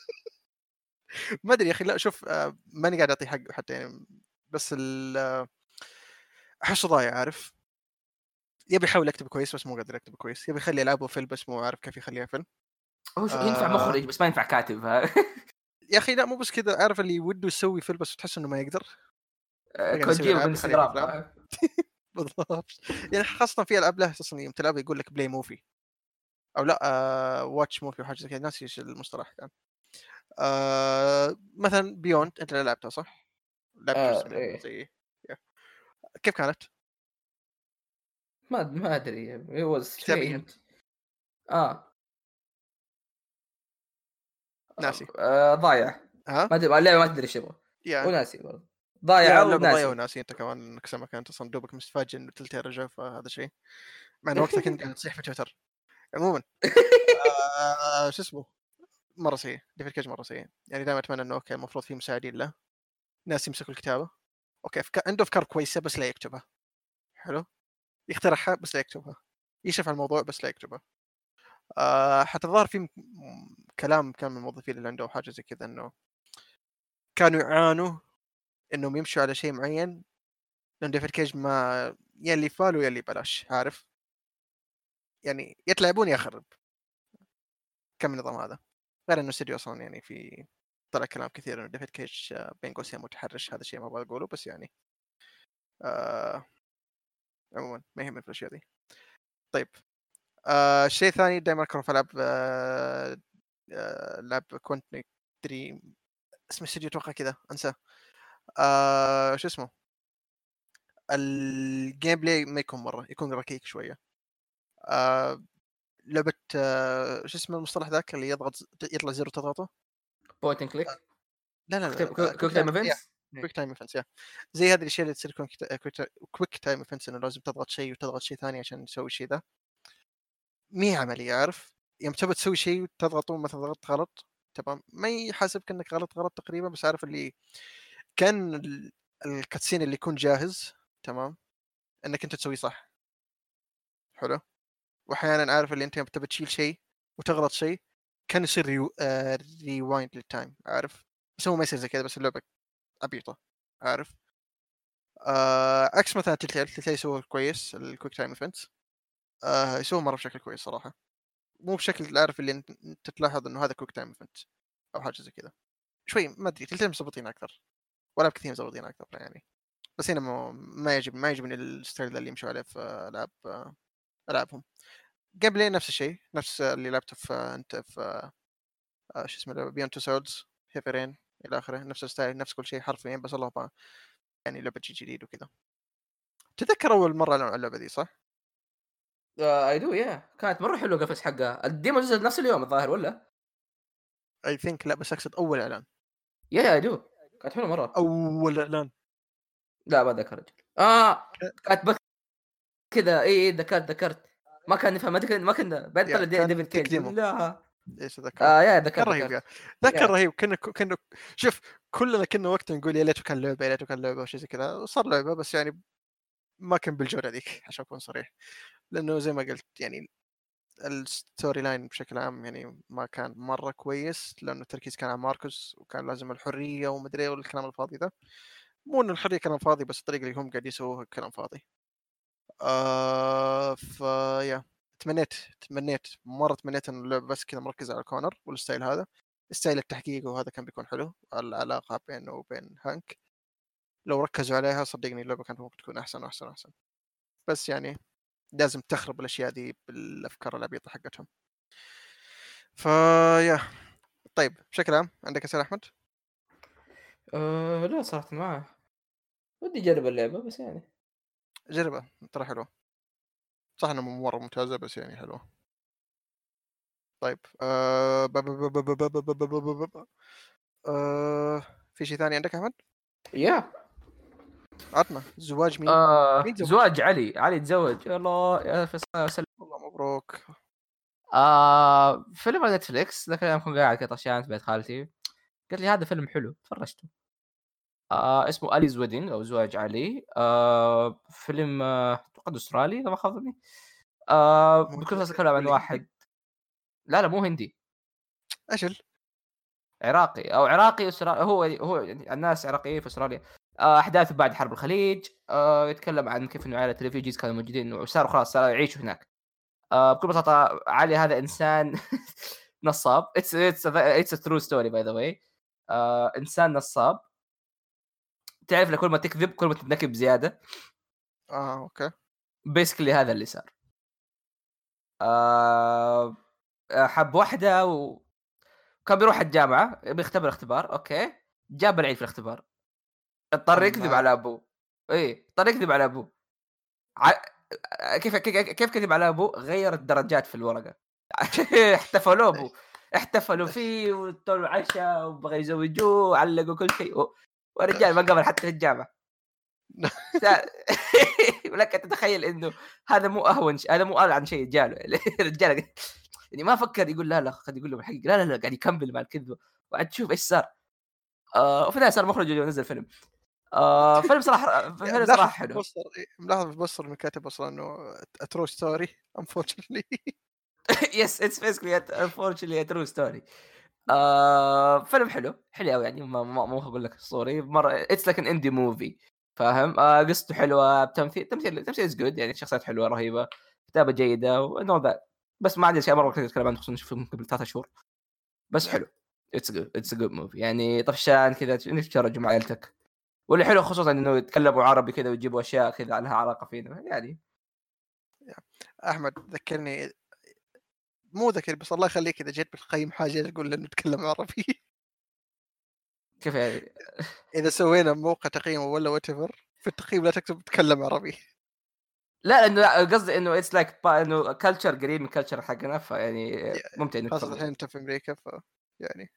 ما ادري يا اخي، لا شوف آه، ماني قاعد اعطيه حقه حتى يعني. بس ال آه، احسه ضايع، عارف. يبي يحاول يكتب كويس بس مو قادر يكتب كويس، يبي يخلي العابه فيلم بس مو عارف كيف يخليها فيلم. هو شو ينفع آه مخرج بس ما ينفع كاتب. ها؟ يا اخي لا، مو بس كذا، عارف اللي وده يسوي فيلم بس تحس انه ما يقدر. فقاعد يسوي كوجيما العاب يخليها في بانستغرام. افلام. فاهم؟ بالضبط. يعني خاصه في العاب له اصلا يوم تلعب يقول لك بلاي موفي، او لا آه واتش موفي وحاجه زي كذا، ناسي ايش المصطلح كان. آه مثلا بيوند انت اللي لعبتها صح؟ لعبت آه جزء منها ايه. زي كيف كانت؟ ما ما ادري it was كتابيا strange. اه, ناسي. آه ضايع. ها ما ادري اللعبه ما تدري ايش يبغى. يا وناسي برضه. يا ضايعه اللعبه ضايعه وناسي. وناسي انت كمان انك سمك، انت اصلا دوبك مستفاجئ انه تلتين رجع، فهذا شيء. مع ان وقتها كنت قاعد تصيح في تويتر. عموما آه شو اسمه، مره سيء ديفيد كيج، مره سيء. يعني دائما اتمنى انه اوكي المفروض في مساعدين له، ناس يمسكوا الكتابه. اوكي أفكار... عنده افكار كويسه بس لا يكتبها. حلو. يقترحها بس لا يكتبها. يشرف على الموضوع بس لا يكتبها. آه حتى الظاهر في م... م- كلام كان من الموظفين اللي عنده حاجه زي كذا، انه كانوا يعانوا انهم يمشوا على شيء معين، لان ديفيد كيج ما يا اللي فالو يا اللي بلاش، عارف. يعني يتلعبون يا خرب. كم النظام هذا. غير انه استديو اصلا يعني في طلع كلام كثير انه ديفيد كيج آه، بين قوسين متحرش، هذا الشيء ما ابغى اقوله بس يعني آه عموما ما يهمني في الاشياء دي. طيب آه شيء ثاني دائما اذكره في العاب آه آه لعب كونتني دريم، اسم الاستديو اتوقع كذا انسى. آه شو اسمه، الجيم بلاي ما يكون مره، يكون ركيك شويه. آه لعبه آه شو اسمه المصطلح ذاك اللي يضغط يطلع زر وتضغطه. بوينت اند كليك. لا لا لا كويك كويك تايم تايم يا ايفنتس. كويك تايم ايفنتس يا زي هذه الاشياء اللي تصير كويك تايم ايفنتس، انه لازم تضغط شيء وتضغط شيء ثاني عشان تسوي الشيء ذا. مي عمليه، عارف. يوم تبغى تسوي شيء وتضغطه مثلا ضغطت غلط، تمام، ما يحاسبك انك غلط غلط تقريبا، بس عارف اللي كان ال- الكاتسين اللي يكون جاهز، تمام، انك انت تسويه صح. حلو. واحيانا عارف اللي انت يوم تبغى تشيل شيء وتغلط شيء، كان يصير ريو... آه... ريوايند للتايم، عارف. بس هو ما يصير زي كذا، بس اللعبه عبيطه، عارف. آه عكس مثلا تلتيل تلتيل يسووه كويس الكويك تايم ايفنتس. آه يسووه مره بشكل كويس صراحه. مو بشكل عارف اللي انت أنت تلاحظ انه هذا كويك تايم ايفنت او حاجه زي كذا. شوي ما ادري تلتيل مظبطين اكثر، ولا كثير مظبطين اكثر يعني. بس هنا ما, ما يجب ما يعجبني الستايل اللي يمشوا عليه في العاب آه، العابهم. جيم بلاي نفس الشيء، نفس اللي لعبته في انت في آه، شو اسمه بيون تو سولز هيفي رين الى اخره، نفس الستايل نفس كل شيء حرفيا، بس الله بقى يعني لعبه شيء جديد وكذا. تذكر اول مره لعبوا اللعبه دي صح؟ اي دو يا كانت مره حلوه القفص حقها. الديمو نزل نفس اليوم الظاهر ولا؟ اي ثينك، لا بس اقصد اول اعلان. يا يا اي دو. كانت حلوه مره. اول اعلان. لا ما ذكر رجل. اه كانت بك كذا. اي اي ذكرت ذكرت. ما كان نفهم، ما كنا ما كنا بعد يا طلع دي- كان ديفيد تك كيج ديمو. لا. ايش اتذكره. آه يا كان ذكرت رهيب يا ذكرت. ذا كان يا رهيب. كنا كنا شوف، كلنا كنا وقتها نقول يا ليته كان لعبه، يا ليته كان لعبه وشيء زي كذا، صار لعبه بس يعني ما كان بالجوده ذيك عشان اكون صريح. لانه زي ما قلت يعني الستوري لاين بشكل عام يعني ما كان مره كويس، لانه التركيز كان على ماركوس وكان لازم الحريه ومدري إيه والكلام الفاضي ذا. مو انه الحريه كلام فاضي، بس الطريقه اللي هم قاعد يسووها كلام فاضي. آه فيا تمنيت تمنيت مرة تمنيت ان اللعبة بس كذا مركزة على كونر والستايل هذا، ستايل التحقيق، وهذا كان بيكون حلو، العلاقة بينه وبين هانك. لو ركزوا عليها صدقني اللعبة كانت ممكن تكون احسن واحسن واحسن. بس يعني لازم تخرب الاشياء دي بالافكار العبيطة حقتهم. فيا طيب بشكل عام عندك اسئلة احمد؟ آه لا صراحه معه. ودي اجرب اللعبه بس يعني. جربها ترى حلوة. صح انها مو مره ممتازه بس يعني حلوه. طيب آه... ب- ب- ب- ب- ب- ب- ب- ب- ب- ب- ب- آه... في شيء ثاني عندك احمد؟ يا عطنا زواج مين؟ آه مين زوج؟ زواج علي علي تزوج الله يا فيصل وسلم. والله مبروك. آه فيلم على نتفليكس ذاك اليوم كنت قاعد كذا طشان في بيت خالتي، قالت لي هذا فيلم حلو فرجته. آه اسمه أليز ويدنج أو زواج علي. آه فيلم آه، أعتقد أسترالي إذا ما خاب ظني. آه مو بكل بساطة يتكلم عن ولا هندي؟ واحد. لا لا مو هندي، اجل. عراقي او عراقي أسرا... هو هو يعني الناس عراقيين في استراليا. آه، احداث بعد حرب الخليج. آه، يتكلم عن كيف انه عائله الريفيجيز كانوا موجودين وصاروا خلاص صاروا يعيشوا هناك. آه، بكل بساطه علي هذا انسان نصاب. اتس اتس اتس ترو ستوري باي ذا واي. انسان نصاب. تعرف لكل ما تكذب كل ما تتنكب زياده. اه اوكي. بيسكلي هذا اللي صار. آه، حب واحده وكان بيروح الجامعه بيختبر اختبار اوكي. جاب العيد في الاختبار. اضطر يكذب اما على ابوه. ايه اضطر يكذب على ابوه. ع... كيف كيف كيف كذب على ابوه؟ غير الدرجات في الورقه. احتفلوا ابوه. احتفلوا فيه وطلعوا له عشاء وبغى يزوجوه وعلقوا كل شيء و... والرجال ما قبل حتى في الجامعه. ت- ولك تتخيل انه هذا مو اهون ش... هذا مو اقل عن شيء جاله. الرجال يعني ما فكر يقول لا لا خلي يقول له الحقيقه. لا لا لا قاعد يكمل مع الكذبه وقاعد تشوف ايش صار. آه وفي النهايه صار مخرج ونزل فيلم. آه فيلم صراحه فيلم ملاحظ صراحه في حلو. البوستر إيه، ملاحظ في البوستر انه كاتب اصلا انه ترو ستوري unfortunately. يس اتس بيسكلي انفورشنتلي ترو ستوري. آه فيلم حلو حلو قوي يعني ما ما مو اقول لك اسطوري مره. اتس لايك ان اندي موفي فاهم. آه قصته حلوه تمثيل تمثيل تمثيل از جود يعني شخصيات حلوه رهيبه كتابه جيده ونو ذات. بس ما عندي اشياء مره كثير اتكلم عنه خصوصا شفته قبل ثلاثة شهور. بس نعم. حلو. اتس جود اتس جود موفي يعني طفشان كذا انك تتفرج مع عائلتك. واللي حلو خصوصا انه يتكلموا عربي كذا ويجيبوا اشياء كذا لها علاقه فينا يعني. احمد ذكرني، مو ذكر بس الله يخليك اذا جيت بتقيم حاجه تقول لنا نتكلم عربي. كيف يعني؟ اذا سوينا موقع تقييم ولا وات ايفر في التقييم لا تكتب تتكلم عربي. لا انه لا، قصدي انه اتس لايك انه كلتشر قريب من كلتشر حقنا فيعني ممتع انك خاصه الحين تتفرج. انت في امريكا ف يعني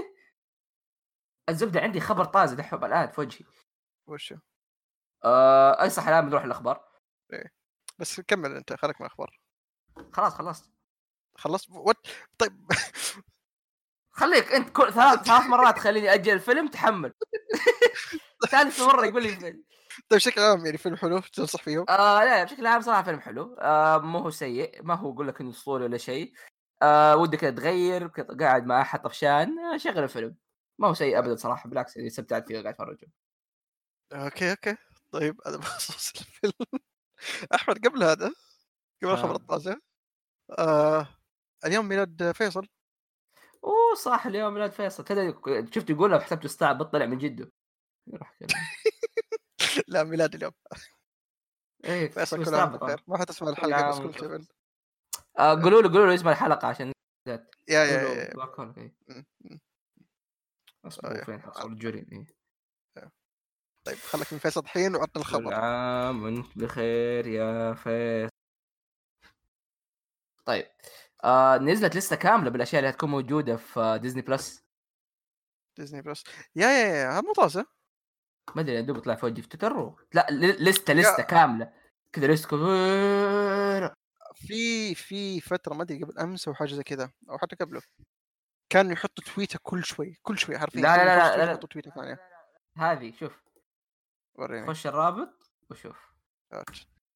الزبده عندي خبر طازج دحوم الان في وجهي. وشو آه اي صح الان بنروح الاخبار. إيه. بس كمل انت خليك من الاخبار. خلاص خلصت. خلصت وات؟ طيب. خليك انت كل ثلاث ثلاث مرات خليني اجل الفيلم تحمل. ثالث مره يقول لي فيلم. طيب بشكل عام يعني فيلم حلو تنصح فيه؟ آه لا بشكل عام صراحه فيلم حلو. آه مو هو سيء ما هو اقول لك انه اسطوري ولا شيء. آه ودك كذا تغير كذا قاعد مع احد طفشان آه شغل الفيلم. ما هو سيء ابدا صراحه بالعكس يعني استمتعت فيه قاعد اتفرجه. اوكي اوكي. طيب هذا بخصوص الفيلم. احمد قبل هذا، قبل الخبر ها. الطازج، آه اليوم ميلاد فيصل. اوه صح اليوم ميلاد فيصل كذا. شفت يقولها حسبته استعبط طلع من جده. يروح كذا. لا ميلاد اليوم. ايه فيصل تحسبه كل عام استعبط بخير، آه. ما حتسمع كل الحلقه بس عام كل وانت شيء. آه قولوا له قولوا له اسم الحلقه عشان ذات. يا يا قولوا له يا بلاك هول إيه. م- م. اصبر آه، هو يا. فين حصل جورين إيه. آه. طيب خلك من فيصل الحين وعطنا كل الخبر. عام وانت بخير يا فيصل. طيب آه نزلت لسته كامله بالاشياء اللي هتكون موجوده في آه، ديزني بلس. ديزني بلس. يا يا يا هذا ممتازه. ما ادري دوب طلع في وجهي في تويتر. لا ل- لسته يا لسته كامله كذا لسته كبيره. في في فتره ما ادري قبل امس او حاجه زي كذا او حتى قبله، كانوا يحطوا تويته كل شوي كل شوي حرفيا لا كل لا ما يخلص لا لا, تويته لا, يحطوا تويته ثانيه. لا. هذه شوف وريني. خش الرابط وشوف. هات.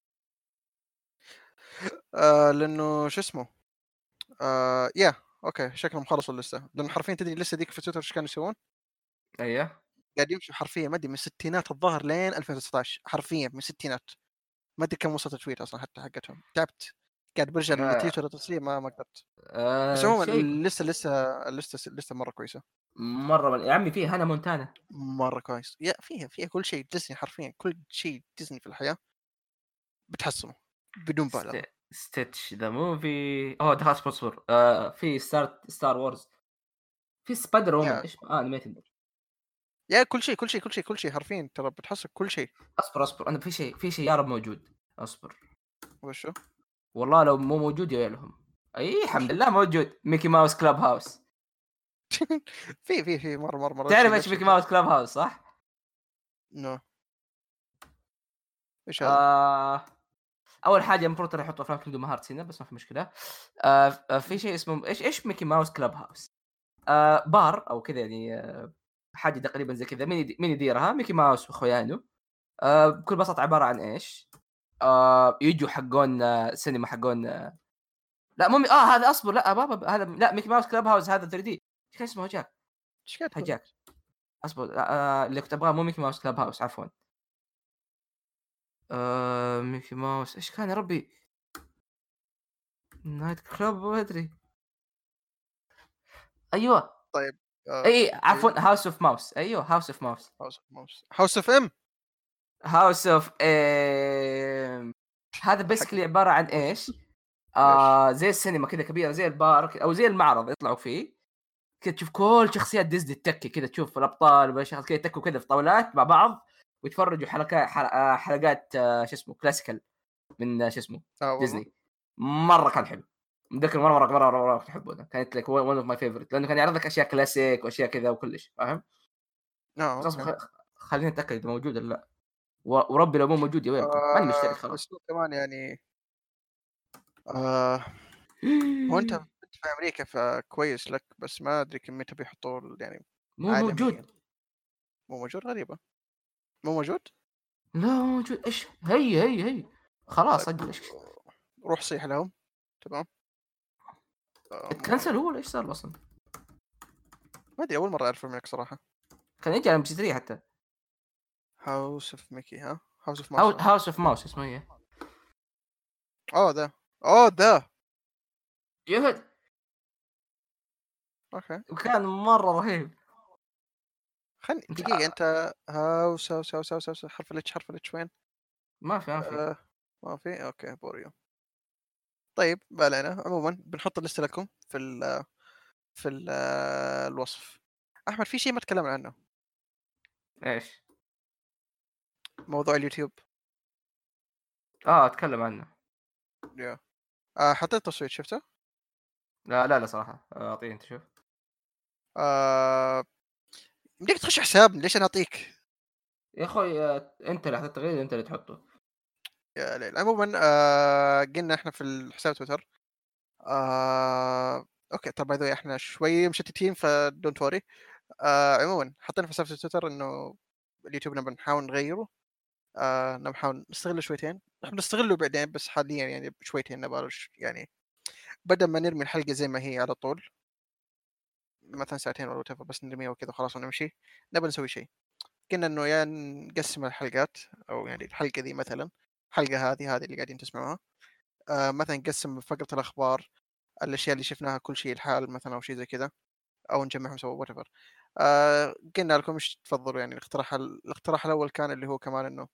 آه لانه شو اسمه، آه يا اوكي شكلهم خلصوا اللسته، لانه حرفيا تدري اللسته ذيك في تويتر ايش كانوا يسوون؟ ايوه قاعد يمشوا حرفيا ما ادري من الستينات الظاهر لين ألفين وتسعة عشر حرفيا من الستينات. ما ادري كم وصلت التويت اصلا حتى حقتهم، تعبت قاعد برجع آه. للتويتر التصوير ما ما قدرت. بس آه عموما شيء لسه لسه لسه لسه مره كويسه. مره من... يا عمي فيه هانا مونتانا. مره كويس يا فيها فيها كل شيء ديزني حرفيا كل شيء ديزني في الحياه بتحصله بدون ست... مبالغه. ستيتش ذا موفي. اوه ده خلاص اصبر. آه في ستار ستار وورز. في سبايدر وومن يا ايش اه انيميتد. يا كل شيء كل شيء كل شيء كل شيء حرفيا ترى بتحصل كل شيء. اصبر اصبر انا في شيء في شيء يا رب موجود. اصبر. وشو والله لو مو موجود يا لهم. اي الحمد لله موجود ميكي ماوس كلاب هاوس. في في في مره مره مره تعرف شيء ايش نفس ميكي الشيء. ماوس كلاب هاوس صح؟ نو ايش هذا؟ آه... اول حاجه المفروض ترى يحطوا افلام كينجدوم هارتس هنا بس ما في مشكله. آه... آه، في شيء اسمه ايش ايش ميكي ماوس كلاب هاوس. آه... بار او كذا يعني آه... حاجه تقريبا زي كذا. مين يدي... مين يديرها؟ ميكي ماوس واخويانه. آه... بكل بساطه عباره عن ايش؟ آه... يجوا حقون آه... سينما حقون آه... لا مو مي... اه هذا اصبر لا بابا هذا لا ميكي ماوس كلاب هاوس هذا ثري دي. ايش كان اسمه هجاك؟ ايش قاعد تقول؟ هجاك اصبر آه... اللي كنت ابغاه مو ميكي ماوس كلاب هاوس عفوا. آه... ميكي ماوس ايش كان يا ربي؟ نايت كلوب ما ادري. ايوه طيب آه اي عفوا ايوه هاوس اوف ماوس. ايوه هاوس اوف ماوس. هاوس اوف ماوس هاوس اوف ام. هاوس اوف ام. هذا ضحكني. بيسكلي عباره عن ايش؟ ايش؟ آه زي السينما كذا كبيره زي البار ك- او زي المعرض يطلعوا فيه. كذا تشوف كل شخصيات ديزني تتكي كذا تشوف الابطال والاشخاص كذا يتكوا كذا في طاولات مع بعض ويتفرجوا حلقات حلقات آه، شو اسمه كلاسيكال من آه، شو اسمه اه والله. ديزني. مره كان حلو. متذكر مره مره مره مره, مرة كنت احبه ذا. كانت لك ون اوف ماي فيفورت لانه كان يعرض لك اشياء كلاسيك واشياء كذا وكلش فاهم. اه بس اوكي. اصبر خ- خليني اتاكد اذا موجود ولا لا. و- وربي لو مو موجود يا ويلكم ماني مشترك آه خلاص. بس هو كمان يعني آه هو انت أنت في امريكا فكويس لك، بس ما ادري كميته بيحطوا يعني مو موجود. عالميا. مو موجود، غريبه. مو موجود. لا مو موجود ايش هي هي هي خلاص طيب اجل ايش. روح صيح لهم. تمام. آه ما اتكنسل هو ولا ايش صار اصلا؟ ما ادري، اول مره اعرف منك صراحه. كان يجي على ام بي ثري حتى. هاوس اوف ميكي، ها هاوس اوف ماوس. هاوس اوف ماوس اسمه هي. اه ذا. اه ذا. يهد. اوكي. وكان مره رهيب. خلني انت دقيقه، انت هاوس هاوس هاوس هاوس, هاوس. حرف الاتش حرف الاتش وين؟ ما في ما في. آه ما في. اوكي بوريو. طيب ما علينا، عموما بنحط الليست لكم في ال في ال الوصف. احمد، في شيء ما تكلمنا عنه، ايش؟ موضوع اليوتيوب. اه اتكلم عنه. يا آه حطيت تصويت شفته. لا لا لا صراحه آه، اعطيه انت شوف. آه بدك تخش حساب، ليش انا اعطيك؟ يا اخوي آه، انت اللي حطيت التغريده انت اللي تحطه. يا ليل. عموما آه قلنا احنا في الحساب تويتر. آه اوكي طب باي ذا احنا شوي مشتتين فدونت وري. آه عموما حطينا في حساب تويتر انه اليوتيوب نبي نحاول نغيره. آه نبي نحاول نستغله شويتين، نحن نستغله بعدين، بس حاليا يعني شويتين نبغى يعني بدل ما نرمي الحلقة زي ما هي على طول، مثلا ساعتين ولا whatever، بس نرميها وكذا وخلاص ونمشي. نبغى نسوي شيء. قلنا انه يا نقسم الحلقات، او يعني الحلقة ذي مثلا، الحلقة هذه هذه اللي قاعدين تسمعوها، آه مثلا نقسم فقرة الأخبار، الأشياء اللي شفناها كل شيء الحال مثلا أو شيء زي كذا، أو نجمعهم سوا whatever. آه قلنا لكم ايش تفضلوا. يعني الاقتراح الاقتراح الأول كان اللي هو كمان انه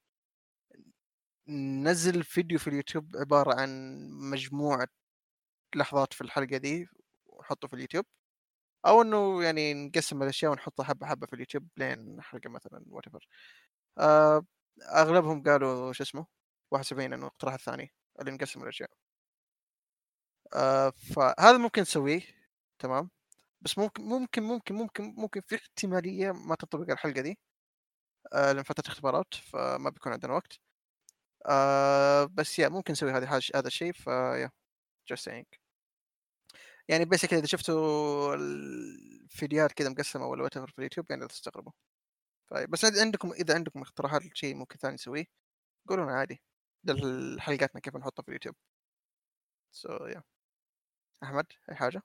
ننزل فيديو في اليوتيوب عبارة عن مجموعة لحظات في الحلقة دي ونحطه في اليوتيوب، او انه يعني نقسم الاشياء ونحطها حبه حبه في اليوتيوب لين حلقه مثلا وات ايفر. آه اغلبهم قالوا شو اسمه واحد وسبعين انه الاقتراح الثاني اللي نقسم الاشياء. آه فهذا ممكن نسويه. تمام. بس ممكن ممكن ممكن ممكن ممكن في احتماليه ما تنطبق الحلقه دي، آه لان فتره اختبارات فما بيكون عندنا وقت. آه بس يا ممكن نسوي هذه هذا الشيء فيا جاست سينج. يعني بيسكلي اذا شفتوا الفيديوهات كذا مقسمه ولا وات في اليوتيوب يعني لا تستغربوا. طيب بس إذا عندكم إذا عندكم اقتراحات لشيء ممكن ثاني نسويه قولوا لنا عادي. ده حلقاتنا كيف نحطها في اليوتيوب. سو so, yeah. أحمد أي حاجة؟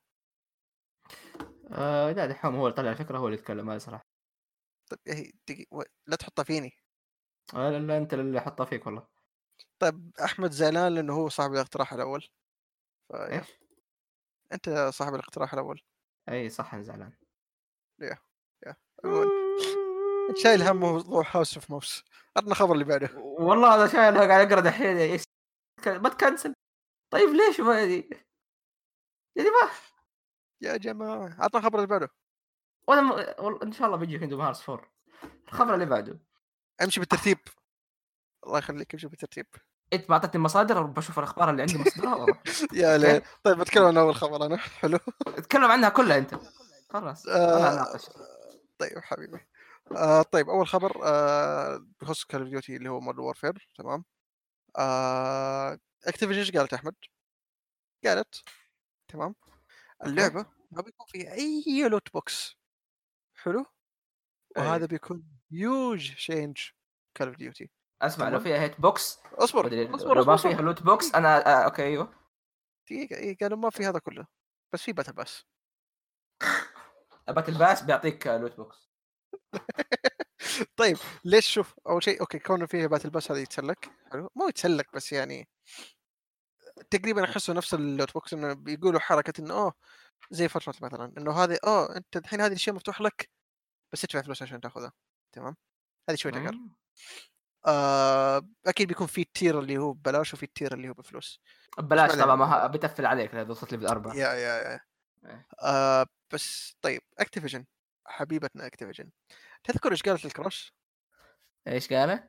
آه لا دحوم هو اللي طلع الفكره هو اللي يتكلم هذا صراحه. طيب إيه دقي... و... لا تحطها فيني. آه لا, لا انت اللي حطها فيك والله. طيب أحمد زعلان لأنه هو صاحب الاقتراح الأول. فيا ايش؟ أنت صاحب الاقتراح الأول. اي صح انا زعلان. يا يا عموما أنت شايل هم موضوع هاوس اوف ماوس. عطنا خبر اللي بعده. والله هذا شايل قاعد اقرا دحين ايش. ما تكنسل. طيب ليش ما يعني يعني ما يا جماعة عطنا خبر اللي بعده. وانا م... والله ان شاء الله بيجي كيندوم هارتس فور. الخبر اللي بعده. امشي بالترتيب. الله يخليك امشي بالترتيب. انت ما اعطيتني مصادر بشوف الاخبار اللي عندي مصدرها واروح. يا اوكي ليل. طيب بتكلم عن اول خبر انا. حلو. اتكلم عنها كلها انت. خلاص انا آه اناقش. طيب حبيبي. آه طيب اول خبر آه بخصوص كول اوف ديوتي اللي هو مود وورفير. تمام. آه اكتيفيجن ايش قالت احمد؟ قالت تمام اوكي اللعبه ما بيكون فيها اي لوت بوكس. حلو. وهذا اي بيكون هيوج شينج كول اوف ديوتي. اسمع، لو تمام. فيها هيت بوكس اصبر مدري، اصبر لو اصبر ما اصبر فيها لوت بوكس انا آه اوكي ايوه. دقيقه اي قالوا ما في هذا كله بس في باتل باس. باتل باس بيعطيك لوت بوكس. طيب ليش؟ شوف اول شيء اوكي كونه فيها باتل باس هذا يتسلك. حلو مو يتسلك بس يعني تقريبا احسه نفس اللوت بوكس انه بيقولوا حركه انه اوه زي فتره مثلا انه هذه اوه انت الحين هذه الاشياء مفتوح لك بس تدفع فلوس عشان تاخذها. تمام. هذه شوي تغير. مم. آه اكيد بيكون في التير اللي هو ببلاش وفي التير اللي هو بفلوس. بس ما ببلاش طبعا، علينا. ما ه- بتفل عليك اذا وصلت لي بالاربعه. يا يا يا إيه. آه بس طيب اكتيفيجن حبيبتنا اكتيفيجن تذكر ايش قالت الكراش ايش قاله؟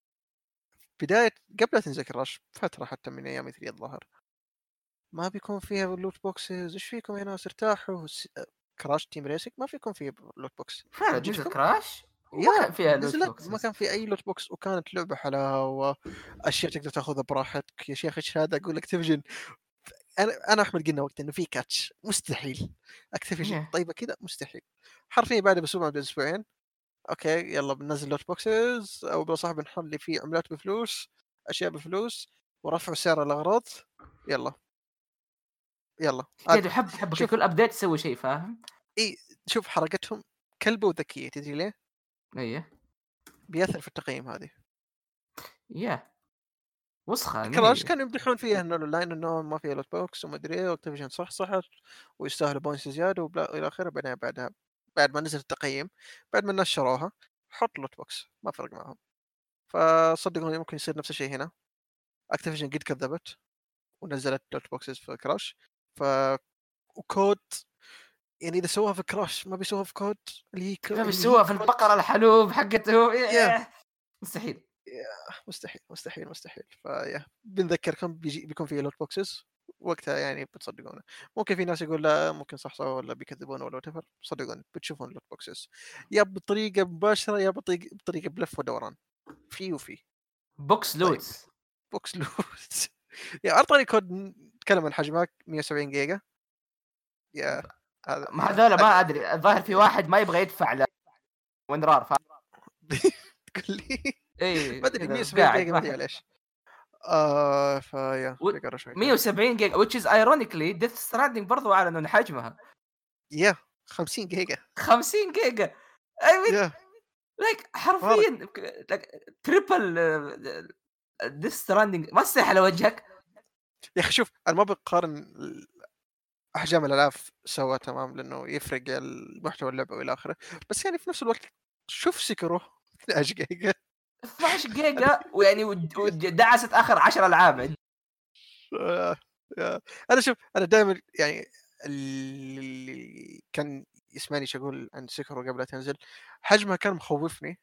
بدايه قبل لا تنزل كراش فتره حتى من ايام ثري الظهر ما بيكون فيها لوت بوكسز. ايش فيكم يا ناس ارتاحوا س... كراش تيم ريسك ما فيكم فيه لوت بوكس. فعلا نزل جتكم كراش وما يا كان فيها لوت نزلت ما بوكسز. كان في اي لوت بوكس وكانت لعبه حلاوه اشياء تقدر تاخذها براحتك. يا شيخ ايش هذا؟ اقول اكتيفيجن انا انا احمد قلنا وقت انه في كاتش مستحيل اكتيفيجن إيه. طيبه كذا مستحيل. حرفيا بعد باسبوع بعد اسبوعين اوكي يلا بننزل لوت بوكسز او بصاحب بنحل فيه عملات بفلوس اشياء بفلوس ورفعوا سعر الاغراض. يلا يلا عاد. كده حب حب شوف كل ابديت تسوي شيء، فاهم؟ اي شوف حركتهم كلبه وذكيه تدري ليه؟ ايه بيأثر في التقييم هذه. يا وسخه ما كراش هي. كانوا يمدحون فيها انه اللاين انه ما فيها لوت بوكس وما ادري ايه واكتيفيجن صح صحت ويستاهلوا بوينتس زياده وبلا الى اخره. بعدين بعدها بعد ما نزل التقييم بعد ما الناس شروها حط لوت بوكس ما فرق معهم. فصدقوني ممكن يصير نفس الشيء هنا. اكتيفيجن قد كذبت ونزلت لوت بوكسز في كراش. ف وكود يعني اذا سووها في كراش ما بيسووها في كود اللي هي كو... ما اللي هي بيسووها في كود. البقره الحلوب حقته يا إيه. مستحيل. يا مستحيل مستحيل مستحيل. فيا بنذكركم بيجي بيكون في لوت بوكسز وقتها يعني بتصدقونه. ممكن في ناس يقول لا ممكن صح صح ولا بيكذبون ولا whatever. صدقوني بتشوفون لوت بوكسز يا بطريقه مباشره يا بطريقه بطريقه بلف ودوران في وفي. بوكس طيب لوتس. بوكس لوت يا اعطاني كود نتكلم عن حجمك مية وسبعين جيجا. يا هذا ما يا هذول ما أقل. ادري، الظاهر في واحد ما يبغى يدفع له وانرار، فاهم؟ تقول لي ما اي ادري كذا مية وسبعين قاعد جيجا ما ادري واحد. ليش. آه فيا و تقرا شوي كود. مية وسبعين جيجا which is ironically Death Stranding برضو اعلنوا عن حجمها يا خمسين جيجا. خمسين جيجا. I mean يا like فارق. حرفيا like triple uh, Death Stranding ما تستحي على وجهك. يا اخي شوف انا ما بقارن احجام الالعاب سوا تمام لانه يفرق المحتوى اللعبه والى اخره. بس يعني في نفس الوقت شوف سكرو اثنا عشر جيجا. اثنا عشر جيجا ويعني ود- ود- دعست اخر عشر العاب عندي. آه، آه. انا شوف انا دائما يعني اللي كان يسمعني ايش اقول عن سكرو قبل لا تنزل حجمها كان مخوفني.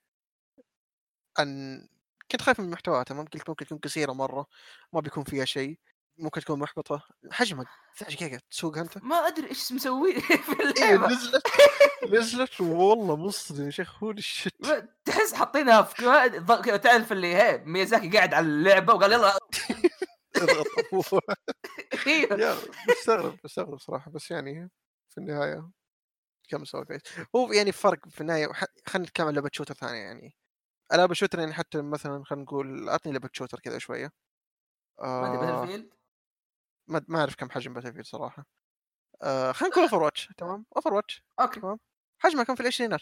ان كنت خايف من محتواها تمام. قلت ممكن تكون قصيره مره ما بيكون فيها شيء ممكن تكون محبطه. حجمها اثنا عشر جيجا تسوقها انت. ما ادري ايش مسوي في ايه اللعبه. نزلت نزلت والله مصدم يا شيخ هولي شت. ما- تحس حاطينها في كو- تعرف اللي هي ميازاكي قاعد على اللعبه وقال يلا. اضغط أبوه. ايوه يا مستغرب مستغرب صراحه بس يعني في النهايه كم سوى كويس. هو يعني فرق في النهايه وح- خلينا نتكلم عن لعبه شوتر ثانيه يعني. العاب الشوتر يعني حتى مثلا خلينا نقول اعطني لعبه شوتر كذا شويه. ما ادري باتل آه فيلد. ما ما اعرف كم حجم باتل فيلد صراحه. آه خلينا نقول اوفر واتش تمام. اوفر واتش اوكي تمام. حجمها كان في العشرينات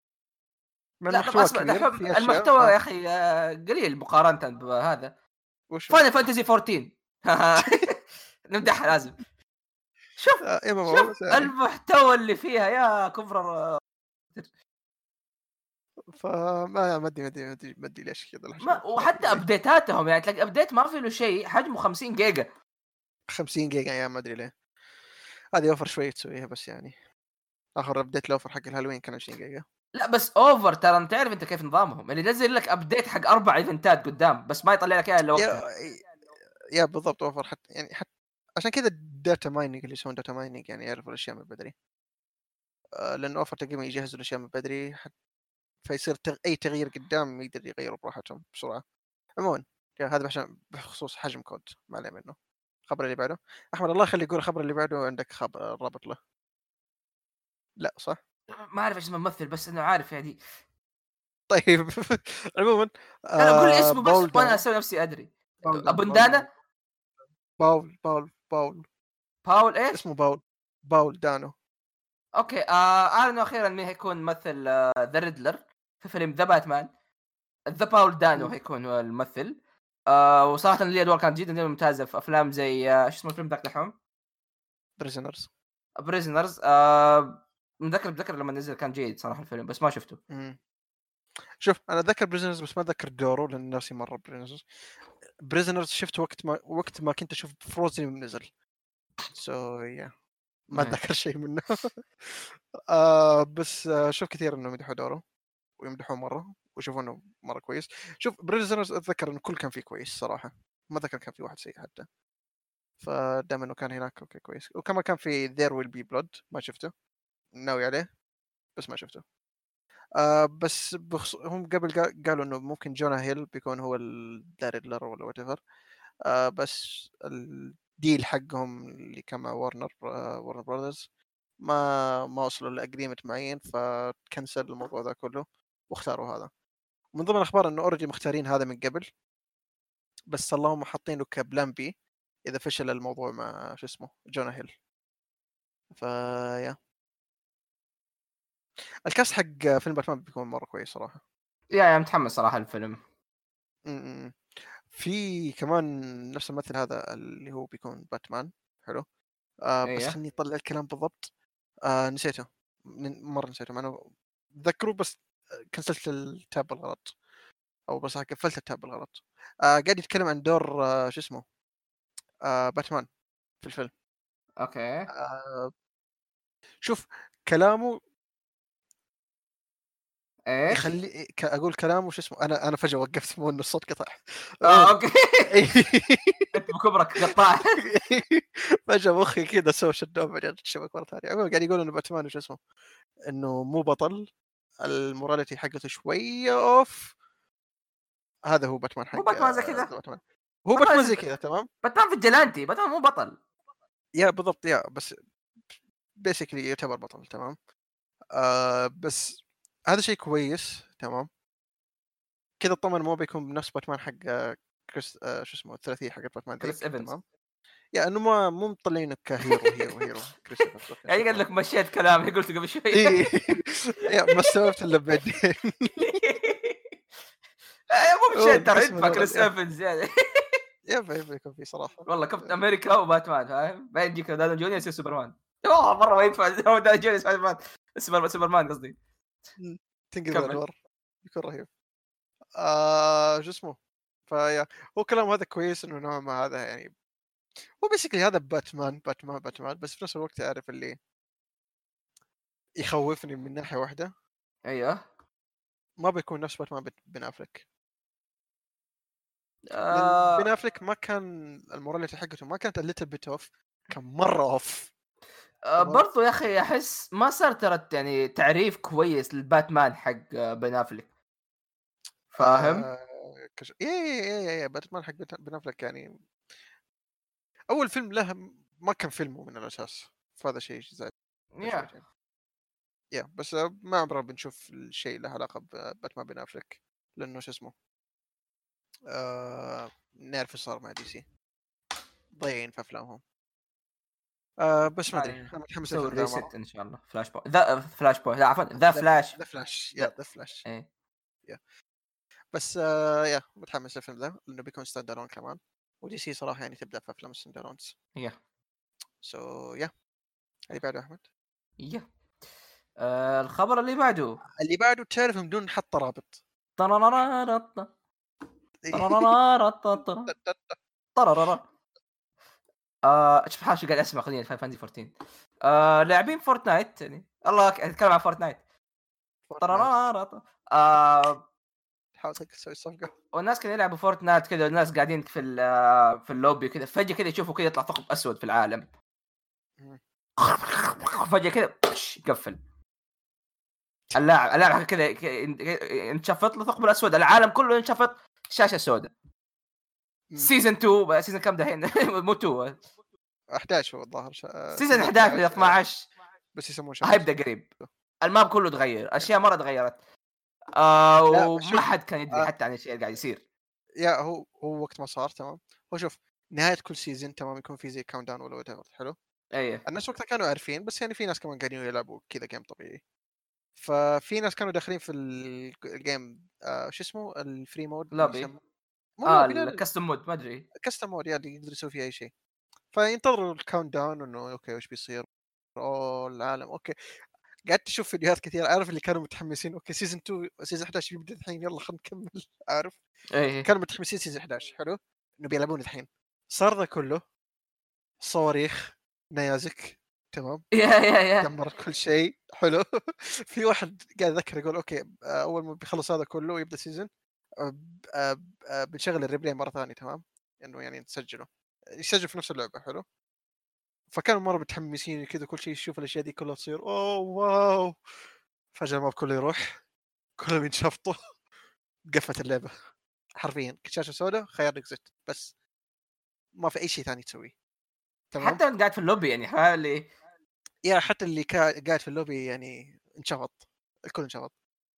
مع لا طب المحتوى اسمع كبير دحين في اشياء. المحتوى آه يا اخي آه، قليل مقارنه بهذا. وشو فاينل فانتزي أربعة عشر نمدحها لازم. شوف آه ام ام او شوف بس يعني. المحتوى اللي فيها يا كفر. فما ما ادري ما ادري ما ادري ما ادري ليش كذا الحجم ما حاطين وحتى عليه. ابديتاتهم يعني تلاقي ابديت ما في له شيء حجمه خمسين جيجا. خمسين جيجا يا ما ادري ليه. هذه اوفر شويه تسويها بس يعني اخر ابديت الاوفر حق الهالوين كان عشرين جيجا. لا بس اوفر ترى، انت تعرف انت كيف نظامهم اللي ينزل لك ابديت حق اربع ايفنتات قدام بس ما يطلع لك اياها الا يا وقتها. يا بالضبط اوفر حتى يعني حتى عشان كذا الداتا مايننج اللي يسوون داتا مايننج يعني يعرفوا الاشياء من بدري. آه، لان اوفر تقريبا يجهزوا الاشياء من بدري حتى فيصير تغ... اي تغيير قدام يقدر يغيروا براحتهم بسرعه. عموما يا هذا عشان بخصوص حجم كود ما عليه منه. الخبر اللي بعده احمد الله يخلي يقول الخبر اللي بعده عندك خبر رابط له. لا صح. ما اعرف ايش اسم الممثل بس انه عارف يعني. طيب عموما لا لا قول لي آه اسمه بس باول وانا داون اسوي نفسي ادري. باول داون باول داون ابوندانا. باول باول باول باول ايش؟ اسمه باول باول دانو. اوكي آه اعلنوا اخيرا مين هيكون ممثل ذا ريدلر في فيلم ذا باتمان. ذا باول دانو هيكون هو الممثل. آه وصراحه لي ادوار كانت جدا جدا ممتازه في افلام زي آه شو اسمه الفيلم ذاك الحوم بريزنرز. بريزنرز. آه متذكر متذكر لما نزل كان جيد صراحه الفيلم بس ما شفته. شوف انا اتذكر بريزنرز بس ما اتذكر دوره لان ناسي مره بريزنرز. بريزنرز شفت وقت ما وقت ما كنت اشوف فروزن نزل. سو so, yeah. ما إيه. اتذكر شيء منه. آه بس آه شوف كثير انه يمدحوا دوره ويمدحوه مره ويشوفوا انه مره كويس. شوف بريزنرز اتذكر انه كل كان فيه كويس صراحه. ما اتذكر كان في واحد سيء حتى. فدام انه كان هناك اوكي كويس وكما كان في ذير ويل بي بلود ما شفته. ناوي عليه بس ما شفته. آه بس بخص... هم قبل قا- قالوا انه ممكن جونا هيل بيكون هو الداريدلر ولا وات ايفر. آه بس الديل حقهم اللي كان مع وارنر آه وارنر براذرز ما ما وصلوا لاجريمنت معين فكنسل الموضوع ذا كله واختاروا هذا. من ضمن الاخبار انه اوريدي مختارين هذا من قبل بس اللهم حاطينه كبلان بي اذا فشل الموضوع مع شو اسمه جونا هيل. فيا الكاست حق فيلم باتمان بيكون مره كويس صراحه. يا يا متحمس صراحه الفيلم. م- م. في كمان نفس الممثل هذا اللي هو بيكون باتمان. حلو. آه بس ايه خلني اطلع الكلام بالضبط. آه نسيته. ن- مره نسيته مع انه ذكره بس كنسلت التاب بالغلط او بس قفلت التاب بالغلط. آه قاعد يتكلم عن دور آه شو اسمه آه باتمان في الفيلم. اوكي آه شوف كلامه ايش. يخلي ك- اقول كلامه شو اسمه انا انا فجاه وقفت مو انه الصوت قطع. اه عموما اوكي انت بكبرك قطاع. فجاه مخي كذا سوى شت داون بعدين الشبك مره ثانيه. عموما قاعد يقول انه باتمان وش اسمه انه مو بطل. الموراليتي حقته شويه اوف. هذا هو باتمان مو حق باتمان زي آه، كذا. باتمان. هو باتمان باتمان اسم... زي كذا تمام. باتمان في الجلانتي، باتمان مو بطل. يا بالضبط يا بس بيسكلي يعتبر بطل تمام. آه بس هذا شيء كويس تمام. كذا اطمن مو بيكون بنفس باتمان حق آه، كريس آه شو اسمه الثلاثيه حق باتمان كريس ذيك ايفنز. تمام. يا انه ما مو مطلعينه كهيرو هيرو هيرو كريس إيفنز. اوكي يعني قال شكرا. لك مشيت كلامي قلت قبل شوي. اي يا ما استوعبت الا بعدين. مو هو مشيت ترى القسم ينفع الاول كريس يا ايفنز يعني. يا بيكون في صراحه. والله كابتن امريكا وباتمان فاهم، بعدين يجيك داون جونيور يصير سوبرمان. اوه مره ما ينفع هو داون جونيور سبايدر سوبر سوبرمان قصدي. مم. تنقلب كمل. الادوار بيكون رهيب. آه شو اسمه فيا هو كلام هذا كويس انه نوعا ما هذا يعني هو بيسكلي هذا باتمان باتمان باتمان بس في نفس الوقت عارف اللي يخوفني من ناحيه واحده. ايوه ما بيكون نفس باتمان بت- بن افلك. لان بن آه... افلك ما كان الموراليتي حقته ما كانت الليتل بيت اوف. كان مره اوف. آه تمام. برضو يا اخي احس ما صار ترى يعني تعريف كويس للباتمان حق آه، بن افلك فاهم. آه كش... ايه ايه ايه ايه باتمان حق بت- بن افلك يعني اول فيلم له ما كان فيلمه من الاساس. فهذا شيء زائد يا شويتين. يا بس آه، ما عمرنا بنشوف الشيء له علاقه بباتمان بن افلك. لانه شو اسمه آه... نعرف ايش صار مع دي سي. ضايعين في افلامهم. آه بس ما ادري يعني انا متحمس نسوي للفيلم ذا مره. ريست ان شاء الله. فلاش بوي ذا فلاش بوي لا عفوا ذا ذا فلاش. ذا فلاش يا ذا ذا فلاش. ايه يا بس آه يا متحمس للفيلم ذا لانه بيكون ستاند الون كمان. ودي سي صراحه يعني تبدا في افلام الستاند الونز. يا سو يا اللي بعده احمد. يا آه الخبر اللي بعده. اللي بعده تعرف من دون حط رابط. طررررررر. طررررررر. طرررر. آه شوف حاش قاعد اسمع خليني فاين فانتسي أربعة عشر. آه لاعبين فورتنايت يعني الله ك- اتكلم عن فورتنايت. طرارارا. آه تحاول تسوي الصفقة. والناس كانوا يلعبوا فورتنايت كذا، والناس قاعدين في ال- في اللوبي كذا، فجأة كذا يشوفوا كذا يطلع ثقب أسود في العالم، مم. فجأة كذا يقفل اللاعب اللاعب كذا ك- انشفط له ثقب الأسود، العالم كله انشفط، شاشة سوداء. مم. سيزون اثنين، سيزون كم دحين؟ مو اثنين، أحد عشر هو الظاهر شا... سيزون سيزون احد عشر ل أحد عشر آه، اثناشر بس يسمونه شاشة هيبدأ قريب. الماب كله تغير، اشياء مره تغيرت، آه لا وما شوف حد كان يدري آه، حتى عن الشيء اللي قاعد يصير. يا هو هو وقت ما صار تمام. هو شوف نهاية كل سيزون تمام يكون في زي كاونت داون ولا وات حلو. ايه الناس وقتها كانوا عارفين، بس يعني في ناس كمان قاعدين يلعبوا كذا جيم طبيعي. ففي ناس كانوا داخلين في ال- الجيم آه شو اسمه الفري مود اللي لوبي، يسمى مو اه لوبي لا الكاستم مود ما ادري. كاستم مود يعني يقدر يسوي فيه اي شيء. فينتظروا الكاونت داون انه اوكي وش بيصير. اوه العالم اوكي. قعدت اشوف فيديوهات كثير، عارف اللي كانوا متحمسين اوكي سيزون اثنين سيزون احد عشر بيبدا الحين يلا خلينا نكمل عارف. ايه كانوا متحمسين سيزون احد عشر حلو انه بيلعبون الحين. صار ذا كله صواريخ نيازك تمام. يا يا يا دمرت كل شيء حلو. في واحد قاعد يذكر يقول اوكي آه، اول ما بيخلص هذا كله ويبدا سيزون بنشغل الريبلاي مره ثانيه تمام. انه يعني تسجله يسجل في نفس اللعبه حلو. فكانوا مره متحمسين كذا كل شيء يشوف الاشياء دي كلها تصير اوه واو. فجاه الماب كله يروح كلهم ينشفطوا. قفت اللعبه حرفيا شاشه سوداء خيار اكزت بس ما في اي شيء ثاني تسويه تمام. حتى وانت قاعد في اللوبي يعني حالي. يا حتى اللي كا- قاعد في اللوبي يعني انشفط. الكل انشفط.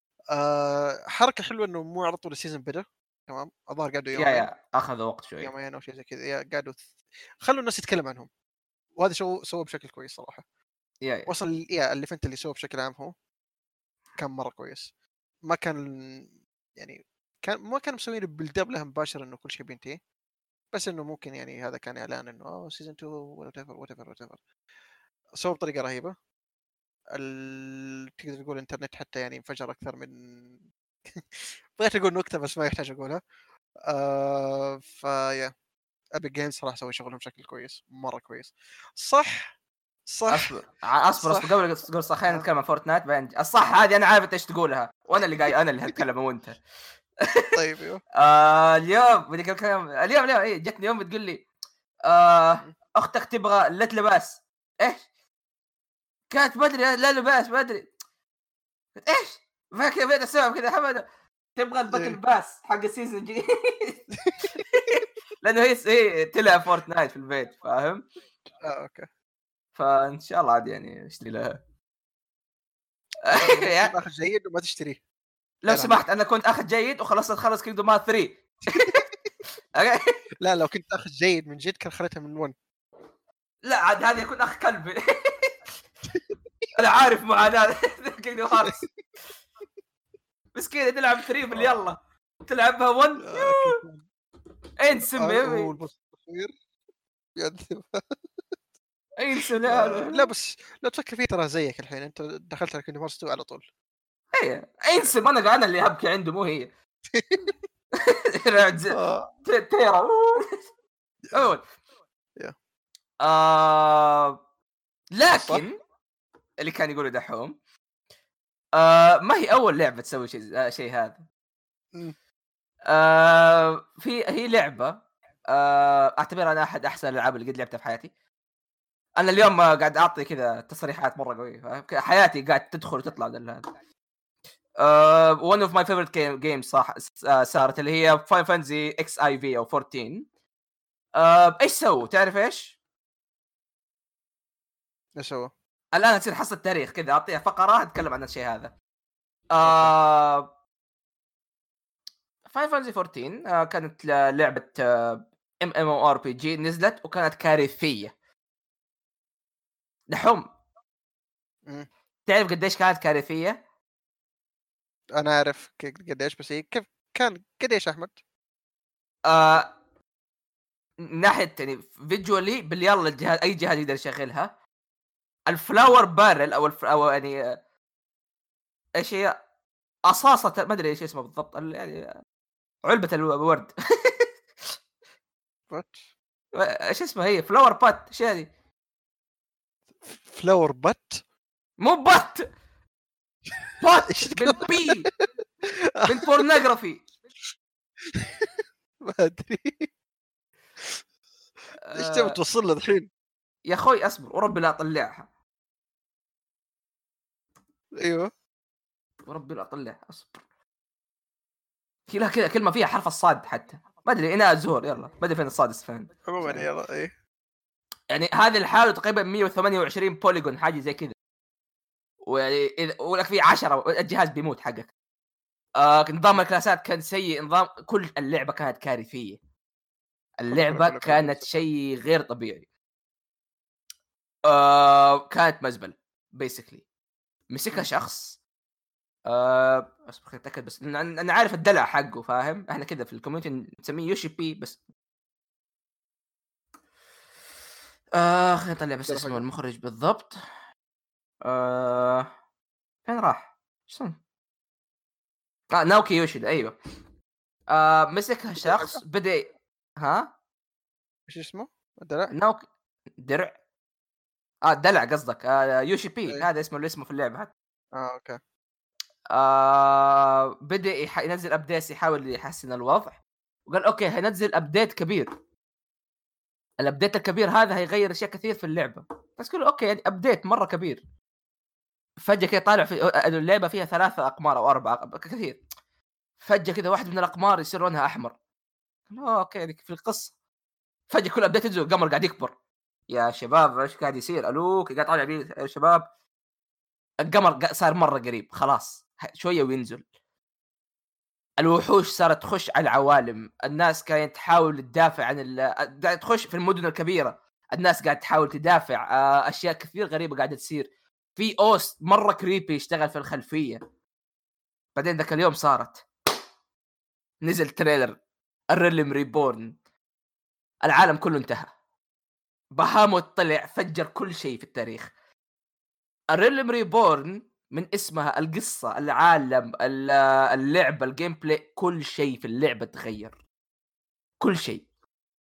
أه حركه حلوه انه مو على طول السيزون بدا تمام. الظاهر قعدوا يا يومين يا اخذ وقت شوي. يومين او شيء زي كذا يا قعدوا ث... خلوا الناس تتكلم عنهم. وهذا شو سووه بشكل كويس صراحه. يا يا وصل يا الليفنت اللي سووه بشكل عام هو كان مره كويس. ما كان يعني كان ما كانوا مسوين بالدب له مباشر انه كل شيء بينتهي. بس انه ممكن يعني هذا كان اعلان انه اوه سيزون اثنين وات ايفر وات ايفر وات ايفر. سووا بطريقه رهيبه. ال... تقدر تقول الانترنت حتى يعني انفجر اكثر من بغيت اقول نكته بس ما يحتاج اقولها. آه فيا ابيك جيمز صراحه سوي شغلهم بشكل كويس مره كويس. صح صح اصبر اصبر اصبر صح قبل تقول صح، خلينا آه. نتكلم عن فورتنايت بعدين. الصح هذه انا عارف ايش تقولها، وانا اللي قاعد انا اللي هتكلم وانت. طيب ايوه آه اليوم بدي الكلام اليوم اليوم ايه جتني يوم بتقول لي آه اختك تبغى لا لباس ايش؟ كانت بدري لا لباس بدري ايش؟ فاكر بين السبب كذا حمد تبغى الباتل إيه. باس حق السيزون الجديد. لانه هي هي تلعب فورتنايت في البيت فاهم؟ اه اوكي. فان شاء الله عاد يعني اشتري لها. لو كنت اخذ جيد وما تشتريه لو عيب عليك. سمحت انا كنت اخذ جيد وخلصت خلص كينجدوم مات ثلاثة. لا لو كنت اخذ جيد من جد كان خليتها من واحد. لا عاد هذا يكون اخ كلبي. انا عارف معاناه كينجدوم هارتس مسكينه تلعب ثلاثة بال يلا تلعبها واحد آه اكيد. انسم يا آه هو ابي البوس الأخير يعذب. انسم آه لا يا بس لو تفكر فيه ترى زيك الحين انت دخلت على كينجدوم هارتس على طول. ايه انسم انا انا اللي ابكي عنده مو هي. رعد آه. تيرا اول يا. آه لكن صح اللي كان يقوله دحوم آه ما هي اول لعبه تسوي شيء آه شيء هذا. مم. آه في هي لعبه آه اعتبرها انا احد احسن الالعاب اللي قد لعبتها في حياتي. انا اليوم آه، قاعد اعطي كذا تصريحات مره قويه فاهم؟ حياتي قاعد تدخل وتطلع من هذا. آه one of my favorite game games صح آه صارت اللي هي Final Fantasy إكس آي في او أربعة عشر. آه ايش سووا تعرف ايش؟ ايش هو؟ الان تصير حصه تاريخ كذا اعطيها فقره اتكلم عن الشيء هذا. آه فاين فانزي أربعة عشر آه كانت لعبه ام ام او ار بي جي نزلت وكانت كارثيه. دحوم مم. تعرف قديش كانت كارثيه؟ انا اعرف ك- قديش بس هي كيف كان قديش احمد؟ آه من ناحيه يعني فيجوالي باليلا الجهاز اي جهاز يقدر يشغلها. الفلاور بارل او الف... او يعني آه، ايش هي اصاصه ما ادري ايش اسمه بالضبط ال- يعني علبه الورد. وات ايش اسمها هي فلاور بات ايش هذه؟ فلاور بات مو بات بوت بالبي من بورنوغرافي. ما ادري ايش تبي آه توصل له الحين. يا اخوي اصبر وربي لا اطلعها، ايوه وربي لا اطلعها اصبر. كذا كذا كلمه فيها حرف الصاد حتى ما ادري اناء الزهور، يلا ما ادري فين الصاد فين. عموما يلا ايه يعني هذه الحاله تقريبا مية وثمانية وعشرين بوليجون حاجه زي كذا، ويعني اذا ولك في عشرة الجهاز بيموت حقك. آه نظام الكلاسات كان سيء، نظام كل اللعبه كانت كارثيه، اللعبه كله كله كانت شيء غير طبيعي. آه كانت مزبل بيسكلي. مسكها مم. شخص آه اصبر خليني اتاكد بس، لأن انا عارف الدلع حقه فاهم، احنا كذا في الكوميونتي نسميه يوشي بي بس. آه خليني اطلع بس دلع اسمه حقه. المخرج بالضبط. آه فين راح؟ شلون؟ اه ناوكي يوشيدا ايوه. آه مسكها دلع شخص حقه بدا. ها ايش اسمه الدلع؟ ناوكي درع. اه دلع قصدك، آه يوشي بي ايه هذا اسمه اللي اسمه في اللعبه حتى. اه اوكي آه بدا يح... ينزل ابديت يحاول يحسن الوضع، وقال اوكي هينزل ابديت كبير، الابديت الكبير هذا هيغير اشياء كثير في اللعبه. بس كله اوكي يعني ابديت مره كبير. فجاه كده طالع في اللعبه فيها ثلاثه اقمار او اربعه كثير، فجاه كذا واحد من الاقمار يصير لونها احمر. آه اوكي يعني في القصه فجاه كل ابديت ينزل القمر قاعد يكبر. يا شباب ايش قاعد يصير؟ الوك قاعد طالع بيه يا شباب. القمر قا- صار مره قريب خلاص ه- شويه وينزل. الوحوش صارت تخش على العوالم، الناس كانت تحاول تدافع عن ال... قاعد تخش في المدن الكبيره، الناس قاعد تحاول تدافع. آه، اشياء كثير غريبه قاعده تصير، في اوست مره كريبي يشتغل في الخلفيه. بعدين ذاك اليوم صارت نزل تريلر الريلم ريبورن، العالم كله انتهى، بهاموت طلع فجر كل شيء في التاريخ. الريلم ريبورن من اسمها القصه العالم ال- اللعبه الجيم بلاي كل شيء في اللعبه تغير، كل شيء.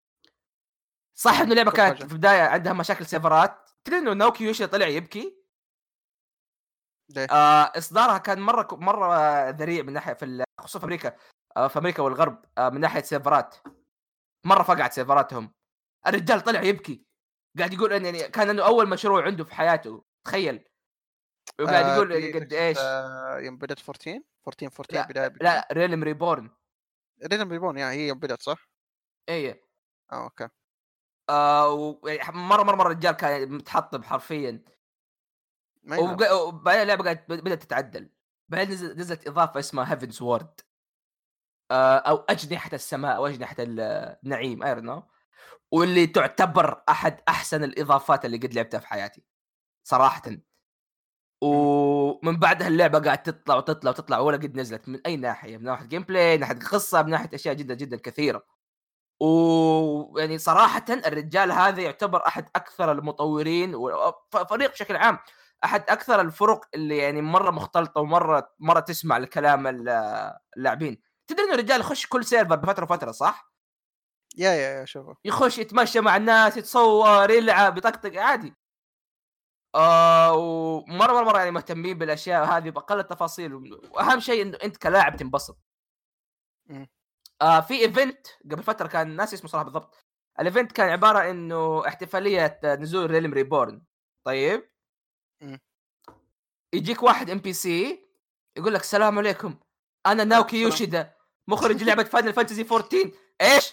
صح انه اللعبه كل كانت حاجه في البدايه عندها مشاكل سيرفرات، تدري انه ناوكي يوشي طلع يبكي. ليه آه اصدارها كان مره مره ذريع من ناحيه في ال- خصوصا في امريكا، آه في امريكا والغرب، آه من ناحيه سيرفرات مره فقعت سيرفراتهم. الرجال طلع يبكي قاعد يقول ان يعني كان انه اول مشروع عنده في حياته تخيل، وقاعد آه يقول دي يعني قد تقصد ايش. آه يوم بدت أربعتاشر أربعتاشر أربعتاشر لا بدايه بدايه لا ريلم ريبورن. ريزن ريبون يعني هي يوم بدت صح؟ ايه اه اوكي آه و- يعني مره مره مره الرجال كان متحطم حرفيا. ما يلام وبقى- وبعدين اللعبه قاعد بدات تتعدل، بعدين نزل- نزلت اضافه اسمها هيفنز وورد، او اجنحه السماء او اجنحه النعيم اي نو، واللي تعتبر احد احسن الاضافات اللي قد لعبتها في حياتي صراحه. مم. ومن بعدها اللعبه قاعد تطلع وتطلع وتطلع، ولا قد نزلت من اي ناحيه، من ناحيه جيم بلاي، من ناحيه قصه، من ناحيه اشياء جدا جدا كثيره. ويعني صراحه الرجال هذا يعتبر احد اكثر المطورين وفريق بشكل عام، احد اكثر الفرق اللي يعني مره مختلطه ومره مره تسمع الكلام اللاعبين. تدري انه الرجال يخش كل سيرفر بفتره فتره صح؟ يا يا يا شوفوا يخش يتمشى مع الناس، يتصور، يلعب، يطقطق عادي. آه ومره مره مره يعني مهتمين بالاشياء هذه باقل التفاصيل، واهم شيء انه انت كلاعب تنبسط. مم. آه في ايفنت قبل فتره كان ناس اسمه صراحه بالضبط، الايفنت كان عباره انه احتفاليه نزول ريلم ريبورن. طيب مم. يجيك واحد ام بي سي يقول لك السلام عليكم انا عليكم ناوكي السلام يوشيدا مخرج لعبه فاينل فانتسي أربعتاشر. ايش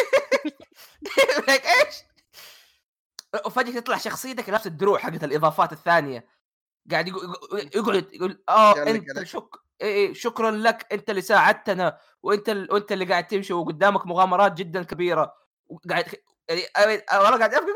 لك ايش؟ وفجاه تطلع شخصيتك لابس الدروع حقت الاضافات الثانيه، قاعد يقول مم. يقعد يقول اه يعلق انت عليك شك إيه شكرا لك انت اللي ساعدتنا، وانت ال... وانت اللي قاعد تمشي وقدامك مغامرات جدا كبيره، وقاعد يعني والله قاعد ابكي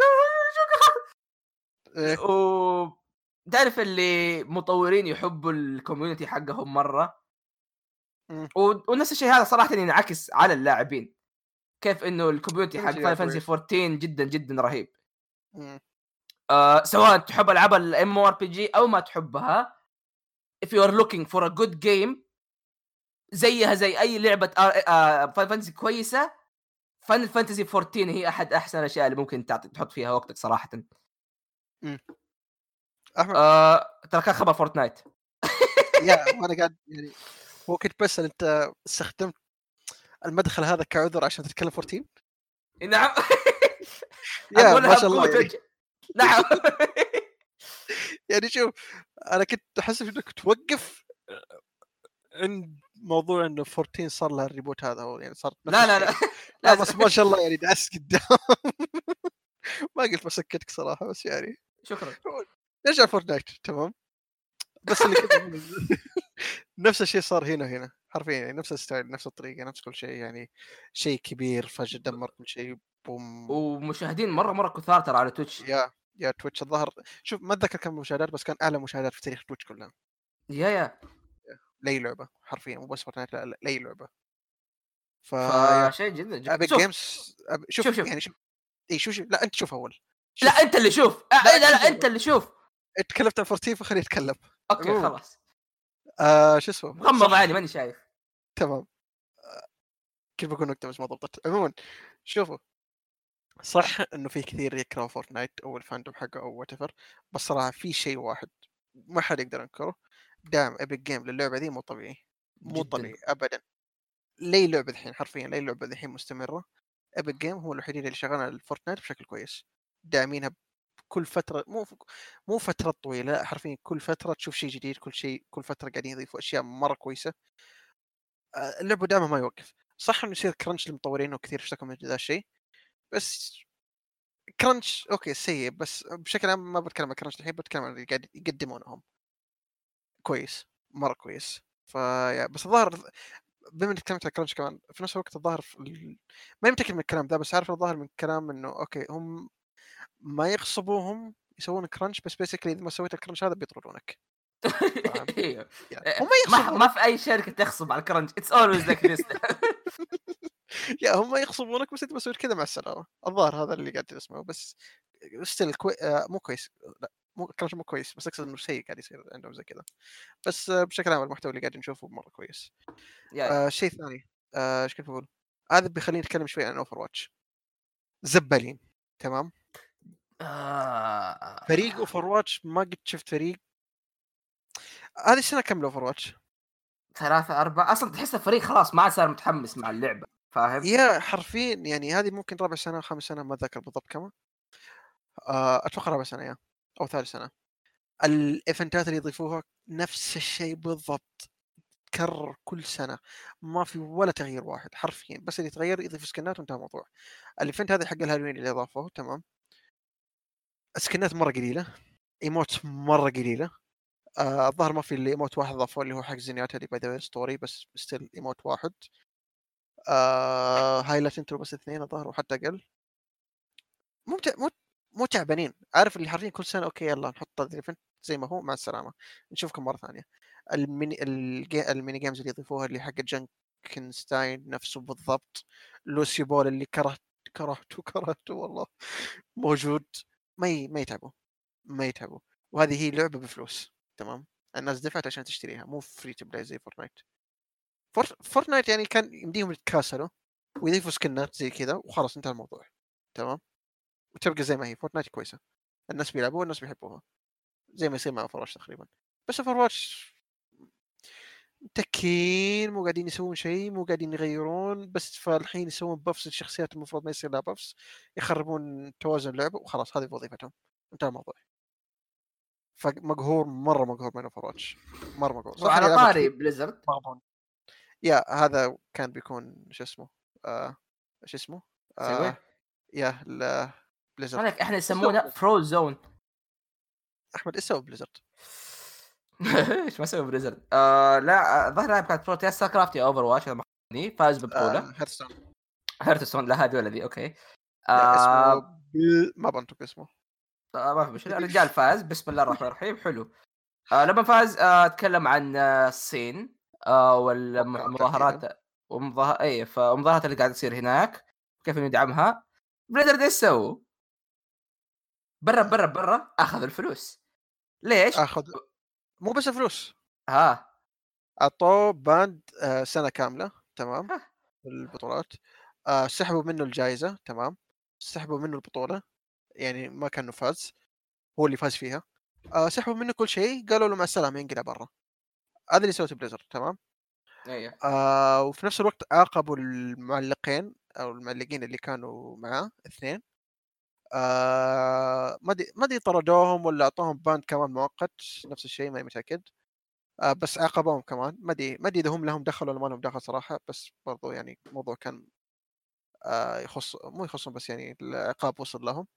ايه و تعرف اللي مطورين يحبوا الكوميونتي حقهم مره، مم. و... ونفس الشيء هذا صراحه ينعكس على اللاعبين، كيف انه الكوميونتي كل حق شيء فاينل كويس فانتسي أربعتاشر جدا جدا رهيب. مم. آه سواء تحب العاب الام ار بي جي او ما تحبها، if you are looking for a good game زيها زي اي لعبه فاينل فانتسي كويسه، فاينل فانتسي أربعتاشر هي احد احسن الاشياء اللي ممكن تعطي تحط فيها وقتك صراحه. مم. احمد آه ترى كان خبر فورتنايت يا وانا قاعد يعني هو كنت بسأل انت استخدمت المدخل هذا كعذر عشان تتكلم أربعة عشر؟ نعم. يا ما اقولها شاء الله بقوه يعني. وجه. نعم. يعني شوف انا كنت احس انك توقف عند موضوع انه أربعة عشر صار لها الريبوت هذا، هو يعني صار نفس لا لا لا. الشيء. لا لازم. بس ما شاء الله يعني دعست قدام. ما قلت بسكتك صراحه بس يعني شكرا. نرجع فورتنايت تمام. بس اللي كنت أقوله نفس الشيء صار هنا وهنا حرفيا، يعني نفس الستايل نفس الطريقه نفس كل شيء، يعني شيء كبير فجاه دمر كل شيء بوم. ومشاهدين مره يعني مره كثار ترى على تويتش. يا يا تويتش الظهر، شوف ما اتذكر كم مشاهدات بس كان اعلى مشاهدات في تاريخ تويتش كلها يا يا لاي لعبه حرفيا، مو بس فورتنايت، لا لا، لاي لعبه. فيا فشيء جدا جميل. ابيك شوف جيمز أب... شوف شوف شوف. يعني شوف. اي شوف شوف لا انت شوف اول لا شوف. انت اللي شوف. آه لا إيه، انت لا شوف لا انت اول. اللي شوف. اتكلمت عن فورتين فخليني اتكلم. اوكي عموما خلاص. آه شو اسمه مغمض عيني صح. ماني شايف. تمام. كيف بكون نكتة بس ما ضبطت. عموما شوفوا، صح انه في كثير يكرهوا فورتنايت او الفاندوم حقه او وات ايفر، بس صراحه في شيء واحد ما حد يقدر ينكره، دعم ايبك جيم للعبه دي مو طبيعي. مو جدا. طبيعي ابدا. لي لعبه الحين حرفيا لي لعبه الحين مستمره، ايبك جيم هو الوحيدين اللي شغالين على الفورتنايت بشكل كويس، داعمينها بكل فتره، مو مو فتره طويله لا، حرفيا كل فتره تشوف شيء جديد، كل شيء كل فتره قاعدين يضيفوا اشياء مره كويسه. آه، اللعبه دائما ما يوقف. صح انه يصير كرنش للمطورين وكثير اشتكوا من ذا الشيء، بس كرنش اوكي سيء، بس بشكل عام ما بتكلم عن كرنش الحين، بتكلم عن اللي قاعد يقدمونهم كويس مره كويس. فيا بس الظاهر بما انك تكلمت عن كرنش كمان في نفس الوقت، الظاهر في ال... ما متاكد من الكلام ذا، بس عارف الظاهر من الكلام انه اوكي هم ما يغصبوهم يسوون كرنش، بس بيسكلي اذا ما سويت الكرنش هذا بيطردونك. فاهم ايوه. يعني هم إيه، ما ما يغصبونك. في اي شركه تخصم على الكرنج. اتس اولويز لايك ذس. يا هم يغصبونك بس انت بسوي كذا مع السلامه. الظاهر هذا اللي قاعد اسمه، بس ستيل كوي... آه مو كويس. لا مو كرنش مو كويس، بس اقصد انه شيء قاعد يصير عندهم زي كذا. بس آه بشكل عام المحتوى اللي قاعد نشوفه مره كويس. يا يا آه شيء ثاني، آه، ايش كنت بقول؟ هذا بيخليني اتكلم شوي عن اوفر واتش. زبالين تمام. فريق آه... اوفر واتش ما قد شفت فريق هذه السنه كم اوفر واتش. ثلاثة أربعة أصلا تحس الفريق خلاص ما صار متحمس مع اللعبة. فاهم؟ يا حرفيا يعني هذه ممكن رابع سنه خامس سنه ما اتذكر بالضبط كم. آه اتوقع رابع سنه يا او ثالث سنه. الايفنتات اللي يضيفوها نفس الشيء بالضبط، تكرر كل سنه، ما في ولا تغيير واحد حرفيا، بس اللي يتغير يضيف سكنات وانتهى الموضوع. الايفنت هذا حق الهالوين اللي اضافوه تمام، سكنات مره قليله، ايموت مره قليله. آه الظاهر ما في الا ايموت واحد اضافوه اللي هو حق زينيات اللي باي ذا ستوري، بس ستيل ايموت واحد. آه هايلايت انترو بس اثنين الظاهر وحتى اقل. مو مت- مو مو تعبانين، عارف اللي حرفيا كل سنه اوكي يلا نحط الايفنت زي ما هو مع السلامه، نشوفكم مره ثانيه. الميني الجي... الميني جيمز اللي يضيفوها اللي حق جنكنستاين نفسه بالضبط. لوسي بول اللي كرهت كرهته كرهته والله موجود. ما ي... ما يتعبوا ما يتعبوا. وهذه هي لعبه بفلوس تمام، الناس دفعت عشان تشتريها، مو فري تو بلاي زي فورتنايت. فور... فورتنايت يعني كان يمديهم يتكاسلوا ويضيفوا سكنات زي كذا وخلاص انتهى الموضوع تمام، وتبقى زي ما هي. فورتنايت كويسه، الناس بيلعبوها الناس بيحبوها، زي ما يصير مع اوفر تقريبا. بس اوفر متكين، مو قاعدين يسوون شيء، مو قاعدين يغيرون، بس فالحين يسوون بفس الشخصيات المفروض ما يصير لها بفس، يخربون توازن اللعبه وخلاص هذه وظيفتهم، انتهى الموضوع. فمقهور مره مقهور من اوفر واتش، مره مقهور صح اني وعلى العبها طاري كثير. بليزرد، مغبون. يا هذا كان بيكون شو اسمه، آه شو اسمه، سوي آه يا لا بليزرد. هناك احنا ايش سوى يسمونه بليزرد؟ فروز زون. احمد ايش سوى بليزرد؟ ايش ما سوي بليزرد؟ آه لا الظاهر لعب كانت بروتيا ستار كرافت يا اوفر واتش، ما خاني فاز ببطوله. آه هيرستون. هيرتسون لا هذه ولا ذي اوكي. يا اسمه آه بل... ما بنطق اسمه. آه، ما في مشكله. الرجال فاز بسم الله الرحمن الرحيم. حلو. آه لما فاز آه تكلم عن آه الصين آه توقعات اكيد. والمظاهرات ومظاهر اي فالمظاهرات اللي قاعده تصير هناك كيف يدعمها. بليزرد ايش سووا؟ برا برا برا اخذ الفلوس. ليش؟ اخذ مو بس فلوس، ها اعطوه باند آه سنه كامله تمام ها في البطولات. آه سحبوا منه الجائزه تمام، سحبوا منه البطوله، يعني ما كانه فاز، هو اللي فاز فيها. آه سحبوا منه كل شيء، قالوا له مع السلامه ينقلع برا. هذا اللي سوته بليزرد تمام. ايوه آه وفي نفس الوقت عاقبوا المعلقين او المعلقين اللي كانوا معاه اثنين. آه ما ادري ما ادري طردوهم ولا اعطوهم باند كمان مؤقت، نفس الشيء ماني متاكد. آه بس عاقبوهم كمان، ما ادري ما ادري اذا هم لهم دخل ولا ما لهم دخل صراحه، بس برضو يعني الموضوع كان آه يخص مو يخصهم، بس يعني العقاب وصل لهم.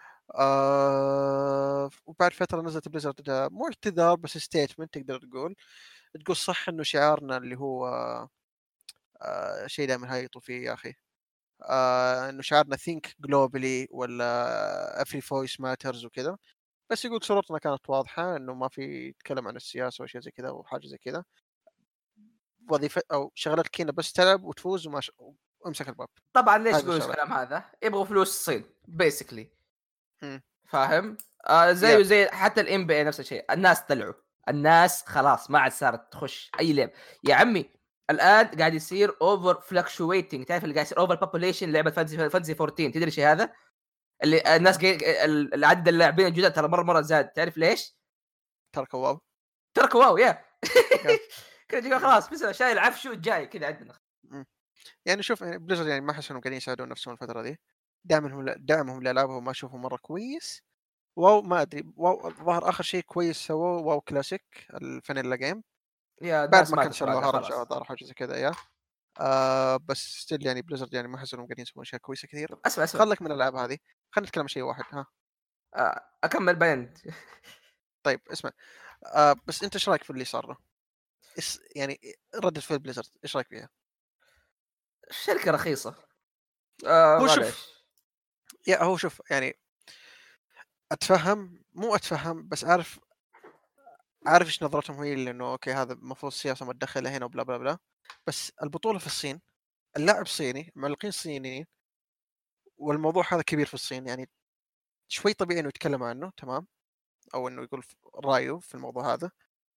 آه وبعد فتره نزلت بليزرد مو اعتذار بس ستيتمنت تقدر تقول. تقول صح انه شعارنا اللي هو آه شيء دائما هايطوا فيه يا اخي، آه انه شعارنا think globally ولا every voice matters وكذا. بس يقول صورتنا كانت واضحه انه ما في يتكلم عن السياسه وشيء زي كذا وحاجه زي كذا. وظيفه او شغلتك هنا بس تلعب وتفوز وما ش... وامسك الباب. طبعا ليش هذه يقولوا الشغله. الكلام هذا؟ يبغوا فلوس الصين بيسكلي، امم فاهم؟ آه يا زيه زي حتى الام بي نفس الشيء، الناس طلعوا، الناس خلاص ما عاد صارت تخش اي لعب يا عمي. الان قاعد يصير اوفر فلكشويتنج، تعرف اللي قاعد يصير اوفر بوبوليشن لعبه فانتسي فانتسي أربعة عشر، تدري شيء هذا؟ اللي الناس جاي... ال- عدد اللاعبين الجدد ترى مره مره زاد، تعرف ليش؟ ترى كواو. ترك واو يا يا. كذا جوا مم. خلاص، بس شايل عفشه جاي كذا عندنا. مم. يعني شوف يعني بليزرد يعني ما احس انهم قاعدين يساعدون نفسهم الفتره دي. دعمهم دعمهم لالعابهم ما اشوفه مره كويس. واو ما ادري، واو الظاهر اخر شيء كويس سووه واو كلاسيك الفانيلا جيم. يا بعد الناس ما ماتت كنسلوا بعدها هرج خلاص. او دار حاجه زي كذا يا. آه بس ستيل يعني بليزرد يعني ما احس انهم قاعدين يسوون اشياء كويسه كثير. طب اسمع اسمع، خلك من الالعاب هذه، خلينا نتكلم عن شيء واحد ها. آه، اكمل بعدين. طيب اسمع، آه بس انت ايش رايك في اللي صار له؟ إس يعني ردة فعل بليزرد ايش رايك فيها؟ الشركه رخيصه، آه هو شوف، معلش. يا هو شوف يعني اتفهم مو اتفهم بس عارف عارف ايش نظرتهم هي، لانه اوكي هذا المفروض السياسه متدخله هنا وبلا بلا بلا. بس البطوله في الصين، اللاعب صيني، معلقين صينيين، والموضوع هذا كبير في الصين يعني. شوي طبيعي انه يتكلم عنه تمام، او انه يقول رايه في الموضوع هذا.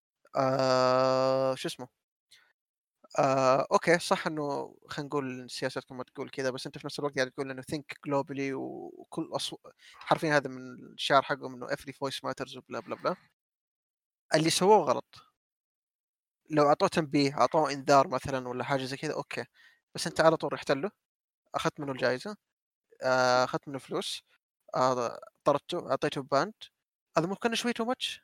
آه شو اسمه، آه اوكي صح انه خلينا نقول سياستكم ما تقول كذا، بس انت في نفس الوقت قاعد تقول انه think globally وكل أصو... حرفيا هذا من الشعار حقهم انه every voice matters وبلا بلا بلا. اللي سووه غلط. لو اعطوه تنبيه، اعطوه انذار مثلا ولا حاجه زي كذا اوكي، بس انت على طول رحت له، اخذت منه الجائزه، آه، اخذت منه فلوس، آه، طردته، اعطيته باند. هذا مو كان شوي تو ماتش؟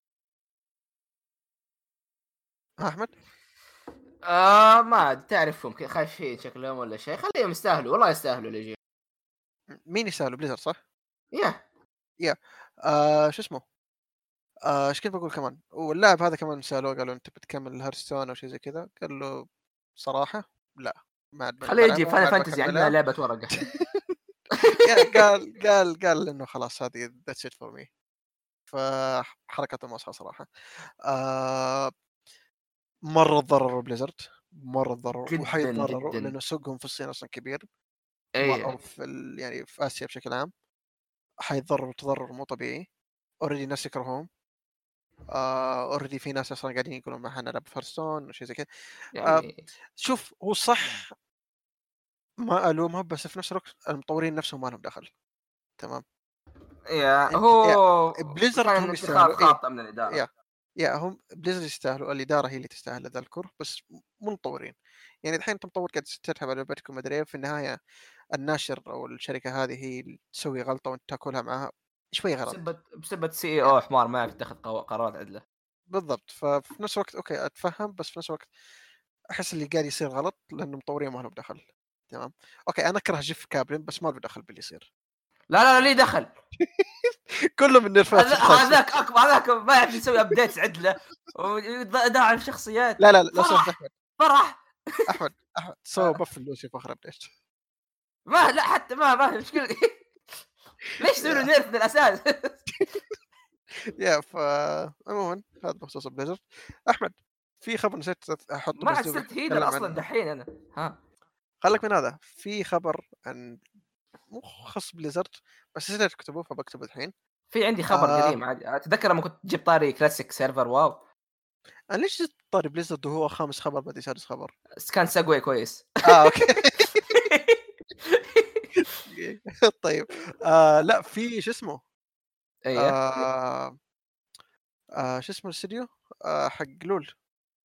ها احمد؟ آه ما تعرفهم كذا خايفين شكلهم ولا شيء، خليهم يستاهلوا، والله يستاهلوا اللي يجي. مين يساله؟ بليزر صح؟ يا يا آه شو اسمه، آه، ايش كنت بقول كمان، واللاعب هذا كمان سالوه قالوا انت بتكمل هارستون او شيء زي كذا، قال له صراحه لا، ما عاد خليه يجي بلعبها، فاينل ما عاد فانتزي، عندنا بكملها. لعبه ورق احنا. يا قال قال قال انه خلاص هذه ذاتس ات فور مي. فحركته مصحى صراحه. آه مره تضرروا بليزرد، مره تضرروا جدا وحيتضرروا جدا. لانه سوقهم في الصين اصلا كبير. ما ايه او في ال... يعني في اسيا بشكل عام حيتضرروا تضرر مو طبيعي. اوريدي الناس يكرهون. اوريدي في ناس اصلا قاعدين يقولون ما حنا نلعب فارستون وشيء زي كذا. يا آه عمي. شوف هو صح، ما الومهم، بس في نفس الوقت المطورين نفسهم ما لهم دخل. تمام. يا انت يا هو بليزرد كان هم اتخاذ يستاهلوا ايه. خاطئه من الاداره. يا يا هم بليزرد يستاهلوا، الاداره هي اللي تستاهل هذا الكره، بس مو المطورين. يعني الحين انت مطور قاعد تتعب على لعبتكم، ما ادري إيه، في النهايه الناشر او الشركه هذه هي اللي تسوي غلطه وانت تاكلها معها، شوي غلط. بسبه بسبه سي اي يا او حمار ما يعرف يتخذ قو- قرارات عدله. بالضبط. ففي نفس الوقت اوكي اتفهم، بس في نفس الوقت احس اللي قاعد يصير غلط لانه مطورين ما لهم دخل. تمام. اوكي انا اكره جيف كابلن بس ما له دخل باللي يصير. لا لا لا ليه دخل؟ كله من نيرفات هذا- الخاصه. هذاك اكبر، هذاك ما يعرف يسوي ابديتس عدله وداعم لا شخصيات. لا لا لو سمحت فرح احمد، فرح. احمد احمد سوى آه. بف اللوسي فخر ابديت. ما لا حتى ما ما في مشكله. ليش تسوي له يا نيرف من الاساس؟ يا ف عموما هذا بخصوص بليزرد. احمد في خبر نسيت احطه ما بس عاد دوبك صرت هيلر اتكلم اصلا عن. دحين انا. ها خلك من هذا، في خبر عن مو خاص بليزرد بس نسيت اكتبه فبكتبه الحين. في عندي خبر آه قديم عادي، اتذكر لما كنت تجيب طاري كلاسيك سيرفر واو. انا ليش جبت طاري بليزرد وهو خامس خبر بدي سادس خبر؟ بس كان سقوي كويس. اه اوكي. طيب. آه لا في شو اسمه، ايه آه آه شو اسمه الاستديو، آه حق لول.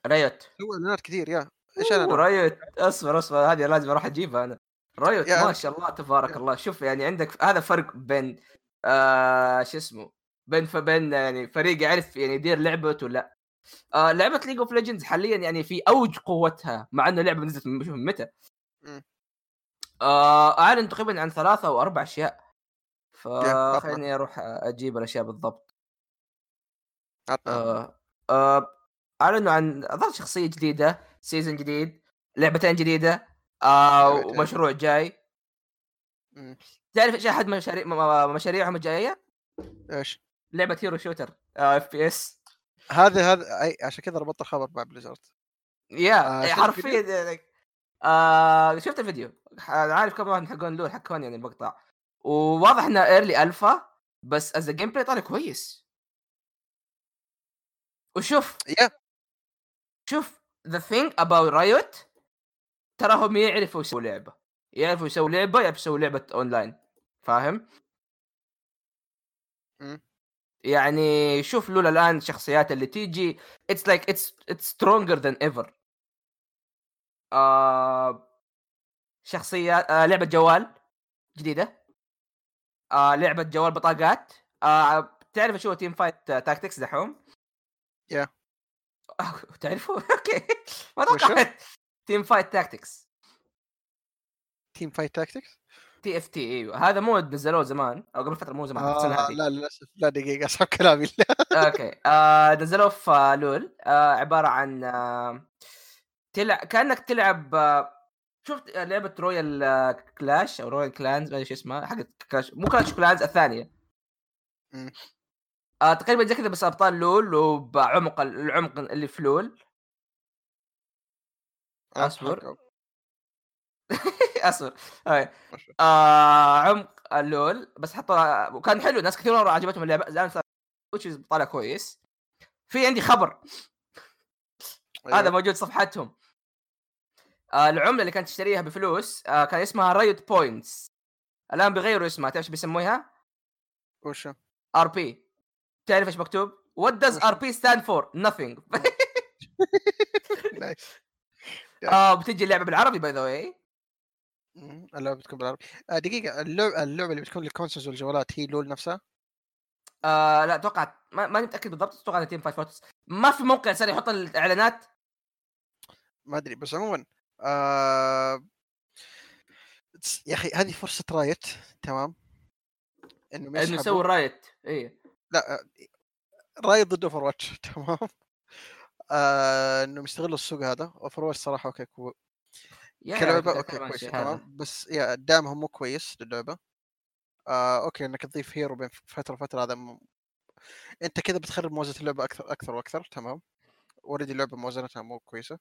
رايوت سووا اعلانات كثير يا ايش انا رايوت اصبر اصبر هذه لازم اروح اجيبها انا. رايوت يا ما أنا... شاء الله تبارك يا. الله. شوف يعني عندك هذا فرق بين آه شو اسمه بين فبين يعني فريق يعرف يعني يدير لعبته ولا. آه لعبه ليج اوف ليجندز حاليا يعني في اوج قوتها مع انه لعبه نزلت من من متى. مم. آه اعلن تقريبا عن ثلاثة او اربع اشياء. يا عطنا فخليني اروح اجيب الاشياء بالضبط. عطنا عطنا آه آه اعلنوا عن اظن شخصيه جديده سيزون جديد لعبتين جديده آه لعبتين. ومشروع جاي. مم. تعرف ايش احد مشاريع م- م- مشاريعهم الجايه؟ ايش لعبه هيرو شوتر اف بي اس. هذا هذا اي عشان كذا ربطت الخبر مع بليزرد. يا آه شفت فيديو حرفيا يعني. آه شفت الفيديو. انا عارف كم واحد من حقون لول حكوني يعني المقطع. وواضح انه ايرلي الفا بس از جيم بلاي طالع كويس. وشوف يا شوف ذا ثينج اباوت رايوت تراهم يعرفوا يسووا لعبه. يعرفوا يسووا لعبه يعرفوا يسووا لعبه اونلاين. فاهم؟ مم. يعني شوف لولا الان الشخصيات اللي تيجي اتس لايك اتس اتس سترونجر ذان ايفر. شخصيات آه لعبه جوال جديده. آه لعبه جوال بطاقات. آه تعرف شو تيم فايت تاكتكس دحوم. يا آه تعرفوا اوكي ما وشو توقعت. تيم فايت تاكتكس تيم فايت تاكتكس. تي اف تي ايوه هذا مود نزلوه زمان او قبل فتره مو زمان حتى السنه آه هذه. لا للاسف لا دقيقه اصحاب كلامي لا. اوكي آه نزلوه في لول آه عباره عن آه تلعب كانك تلعب آه شفت لعبه رويال آه كلاش او رويال كلانز ما ادري ايش اسمها حقت كلاش مو كلاش كلانز الثانيه. مم. آه تقريبا زي كذا بس ابطال لول وبعمق العمق اللي في لول. عمق اصبر حق اصبر أوكي. ماشي. آه عمق اللول بس حطوا وكان حلو ناس كثير مره عجبتهم اللعبه الان صار وتش طالع كويس. في عندي خبر هذا ايوه موجود صفحتهم. آه العمله اللي كانت تشتريها بفلوس آه كان اسمها رايوت بوينتس. الان بيغيروا اسمها تعرف ايش بيسموها؟ وشو ار بي. تعرف ايش مكتوب؟ What does وشو ار بي stand for? Nothing. نايس. آه بتجي اللعبه بالعربي باي ذا واي. مم. اللعبه بتكون بالعربي. آه دقيقه اللعبه اللعبه اللي بتكون للكونسولز والجوالات هي لول نفسها. آه لا اتوقع ما ماني متاكد بالضبط اتوقع ان تيم فايت فوتس ما في موقع صار يحط الاعلانات. ما ادري بس عموما آه... يا اخي هذه فرصه رايت تمام انهم انه يسحبوا. يسوي رايت ايه. لا آه، رايت ضد اوفر واتش تمام. آه... انهم يستغلوا السوق هذا. اوفر واتش صراحه اوكي كو... يا يا كلعبه كنت اوكي اتكلم عن كويسه الشيء هذا. تمام بس يا دعمهم مو كويس للعبه. آه... اوكي انك تضيف هيرو بين فتره وفتره هذا م... انت كذا بتخرب موازنه اللعبه اكثر اكثر واكثر تمام. اوريدي اللعبه موازنتها مو كويسه.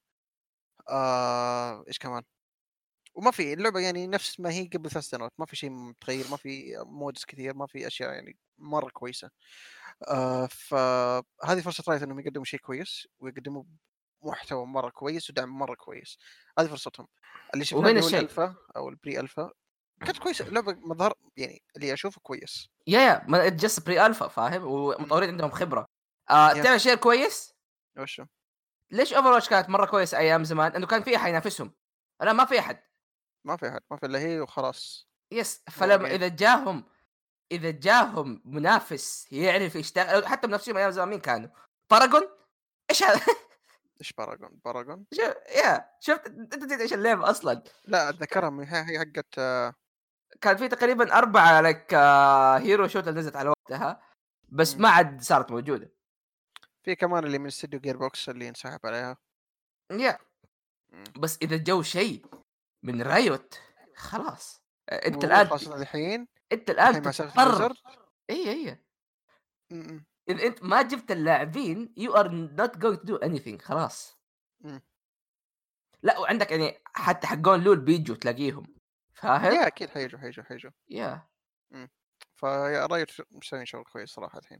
آه... ايش كمان وما في اللعبة يعني نفس ما هي قبل ثلاث سنوات ما في شيء متغير ما في مودز كثير ما في أشياء يعني مرة كويسة. آه فهذه فرصة رايت إنهم يقدموا شيء كويس ويقدموا محتوى مرة كويس ودعم مرة كويس. هذه فرصتهم. اللي شفناه وهنا اللي هو الشيء الألفا أو البري ألفا كانت كويسة اللعبة مظهر يعني اللي أشوفه كويس. يا يا ما جست بري الفا فاهم مم. ومطورين عندهم خبره. آه يا تعمل شيء كويس. وشو ليش اوفر واتش كانت مره كويسه ايام زمان انه كان في احد ينافسهم. الان ما في احد. ما في أحد ما في إلا هي وخلاص. يس فلما موجودين. اذا جاهم اذا جاهم منافس يعرف يشتغل حتى بنفسهم ايام زمان مين كانوا؟ باراجون. ايش هذا؟ إيش باراجون باراجون شوف يا شفت انت نسيت ايش اللعبه اصلا. لا أتذكرها من- هي هي حقت آه، كان في تقريبا اربعه لك آه هيرو شوت نزلت على وقتها بس مم. ما عاد صارت موجوده. في كمان اللي من استوديو جير بوكس اللي انسحب عليها. يا مم. بس اذا جو شيء من رايوت خلاص. آه، انت الان وخاصة الحين انت الحين الان مع سالفة تضطر. بليزرد. اي اي إمم، اذا انت ما جبت اللاعبين you are not going to do anything خلاص. إمم. لا وعندك يعني حتى حقون لول بيجوا تلاقيهم فاهم. يا أكيد حييجوا، حييجوا، حييجوا. يا إمم. فيا رايت مسويين شغل كويس صراحة الحين.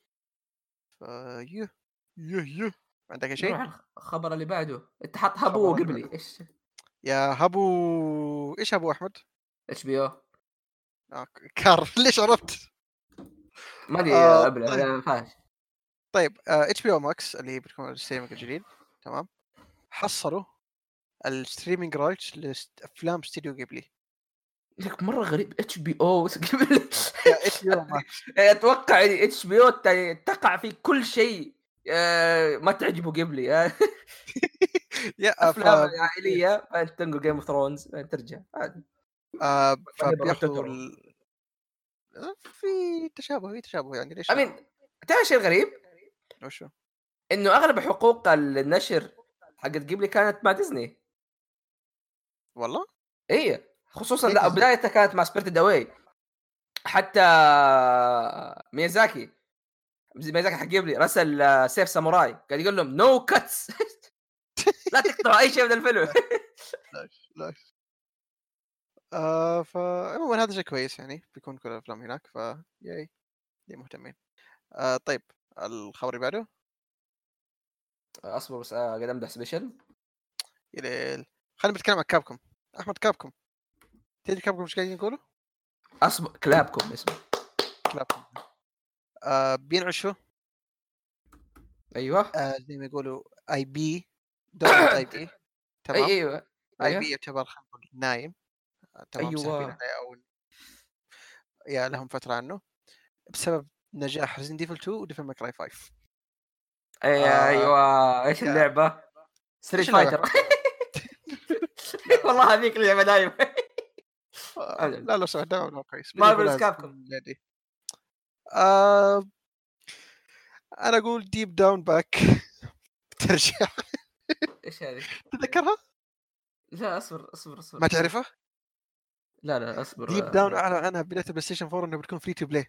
فيه يه يه عندك أي نروح شيء؟ على الخبر اللي بعده. انت حط هبو الخبر اللي قبلي بعده. ايش؟ يا هبو إيش هبو أحمد؟ اتش بي او آه ك كار ليش عرفت؟ ما ادري آه ابله طيب، لا فاهم. طيب آه إتش بي أو Max اللي هي بتكون الستريمينج الجديد تمام حصلوا الستريمينج رايتس لافلام استديو غيبلي. لك مره غريب اتش بي او يا اتش بي او ما اتوقع اتش بي او تقع في كل شيء آه، ما تعجبه قبلي آه، يا ف افلام عائليه فانت تنقل جيم اوف ثرونز فانت ترجع عادي آه فاني فبياخذوا بروتوتو ال... في تشابه في تشابه يعني ليش لا؟ امين. تعرف شيء غريب وشو؟ انه اغلب حقوق النشر حقت قبلي كانت مع ديزني. والله اي خصوصا ليه لا ديزني؟ بدايتها كانت مع سبيرتد اواي. حتى ميازاكي ميازاكي حق قبلي رسل آه، سيف ساموراي قاعد يقول لهم نو كاتس لا تقطعوا اي شيء من الفيلم. لاش لاش آه فعموما هذا شيء كويس يعني بيكون كل الافلام هناك ف ياي ليه مهتمين. آه طيب الخبر اللي بعده اصبر بس آه، قاعد امدح سبيشل. يا ليل خلينا نتكلم عن كابكم. احمد كابكم تدري كابكم ايش قاعدين يقولوا؟ اصبر كلابكم اسمه. كابكم آه بينعشوا ايوه آه زي ما يقولوا اي بي دوت اي بي اي تمام. ايوه اي بي ايوه يعتبر خلينا نقول نايم آه تمام ساحبين ايوه عليه او يا لهم فترة عنه بسبب نجاح ريزن ديفل تو وديفل ماكراي خمسة. أي- آه ايوه ايش يا اللعبه ستريت ايش اللعبة فايتر. أحمد؟ لا لو والله سمحت هذيك اللعبه دايما. آه لا لو سمحت دائما لو كويس بدي مارفلز اقولها كابكم. دي. آه انا اقول ديب داون باك ترجع. ايش هذه؟ تتذكرها؟ لا اصبر اصبر اصبر ما اصبر. تعرفها؟ لا لا اصبر ديب داون اصبر. اعلن عنها بداية البلاي ستيشن أربعة انها بتكون فري تو بلاي.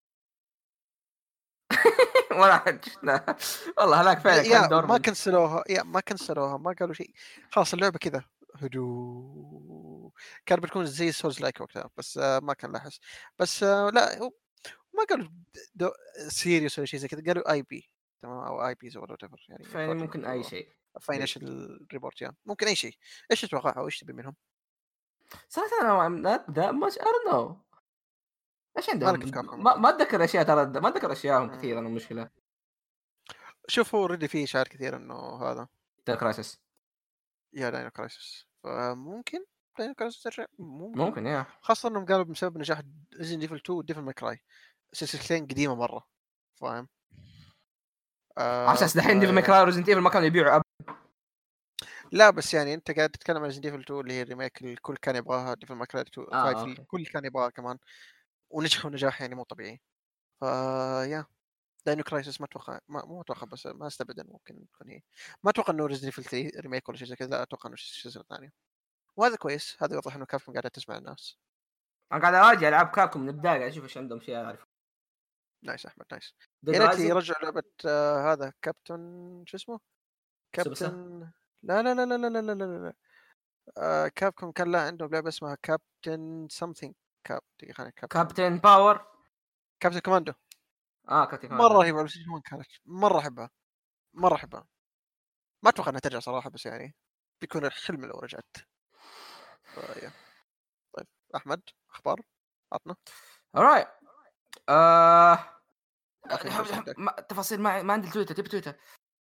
ولا حد شفنا والله هذاك فعلا كان يا ما دورمنت. كنسلوها يا ما كنسلوها ما قالوا شيء خلاص اللعبة كذا هدوء كانت بتكون زي سولز لايك وقتها بس آه ما كان لاحظ بس آه لا هو ما قالوا سيريوس ولا شيء زي كذا قالوا اي بي تمام او اي بيز ولا whatever يعني فيعني ممكن اي شيء. فاينانشال ريبورت يعني ممكن اي شيء. ايش تتوقع او ايش تبي منهم؟ صراحه انا not that much I don't know ايش مالك في عندهم. كابكم ما انت؟ ما اتذكر اشياء ترى ما اتذكر اشياءهم كثير انا مم. المشكله. شوف هو اوريدي في اشاعات كثير انه هذا ذا كرايسس يا داينو كرايسس فممكن داينو كرايسس ترجع ممكن ممكن يا خاصة انهم قالوا بسبب نجاح ريزن ديفل تو وديفل ماكراي سلسلتين قديمة مرة فاهم. على آه اساس دحين ديفل فيا. ماكراي ريزنت ايفل ما كانوا يبيعوا أب... لا بس يعني انت قاعد تتكلم عن ريزن ديفل تو اللي هي الريميك الكل كان يبغاها ديفل ماكراي اه خمسة اوكي. الكل كان يبغاها كمان ونجحوا نجاح يعني مو طبيعي. فيا داينو كرايسس ما اتوقع ما مو اتوقع بس ما استبعد انه ممكن تكون هي. ما اتوقع انه ريزن ديفل ثلاثة ريميك ولا شيء زي كذا لا اتوقع انه شيء ثانيه وهذا كويس هذا يوضح انه كابكوم قاعده تسمع الناس. انا قاعد اراجع العاب كابكم من البدايه قاعد اشوف ايش عندهم شيء اعرف. نايس احمد نايس. ديد يا ريت رايزنج يرجعوا لعبه آه هذا كابتن شو اسمه سوبر. كابتن لا لا لا لا لا لا لا لا لا آه كابكوم كان لا عندهم لعبه اسمها كابتن سمثينج كاب دقيقه خليني كابتن كابتن باور. كابتن كوماندو اه كابتن مره باور. رهيبه بس وين كانت مره احبها مره احبها ما اتوقع انها ترجع صراحه بس يعني بيكون الحلم لو رجعت. فيا. طيب احمد اخبار عطنا alright آه... افنجرز عندك ما... تفاصيل ما ما عندي تويتر تبي تويتر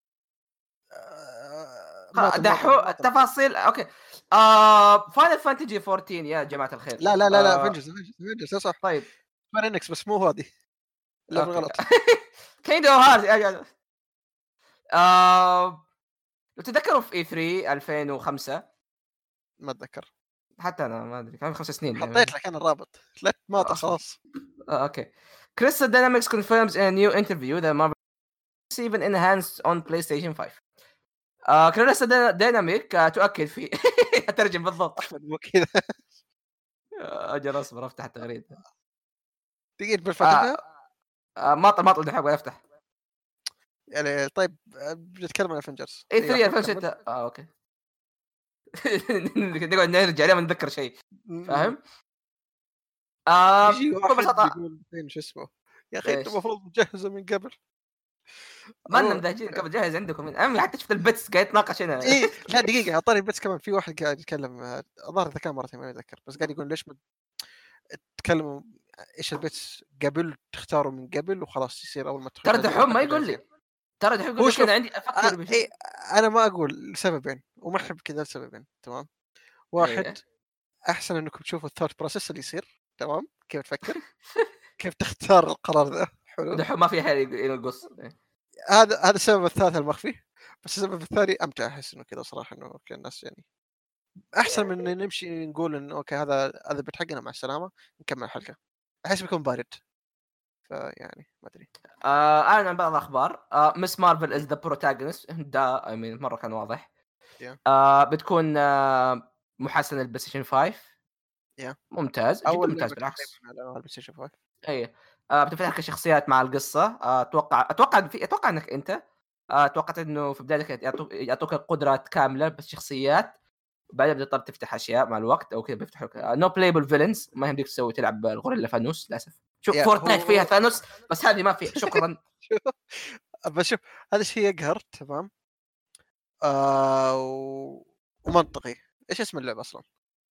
آه خلاص ماطل ماطل دحو ماطل تفاصيل اوكي. آه... فاينل فانتجي أربعة عشر يا جماعه الخير. لا لا لا لا آه... افنجرز افنجرز افنجرز صح طيب سكوير انكس بس مو هذه اللي اوكي بالغلط. كيندو هارت. آه... لو تتذكروا في اي ثلاثة ألفين وخمسة ما اتذكر حتى انا ما ادري كان خمس سنين حطيت يعني. لك انا الرابط لا ماطل اصبر خلاص. آه، اوكي. Crystal Dynamics confirms in a new interview that Marvel is even enhanced on PlayStation خمسة. آه كريستال دايناميك آه تؤكد في اترجم بالضبط. احمد مو كذا آه، اجل اصبر افتح التغريده. دقيقة آه بفتحها آه ماطل ماطل دحين ابغى افتح يعني طيب آه، بنتكلم عن افنجرز اي اي ثلاثة احمد كمل. ألفين وستة. اه اوكي. نقعد نرجع لما نتذكر شيء م- فاهم. آه يجي واحد ببساطه يقول فين شو اسمه يا اخي انت ايش المفروض مجهزه من قبل. ما لنا عموما مدهجين قبل جاهز عندكم من امي حتى شفت البتس قاعد يتناقش هنا. ايه لا دقيقة اعطاني بس كمان في واحد قاعد يتكلم آه، الظاهر اذا كان مرتين ما اتذكر بس قاعد يقول ليش ما تتكلموا ايش البيتس قبل تختاروا من قبل وخلاص يصير اول ما ترى تنزل دحوم اللعبة ما تكون يقول جاهزين. لي ترى دحين هو يقول لك شوف انا عندي آه افكر بشيء. إيه انا ما اقول لسببين وما احب كذا لسببين تمام. واحد، ايه احسن انكم تشوفوا الثوت بروسيس اللي يصير تمام، كيف تفكر، كيف تختار القرار ذا. حلو. دحين ما في احد ينقص. إيه. هذا هذا السبب الثالث المخفي. بس السبب الثاني امتع، احس انه كذا صراحه، انه اوكي الناس يعني احسن من إن نمشي نقول انه اوكي هذا هذا البيت حقنا مع السلامه نكمل الحلقه، احس بيكون بارد. فيعني ما ادري. آه انا عن بعض الاخبار آه مس مارفل از مم. ذا بروتاغونست ده اي مين مره كان واضح. يا آه بتكون آه محسن البلاي ستيشن خمسة. يا ممتاز جدا اول ممتاز لعبه بالعكس. تقريبا على البلاي ستيشن خمسة. اي آه بتفتح لك الشخصيات مع القصه. آه، اتوقع اتوقع في اتوقع انك انت آه، توقعت انه في بدايتك يعطوك يعطوك القدرات كامله بس شخصيات. بعدين بتضطر تفتح اشياء مع الوقت او كذا بيفتحوا لك نو بلايبل فيلنز ما يمديك تسوي تلعب الغوريلا فانوس للاسف. شوف يا فورتنايت فيها هو ثانوس بس هذه ما فيها شكرا. بس شوف هذا الشيء يقهر تمام. آه و... ومنطقي. ايش اسم اللعبه اصلا؟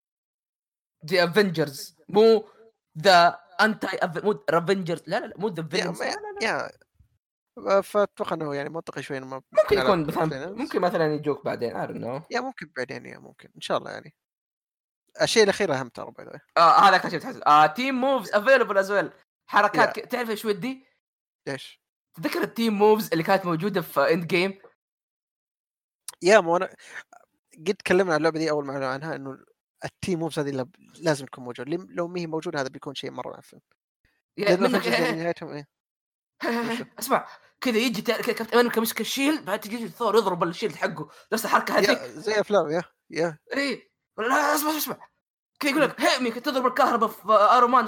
ذا افنجرز مو ذا انتي مو رافنجرز. لا لا لا مو ذا يا فيلنز. لا ما... لا لا يا فاتوقع انه يعني منطقي شوي انه ممكن تكون على يكون مثلا فينانس. ممكن مثلا يجوك بعدين I don't know. يا ممكن بعدين، يا ممكن ان شاء الله يعني. الشيء الاخير اهم ترى باي ذا. آه هذا اكتشفت حسن آه تيم موفز افيلبل از ويل. حركات يا ك... تعرف ايش ودي؟ ايش؟ تذكر التيم موفز اللي كانت موجوده في اند جيم. يا مو انا قد تكلمنا عن اللعبه دي اول ما اعلنوا عنها انه التيم موفز هذه لاب- لازم تكون موجود. لم- لو ما هي موجوده هذا بيكون شيء مره معفن. لانه منك افنجرز يعني نهايتهم ايه؟ وشو؟ اسمع كذا يجي تع- كذا كابتن امريكا مسك الشيل بعد تجي ثور يضرب الشيل حقه نفس الحركه هذيك. يا زي افلام يا يا ايه ولا لا اسمع اسمع كذا يقول لك هيمي تضرب الكهرباء في ايرومان.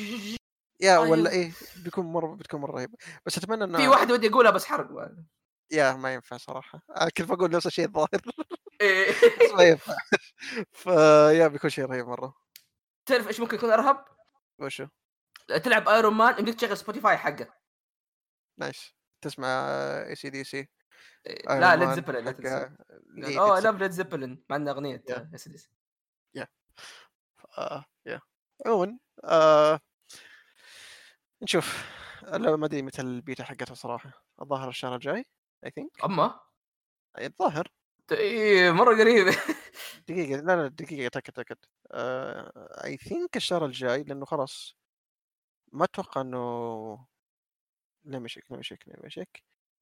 يا ولا ايوه ايه؟ بيكون مره بتكون مره رهيبه. بس اتمنى في انه واحده ودي اقولها بس حرق. يا ما ينفع صراحه. انا كنت بقول نفس الشيء الظاهر. إيه. بس ما ينفع. فيا بيكون شيء رهيب مره. تعرف ايش ممكن يكون ارهب؟ وشو؟ تلعب ايرون مان يمديك تشغل سبوتيفاي حقه. نايس. تسمع اي سي دي سي إيه، ايرون لا ليد مان زيبلين لا حق تنسى. قال ليد اوه لاف زيبلين. ليد زيبلين مع انه اغنيه يا اس دي. يا آه يا عموما آه نشوف اللعبة. ما ادري متى البيتا حقتها صراحة. الظاهر الشهر الجاي اي ثينك. اما الظاهر. ايه مره قريب. دقيقة لا لا دقيقة تأكد تأكد. اي ثينك الشهر الجاي لأنه خلاص ما أتوقع إنه لا مشيك لا مشيك لا مشيك.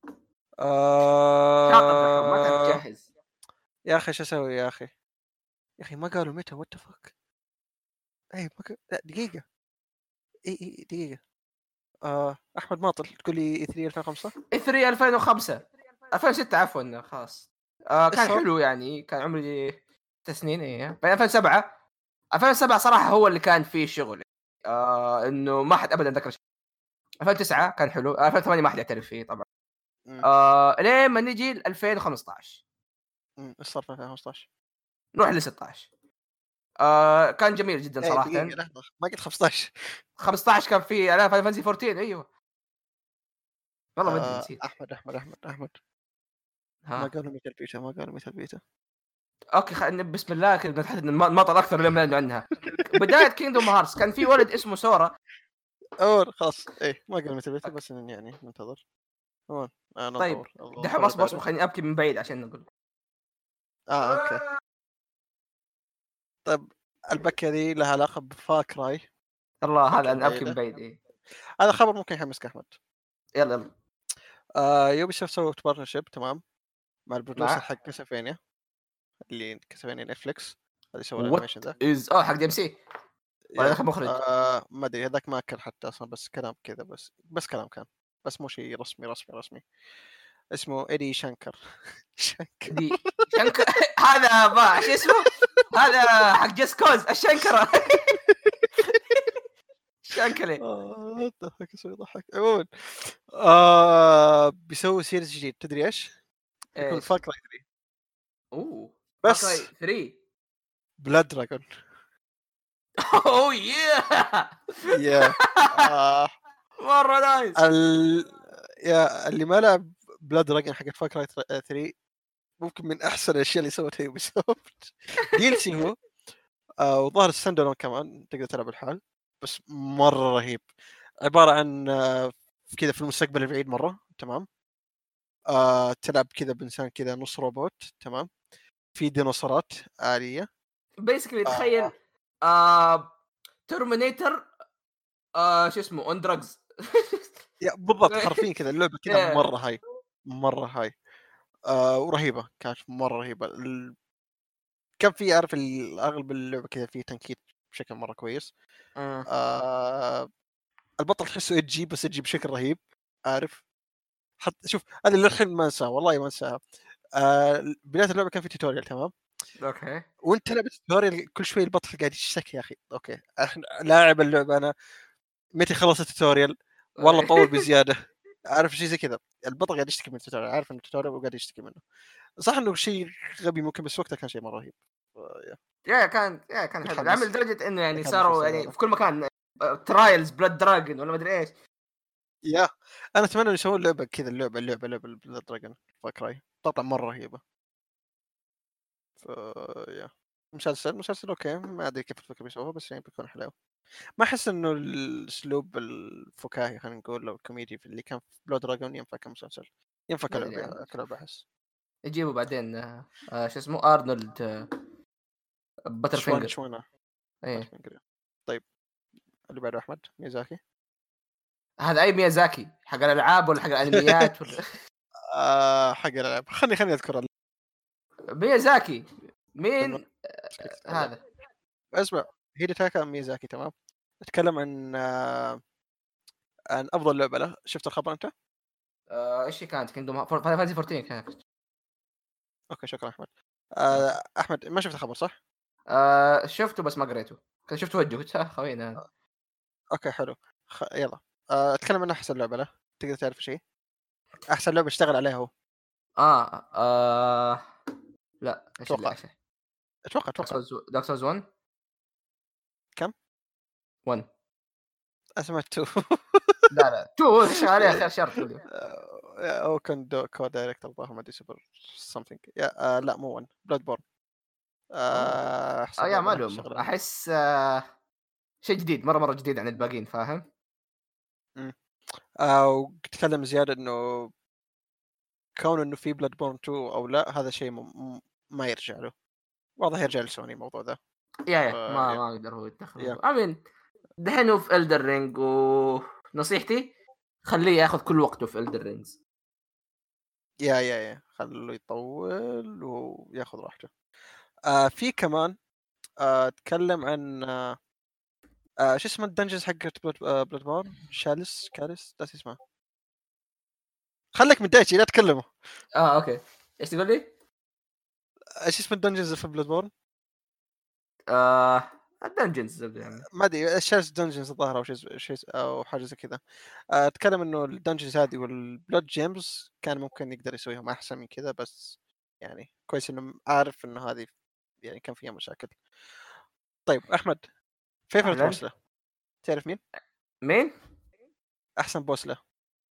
شاطر دحوم ما تعرف آه... تجهز. يا أخي شو أسوي يا أخي؟ يا أخي ما قالوا متى وات فك. أي ما ق... لا دقيقة. إي إي دقيقة. آه... أحمد ماطل تقول لي إي ثري ألفين وخمسة. اي ثري ألفين وخمسة ألفين وستة عفوا خلاص. آه إيش كان صار؟ حلو يعني كان عمري ست سنين ايه بعدين ألفين وسبعة. ألفين وسبعة صراحه هو اللي كان فيه شغل. آه انه ما حد ابدا ذكر شيء. ألفين وتسعة كان حلو. ألفين وثمانية ما حد يعترف فيه طبعا. مم. آه لين ما نجي ل ألفين وخمسطعش مم. إيش صار في ألفين وخمسطعش؟ نروح ل ستطعش. آه كان جميل جدا إيه صراحه. دقيقة لحظة ما قلت خمسطعش. خمسطعش كان في انا فاينل فانتسي أربعتاشر ايوه والله ما ادري آه... نسيت. أحمد أحمد أحمد أحمد ما ها قالوا متى البيتا ما قالوا متى البيتا. اوكي خلينا بسم الله كذا نتحدث عن المطر اكثر لما نعلن عنها. بدايه كينجدوم هارتس كان في ولد اسمه سورا. أول خلاص إيه ما قالوا متى البيتا أوكي. بس إن يعني ننتظر. هون آه طيب ننتظر دحين الخبر اللي اصبر اصبر بعده. خليني ابكي من بعيد عشان نقول. آه أوكي. طيب البكة دي لها علاقة بفاك راي. الله هذا ممكن انا ابكي من بعيدة. بعيد إيه. هذا خبر ممكن يحمسك أحمد. يلا يلا آه يوبي سوفت سوت بارتنرشيب تمام مع البرودوسر مع حق كاسلفينيا اللي كاسلفينيا نتفليكس اللي سوى وات الانيميشن ذا. از اه حق دي ام سي ولا يا دخل مخرج. آه ما ادري هذاك ما اكل حتى اصلا بس كلام كذا بس بس كلام كان بس مو شيء رسمي رسمي رسمي. اسمه ايدي شانكر. شانكر. دي شنكر. هذا با شو اسمه هذا حق جس كوز الشنكره. شنكلي آه يضحك اسمه يضحك عموما. آه بيسوي سيريز جديد تدري ايش؟ بيكون ايش فاك راي ثري اوه بس فاكراي ثري. بلاد دراجون. اوه يا يا آه مره نايس. ال... يا اللي ما لعب بلاد دراجون حق فاك راي ثري ممكن من احسن الاشياء اللي سوتها يوبي سوفت. دي ال سي هو آه وظهر الستاند الون كمان تقدر تلعب الحال بس مره رهيب. عباره عن آه كذا في المستقبل البعيد مره تمام. آه تلعب كذا بإنسان كذا نص روبوت، تمام، في ديناصورات آلية. بيسكلي آه تخيل آه... ترمينيتر آه... شو اسمه اون دراجز. يا بالضبط حرفيا كذا اللعبة كذا مرة هاي، مرة هاي. آه ورهيبة، كانت مرة رهيبة. ال... كان في أعرف ال- أغلب اللعبة كذا فيه تنكيت بشكل مرة كويس. آه البطل تحسه إدجي، بس إدجي بشكل رهيب، عارف. حتى شوف انا للحين ما انساها، والله ما انساها. آه بدايه اللعبه كان في توتوريال، تمام، اوكي وانت لعبه التوتوريال كل شوي البطل قاعد يشتكي، يا اخي اوكي احنا لاعب اللعبه انا، متى خلص التوتوريال؟ والله طول بزياده. عارف شيء زي كذا، البطل قاعد يشتكي من التوتوريال، عارف ان التوتوريال وقاعد يشتكي منه. صح انه شيء غبي ممكن، بس وقتها كان شيء مره رهيب. آه، يا يا كان يا كان حلو العمل متحمس لدرجه انه يعني انك هذا الشيء صاروا يسوي يعني هذا. في كل مكان ترايلز بلاد دراجون ولا ما ادري ايش. يا انا اتمنى ان يسوون لعبه كذا، اللعبه اللعبه لعبه بلاد دراجون فاكراي طبعا مره رهيبه. ف يا مسلسل مسلسل اوكي، ما ادري كيف الفكره بيسووها، بس يعني بيكون حلو. ما احس انه الاسلوب الفكاهي خلينا نقول، او الكوميدي في اللي كان في بلود دراجون ينفع كمسلسل، ينفع ما ادري كلعبه يعني يعني كلعبه احس. يجيبوا بعدين آه آه، شو اسمه ارنولد آه باتر شوان فينجر. شوانا ايه طيب اللي بعده احمد ميزاكي. هذا اي ميازاكي حق الالعاب ولا حق الانميات ولا آه حق الالعاب، خلني خلني اذكر ال- ميازاكي تمام. مين شكلك تتكلم. هذا؟ اسمع، هيديتاكا ميزاكي، تمام. نتكلم عن آه عن افضل لعبه له. شفت الخبر انت؟ آه، ايش هي كانت كينجدوم فانتسي أربعتاشر كانت. اوكي شكرا احمد. اوكي آه احمد ما شفت الخبر صح؟ آه شفته بس ما قريته، كنت شفت وجهه قلت ها خوينا هذا. اوكي حلو. خ... يلا آه اتكلم عن احسن لعبه له. تقدر تعرف شيء احسن لعبه اشتغل عليها هو؟ اه, آه لا ايش اللي اتوقع ايش اتوقع دارك اتوقع سولز دارك سولز واحد كم؟ واحد. اسمعت تو. لا لا تو اشتغل عليها خير شر تقول. او كان دو كو دايركتور الظاهر، ما ادري سوبر سمثينج يا آه لا مو ون بلاد بورن. اوه آه اه احسن يا لعبه ما له الومه اشتغل عليها. احس آه شيء جديد مره مره جديد عن الباقيين فاهم. أمم. آه وتكلم زياده انه كون انه في بلاد بورن تو او لا، هذا شيء م... م... ما يرجع له، واضح يرجع لسوني الموضوع ذا. يا ف يا ما يا ما اقدر هو يا يتدخل امين. دحين هو في الدر رينج ونصيحتي خليه ياخذ كل وقته في الدر رينجز. يا يا يا خلوا يطول وياخذ راحته. آه في كمان آه اتكلم عن آه آه شو اسمه الدنجنز حقت بلاد, آه بلاد بورن، شالس كالس ناس اسمه. خليك من دايتشي لا تكلمه. اه اوكي ايش تقول لي؟ ايش اسم الدنجنز في بلاد بورن؟ آه الدنجنز يعني. ما ادري شالس دنجنز الظاهر، او شيء شيء او حاجه زي كذا. آه، اتكلم انه الدنجنز هذه والبلود جيمز كان ممكن يقدر يسويهم احسن من كذا، بس يعني كويس انه عارف انه هذه يعني كان فيها مشاكل. طيب احمد، فيفرت اهلا. بوس له تعرف مين؟ مين؟ احسن بوس له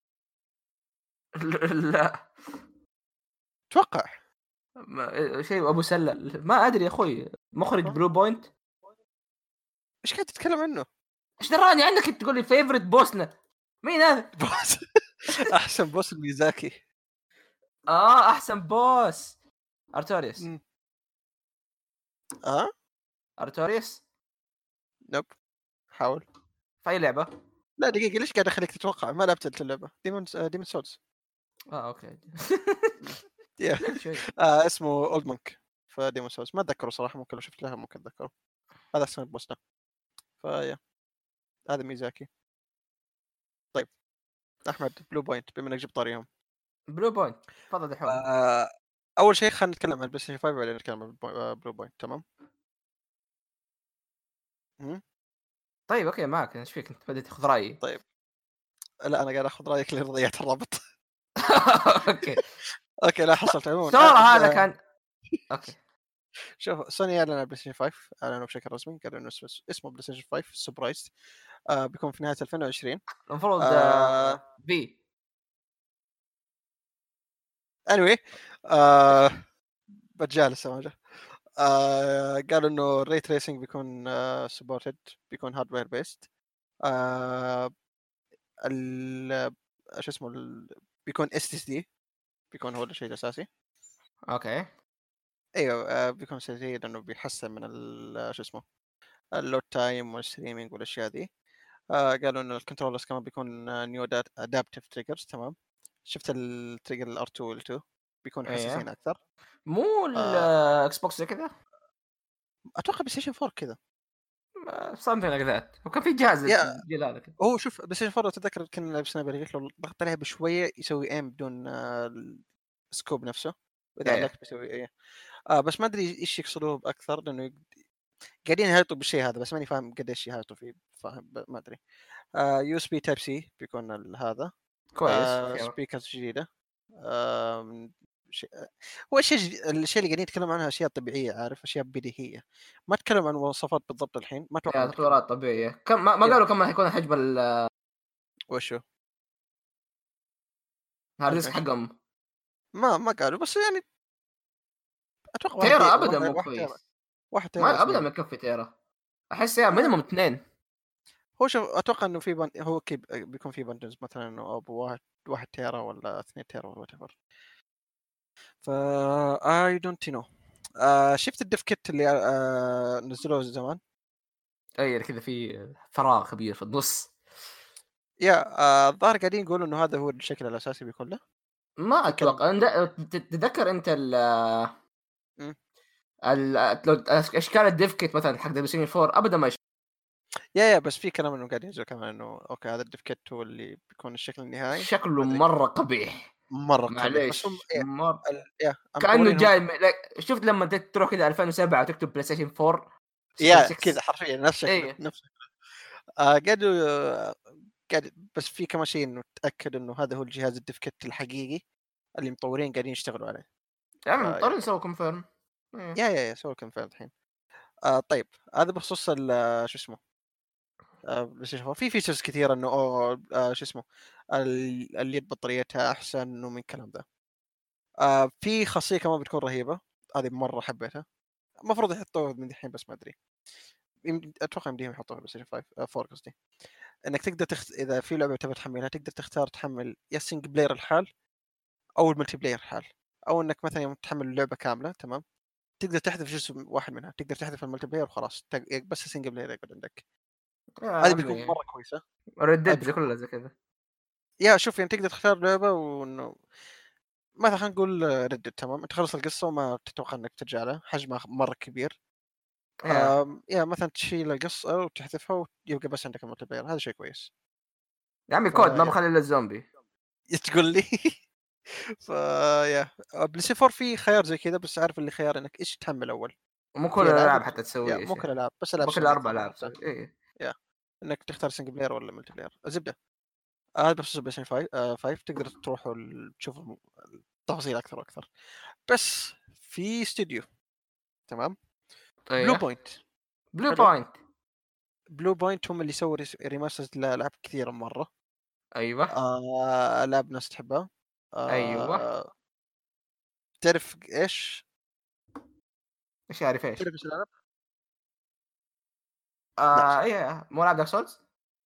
لا توقع. ما- شيء ابو سله ما ادري يا اخوي مخرج ها؟ بلو بوينت. ايش قاعد تتكلم عنه؟ ايش دراني عنك تقول لي فيفرت بوسنا مين هذا؟ بوس احسن بوس الميزاكي. اه احسن بوس ارتوريوس. مم. اه ارتوريوس نوب حاول. في اي لعبه؟ لا دقيقه، ليش قاعد اخليك تتوقع؟ ما لعبت اللعبه ديمون ديمون سولز. اه اوكي. يا لعبت شوي. آه اسمه اولد مونك فديمون سولز، ما اتذكره صراحه، ممكن لو شفت لها ممكن اتذكره. هذا احسن بوس له. فيا هذا ميزاكي. طيب احمد، بلو بوينت بما انك جبت طاريهم. بلو بوينت تفضل دحوم. آه اول شيء خلينا نتكلم عن البلاي ستيشن خمسة بعدين نتكلم عن البو- آه، بلو بوينت، تمام. مم. طيب اوكي معك ايش فيك انت بديت تاخذ رايي. طيب لا انا قاعد اخذ رايك لين ضيعت الرابط. اوكي اوكي لا حصلت عموما. ترى آه هذا ب- كان اوكي. شوف سوني اعلن عن بلاي ستيشن خمسة، اعلنوا بشكل رسمي، قالوا انه اسمه اسمه بلاي ستيشن خمسة سبرايز. آه بيكون في نهايه ألفين وعشرين. المفروض آه في anyway آه بتجالس سماجه. آه قالوا انه الري تريسنج بيكون آه سبورتد، بيكون هاردوير بيست. آه ال شو اسمه ال... بيكون اس اس دي، بيكون هو الشيء الاساسي. اوكي. ايوه آه، بيكون اساسي لانه بيحسن من ال- شو اسمه اللود تايم والستريمينج والاشياء ذي. آه قالوا ان الكنترولرز كمان بيكون نيو ادابتيف تريجرز. تمام. شفت التريجر الار اتنين وال اتنين بيكون حساسين ايه اكثر. مو آه الاكس بوكس زي كذا. اتوقع بلاي ستيشن فور كذا. something like that، وكان في جهاز يا الجيل هذا كذا. هو شوف بلاي ستيشن فور تتذكر كنا لابسنا بريك لو ضغطت عليها بشويه يسوي ايم بدون آه السكوب نفسه، واذا ايه علقت بيسوي ايه. آه بس ما ادري ايش يقصدوه باكثر لانه قاعدين يهايطوا بالشيء هذا بس ماني فاهم قديش يهايطوا فيه. فاهم ما ادري. آه يو اس بي تايب سي بيكون ال- هذا. كويس آه خيار. سبيكرز جديده. آه شيء هو الشيء الجديد- الشيء اللي قاعدين يتكلم عنها اشياء طبيعيه، عارف، اشياء بديهيه. ما تكلم عن مواصفات بالضبط الحين، ما اتوقع يا انه يتكلم. تطويرات طبيعيه، كم ما, ما يا قالوا كم حيكون حجم الهارد وشو ديسك حجم ايش؟ حقهم. ما ما قالوا بس يعني اتوقع واحد تيرا دي... ابدا واحد مو واحد تيرا. كويس. واحد تيرا ما بس ابدا مين. ما يكفي تيرا. احس يا آه. مينيموم اثنين. هو شوف اتوقع انه في بن... هو كيب... بيكون في بندلز مثلا انه ابو واحد واحد تيرا ولا اثنين تيرا ولا وات ايفر. ف اي دونت نو. شفت الديف كيت اللي آه نزلوه زمان. اي كذا في فراغ كبير في النص. يا آه، الظاهر قاعدين يقولوا انه هذا هو الشكل الاساسي بيكون له. ما في كلام. اتوقع أند- تتذكر انت ال مم. ال لو اشكال الديف كيت مثلا حق دبليو سي أربعة ابدا ما يش- يا يا بس في كلام انه قاعد ينزل كمان انه اوكي هذا الديف كيت هو اللي بيكون الشكل النهائي. شكله ما ادري مره قبيح. مره قبيح بس هم معليش إيه مر... ال... يا كانه مطورين هم. جاي م... like- شفت لما انت تروح كذا ألفين وسبعة وتكتب بلاي ستيشن أربعة يا ستة. كذا حرفيا نفس شكله اي نفس. آه قاعدوا آه، قاعد بس في كمان شيء انه تاكد انه هذا هو الجهاز الديف كيت الحقيقي اللي مطورين قاعدين يشتغلوا عليه. يا عمي فيا مضطرين نسوي كونفيرم. يا يا يا سووا كم فعلا الحين. آه طيب هذا بخصوص ال- آه، شو اسمه آه، بلاي ستيشن فور. في فيتشرز كثيره انه اوه آه شو اسمه ال- اليد بطاريتها احسن ومن الكلام ذا. آه في خاصيه كمان بتكون رهيبه، هذه مره حبيتها. المفروض يحطوها من الحين بس ما ادري. يم- اتوقع يمديهم يحطوها في بلاي ستيشن خمسة آه فور قصدي. انك تقدر تخت... اذا في لعبه تبغى تحملها تقدر تختار تحمل يا سنجل بلاير الحال او الملتي بلاير الحال. او انك مثلا يوم تحمل اللعبه كامله تمام تقدر تحذف جزء واحد منها، تقدر تحذف الملتي بلاير وخلاص تق... بس السنجل بلاير يقعد عندك. يا هذه بتكون عمي مره كويسه. هذه ردد زي بتكون كلها زي كذا. يا شوف يعني تقدر تختار لعبه وانه مثلا خلينا نقول ردد تمام انت خلص القصه وما تتوقع انك ترجع لها، حجمها مره كبير. يا آم، يا مثلا تشيل القصه وتحذفها ويبقى بس عندك الملتي بلاير، هذا شيء كويس. يا عمي كود ما فيا بخلي الا الزومبي. تقول لي فيا بلاي ستيشن فور في خيار زي كذا بس عارف اللي خيار انك ايش تحمل اول. مو كل في العاب الالعاب وفي... حتى يا تسوي مو شيء. كل الالعاب بس العاب مو كل سوني اربع اتوقع العاب نفسها. تسوي اي. يا انك تختار سنجل بلاير ولا ملتي بلاير الزبده. هذا بخصوص بلاي ستيشن خمسة تقدر تروحوا ال- تشوفوا التفاصيل اكثر واكثر. بس في استوديو تمام بلو ايه بوينت. بلو حلو. بوينت. بلو بوينت هم اللي سووا ريماسترز لالعاب كثيره مره. ايوه آه، العاب ناس تحبها. ايوه. آه، تعرف ايش؟ ايش يعرف ايش؟ تعرف ايش الالعاب؟ لا آه صح. ايه مو لعب دارك سولز.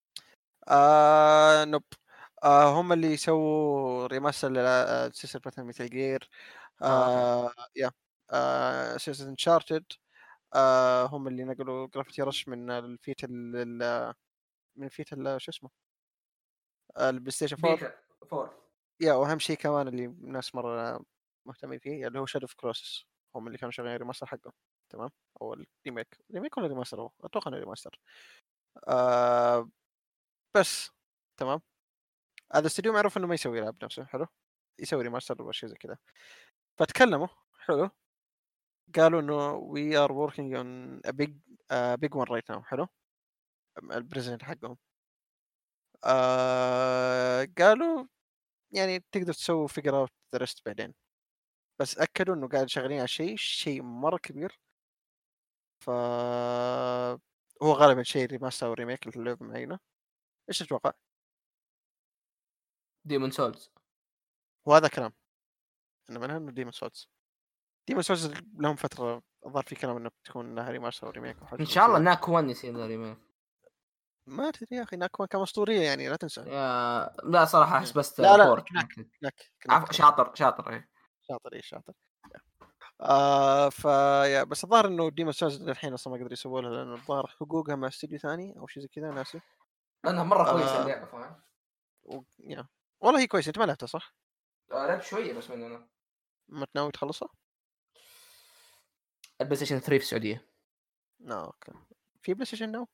آه نوب. آه هم اللي سووا ريماستر لسلسله مثلا مثل جير. اه اوكي. آه يا آه سلسله انشارتد. آه هم اللي نقلوا جرافيتي رش من الفيت ال ال- من الفيت ال- شو اسمه البلاي ستيشن فور. بيتا فور. يا واهم شيء كمان اللي الناس مره مهتمين فيه اللي هو شادو اوف كروسس. هم اللي كانوا شغالين ريماستر حقه تمام او الريميك ريميك ولا ريماستر هو اتوقع انه ريماستر. آه بس تمام. هذا الاستديو معروف انه ما يسوي لعب نفسه حلو، يسوي ريماستر واشياء زي كذا. فتكلموا حلو قالوا انه وي ار وركينج اون ا بيج بيج وان رايت ناو حلو. البريزنت حقهم آه قالوا يعني تقدر تسوي فيجر اوت ذا ريست بعدين. بس اكدوا انه قاعد شغالين على شيء شيء مره كبير. ف هو غالبا شيء ريماستر او ريميك للعبه معينه. ايش تتوقع؟ ديمون سولز. وهذا كلام انه منها انه ديمون سولز. ديمون سولز لهم فتره الظاهر في كلام انه بتكون لها ريماستر او ريميك او ان حاجه زي شاء الله كذا. ناك واحد يصير ذا ريميك. ما تدري يا اخي ناك كان اسطوريه يعني لا تنسى. يا لا صراحه احس إيه. بس لا لا بورت كناك ممكن. كناك كناك عفوا، شاطر شاطر إيه. شاطر اي شاطر. آه فيا بس الظاهر انه ديما سولز الحين اصلا ما قدروا يسووا لها لانه الظاهر حقوقها مع استديو ثاني او شيء زي كذا ناسي. لانها مره كويسه آه اللعبه فاهم. و... يا. والله هي كويسه انت ما لعبتها صح؟ آه، لعبت شويه بس من انا ما تناوي تخلصها؟ البلاي ستيشن ثري في السعوديه. لا اوكي. في بلاي ستيشن ناو؟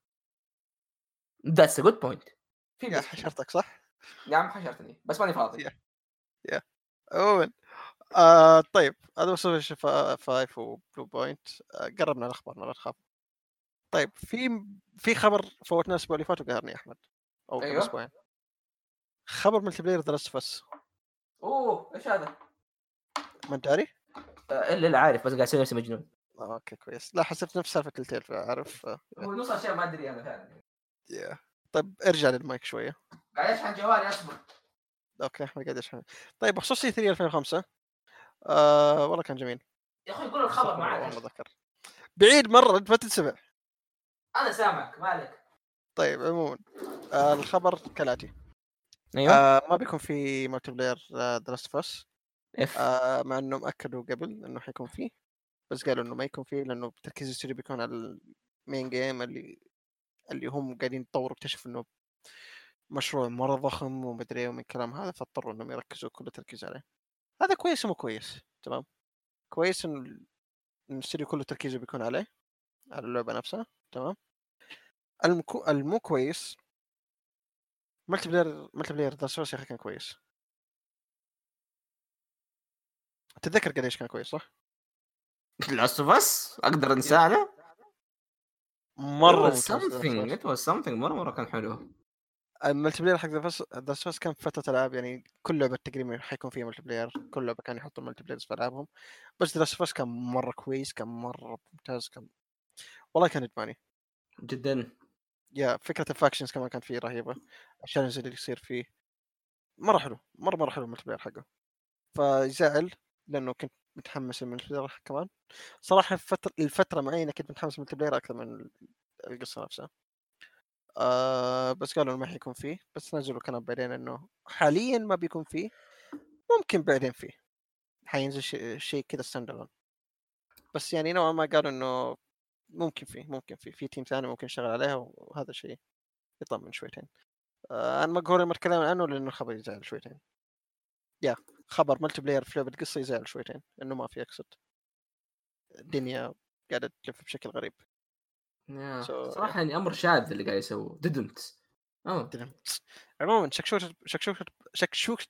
ذاتس ا جود بوينت. في يا بلاي ستيشن. حشرتك صح؟ نعم حشرتني بس ماني فاضي. يا يا عموما آه طيب هذا بس فايف وبلو بوينت. آه قربنا الاخبار ما تخاف. طيب في في خبر فوتنا الاسبوع اللي فات وقهرني يا احمد او قبل ايوه. اسبوعين. خبر ملتي بلاير ذا لاست اوف اس. اوه ايش هذا؟ ما انت داري؟ آه، الا اللي عارف بس قاعد اسوي نفسي مجنون. آه اوكي كويس. لا حسبت نفس سالفه تلتيل فعارف. آه. هو نص الاشياء ما ادري انا فعلا. yeah. طيب ارجع للمايك شويه. قاعد اشحن جوالي اصبر. اوكي احمد قاعد يشحن. طيب بخصوص سي ثري ألفين وخمسة. آه والله كان جميل. يا اخوي قول الخبر استغفر الله معاك. والله ذكر. بعيد مره انت ما تنسمع. انا سامعك مالك. طيب عموما آه الخبر كالاتي. ايوه. آه ما بيكون في مالتي بلاير ذا لاست اوف اس. اف. آه مع انهم اكدوا قبل انه حيكون فيه بس قالوا انه ما يكون فيه لانه تركيز الاستوديو بيكون على المين جيم اللي اللي هم قاعدين يطوروا اكتشفوا انه مشروع مرة ضخم ومدري ايه ومن الكلام هذا فاضطروا انهم يركزوا كل التركيز عليه. هذا كويس ومو كويس تمام. كويس ان إن الاستوديو كله تركيزه بيكون عليه على اللعبة نفسها تمام. المكو... المو كويس ملتي بلاير ملتي بلاير ذا سورس يا اخي كان كويس. تتذكر قديش كان كويس صح؟ لاست اوف اس اقدر يب. انساه انا. It مرة was ممتاز ذا something سورس. it was something مره مره كان حلو. الملتي بلاير حق ذا سورس كان في فترة العاب يعني كل لعبة تقريبا حيكون فيها ملتي بلاير كل لعبة كانوا يحطوا ملتي بلايرز في العابهم. بس ذا سورس كان مرة كويس كان مرة ممتاز كان والله كان ادماني. جدا. يا فكرة الفاكشنز كمان كانت فيه رهيبة. الشالنج اللي يصير فيه مرة حلو مرة مرة حلو الملتي بلاير حقه. فيزعل لأنه كنت متحمس للملتي بلاير كمان. صراحة فترة الفترة معينة كنت متحمس للملتي بلاير أكثر من القصة نفسها. آه بس قالوا ما حيكون فيه بس نزلوا كلام بعدين إنه حاليا ما بيكون فيه. ممكن بعدين فيه حينزل شيء شيء كذا ستاند الون. بس يعني نوعا ما قالوا إنه ممكن فيه ممكن فيه في تيم ثاني ممكن يشتغل عليها وهذا شيء يطمن شويتين. آه انا ما اقول لما اتكلم عنه لانه الخبر يزعل شويتين. يا خبر ملتي بلاير في لعبه قصه يزعل شويتين انه ما في اقصد الدنيا قاعده تلف بشكل غريب. يا سو صراحه يعني امر شاذ اللي قاعد يسووه didn't. اه عموما شكشوكه شكشوكه شكشوكه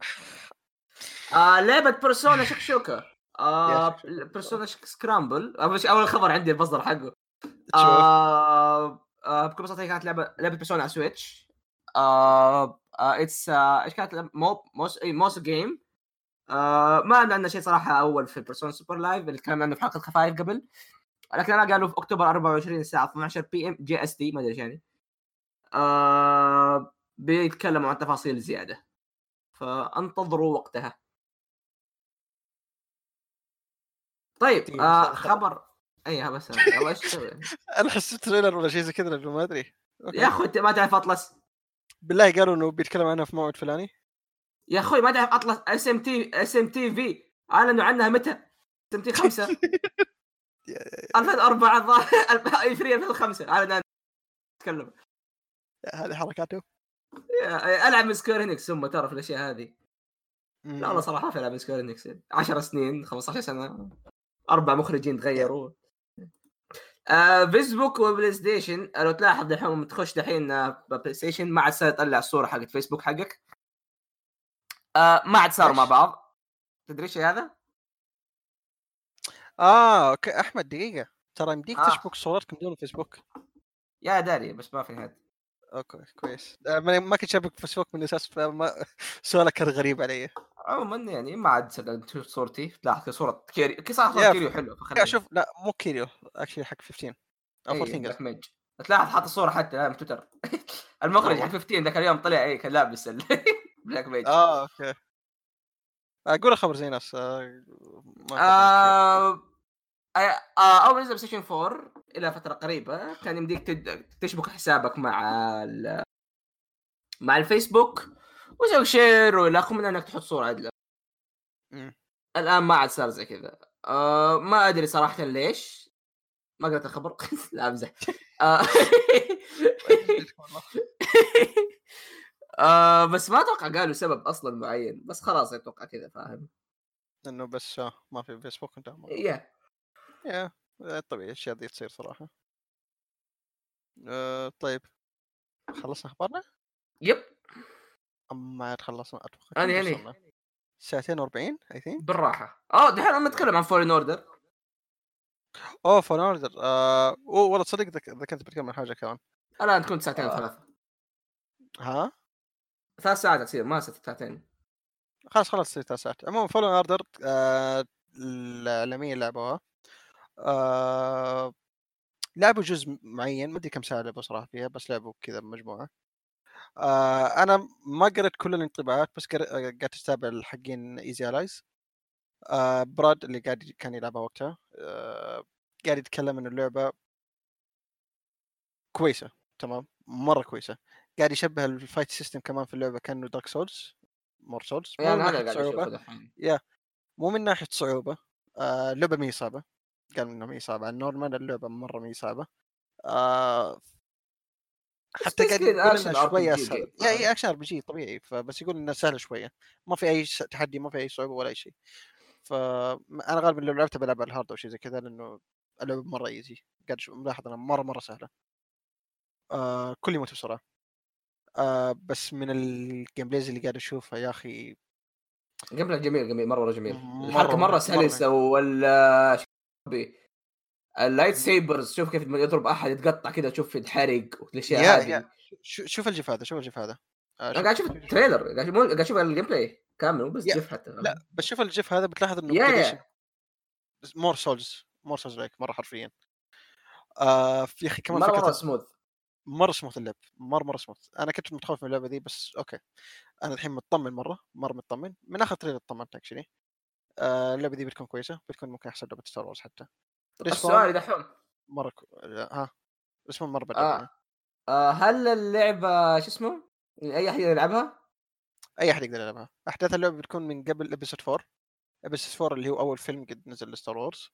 آه لعبة بيرسونا شكشوكة. يا آه شكشوكه بيرسونا شك سكرامبل اول شيء اول خبر عندي المصدر حقه. شوف آه آه بكل بساطة هي كانت لعبة لعبة بيرسونا على سويتش. آه آه اتس آه ايش كانت لعبة؟ مو موس اي موس جيم. آه ما عندنا شيء صراحة اول في بيرسونا سوبر لايف اللي تكلمنا عنه في حلقة خفايف قبل. لكن انا قالوا في اكتوبر أربعة وعشرين الساعة اثني عشر بي ام جي اس تي ما ادري ايش يعني. آه بيتكلموا عن تفاصيل زيادة فانتظروا وقتها. طيب دقيقة بس آه هذا خبر. خبر. اي بس والله ايش تسوي؟ انا حسيت تريلر ولا شيء زي كذا لانه ما ادري. يا اوكي اخوي انت ما تعرف اطلس. بالله قالوا انه بيتكلم عنها في موعد فلاني. يا اخوي ما تعرف اطلس اس ام تي اس ام تي في اعلنوا عنها متى؟ اس ام تي خمسة ألفين وأربعة الظاهر اي ثري ألفين وخمسة اعلن. اتكلم هذه حركاته. العب من سكوير هينكس ثم ترى في الاشياء هذه. لا والله مم. صراحه في العب من سكوير هينكس عشر سنين خمسة عشر سنه اربع مخرجين تغيروا. آه فيسبوك وبلاي ستيشن لو تلاحظ دحين تخش دحين آه بلاي ستيشن ما عاد صار يطلع الصوره حقت فيسبوك حقك. آه ما عاد صاروا مع ايش؟ بعض. تدري ايش هذا؟ اه اوكي احمد دقيقة ترى يمديك اه تشبك صورتك من دون فيسبوك. يا داري بس ما في هذا. اوكي كويس. آه، ما ما كنت شابك في فيسبوك من الاساس فما سؤالك كان غريب علي. عموما يعني ما عاد صدق تشوف صورتي تلاحظ صورة كيريو كي صار صورة يا ف... كيريو حلوة يا فخليها. شوف لا مو كيريو اكشلي حق خمستاشر او اي أربعتاشر بلاك قصدي. ميج. تلاحظ حاط الصورة حتى لا من تويتر. المخرج حق والله خمستاشر ذاك اليوم طلع اي كان لابس ال- بلاك ميج. اه اوكي اقول خبر زي ناس آه، ما اتوقع انك. آه... آه... اول نزل بلاي ستيشن فور إلى فترة قريبة كان يمديك تد تشبك حسابك مع ال مع الفيسبوك وتسوي شير والى آخره من إنك تحط صورة عدلة. إمم. الآن ما عاد صار زي كذا. آآ ما أدري صراحةً ليش، ما قريت الخبر. لا أمزح. آآ والله. آآ بس ما أتوقع قالوا سبب أصلًا معيّن، بس خلاص أتوقع كذا فاهم؟ إنه بس آه، ما في فيسبوك انتهى الموضوع. yeah. ياه! طبيعي الأشياء دي تصير صراحة. آآ طيب خلصنا أخبارنا؟ يب. أم ما عاد خلصنا أتوقع كم أنهي، أنهي؟ وصلنا؟ ساعتين وأربعين I think. بالراحة. آه دحين أنا ياه! باتكلم عن Fallen Order. أوه Fallen Order آآ أوه والله تصدق ذك ذكرت بتكلم عن حاجة كمان. الآن كنت ساعتين آه. و3. ها؟ ثلاث ساعات تصير ما ست ساعتين. خلاص خلاص ست ساعات. عمومًا Fallen Order آآ العالمية لعبوها. آآ لعبوا جزء معين ما أدري كم ساعة لعبوا صراحة فيها، بس لعبوا كذا مجموعة. آآ أنا ما قريت كل الانطباعات بس قر قعدت أتابع الحقين Easy Allies. آآ براد اللي قاعد كان يلعبها وقتها آآ قاعد يتكلم إنه اللعبة كويسة، تمام، مرة كويسة. قاعد يشبه الfight system كمان في اللعبة كأنه Dark Souls more Souls مو يعني من هذا ناحية اللي قاعد صعوبة. أشوفه دحين. يا مو من ناحية صعوبة. آآ اللعبة ما هي صعبة، قال إنها ما هي صعبة على الnormal اللعبة مرة ما هي صعبة. آآ بس حتى قاعد basically يقول إنها action شوية آر بي جي أسهل، game يا هي فاهم؟ أكشن آر بي جي طبيعي، فبس يقول إنها سهلة شوية، ما في أي س تحدي، ما في أي صعوبة ولا أي شيء. ف أنا غالبًا لو لعبتها بالعبها على الهارد أو شيء زي كذا لأنه اللعبة مرة easy. قاعد أشوف ملاحظ إنها مرة مرة سهلة. آآ الكل يموت بسرعة. آآ بس من الجيم بلايز اللي قاعد أشوفها يا أخي gameplay جميل، جميل مرة، مرة جميل. الحركة مرة مرة مرة سلسة وال شو ربي اللايت سيبرز شوف كيف لما يضرب أحد يتقطع كذا تشوف ينحرق والأشياء يا يا هذه. ش شوف الجيف هذا، شوف الجيف هذا. آآ أنا قاعد شوف أشوف شوف شوف التريلر قاعد مو قاعد أشوف الجيم بلاي كامل مو بس يا جيف حتى لأ فاهم؟ بس شوف الجيف هذا بتلاحظ إنه يا قديش يا more souls more souls like مرة حرفيًا. آآ يا أخي كمان مرة فكرة مرة ال سموث. مرة سموث اللعب، مرة مرة سموث. أنا كنت متخوّف من اللعبة دي بس أوكي. أنا الحين متطمن مرة، مرة متطمن. من آخر تريلر اتطمنت actually. آآ اللعبة دي بتكون كويسة، بتكون ممكن أحسن لعبة Star Wars حتى. السؤال Respawn دحوم مرة ك ها Respawn مرة آه. بتعجبني. آه هل اللعبة شو اسمه؟ أي أحد يقدر يلعبها؟ أي أحد يقدر يلعبها. أحداث اللعبة بتكون من قبل episode four. episode four اللي هو أول فيلم قد نزل لStar Wars.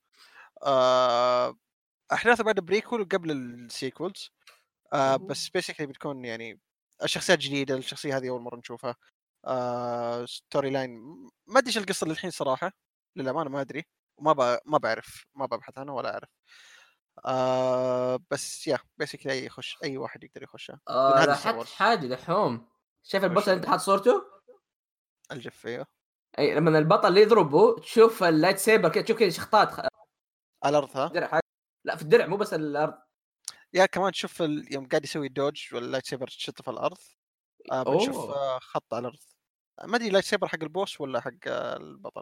آآ أحداثه بعد prequel وقبل الsequels. آآ أوه. بس basically بتكون يعني الشخصيات جديدة، الشخصية هذه أول مرة نشوفها. آآ story line ما أدري إيش القصة للحين صراحة، للأمانة ما أدري. وما ب ما باعرف، ما بابحث عنها ولا أعرف. آآ بس yeah basically أي يخش أي واحد يقدر يخشها، لأن آه هذه Star لاحظت Wars. حاجة دحوم. شايف البطل وش اللي هي؟ أنت حاط صورته؟ الجف أيوه. أي لما البطل اللي يضربه تشوف اللايت سيبر كذا تشوف كذا شخطات خ... على الأرض ها؟ درع حاجة. لا في الدرع مو بس الأرض. يا كمان تشوف ال يوم قاعد يسوي dodge واللايت سيبر تشطه في الأرض. آآ بنشوف أوه. آه خط على الأرض. ما أدري لايت سيبر حق الboss والّا حق آه البطل.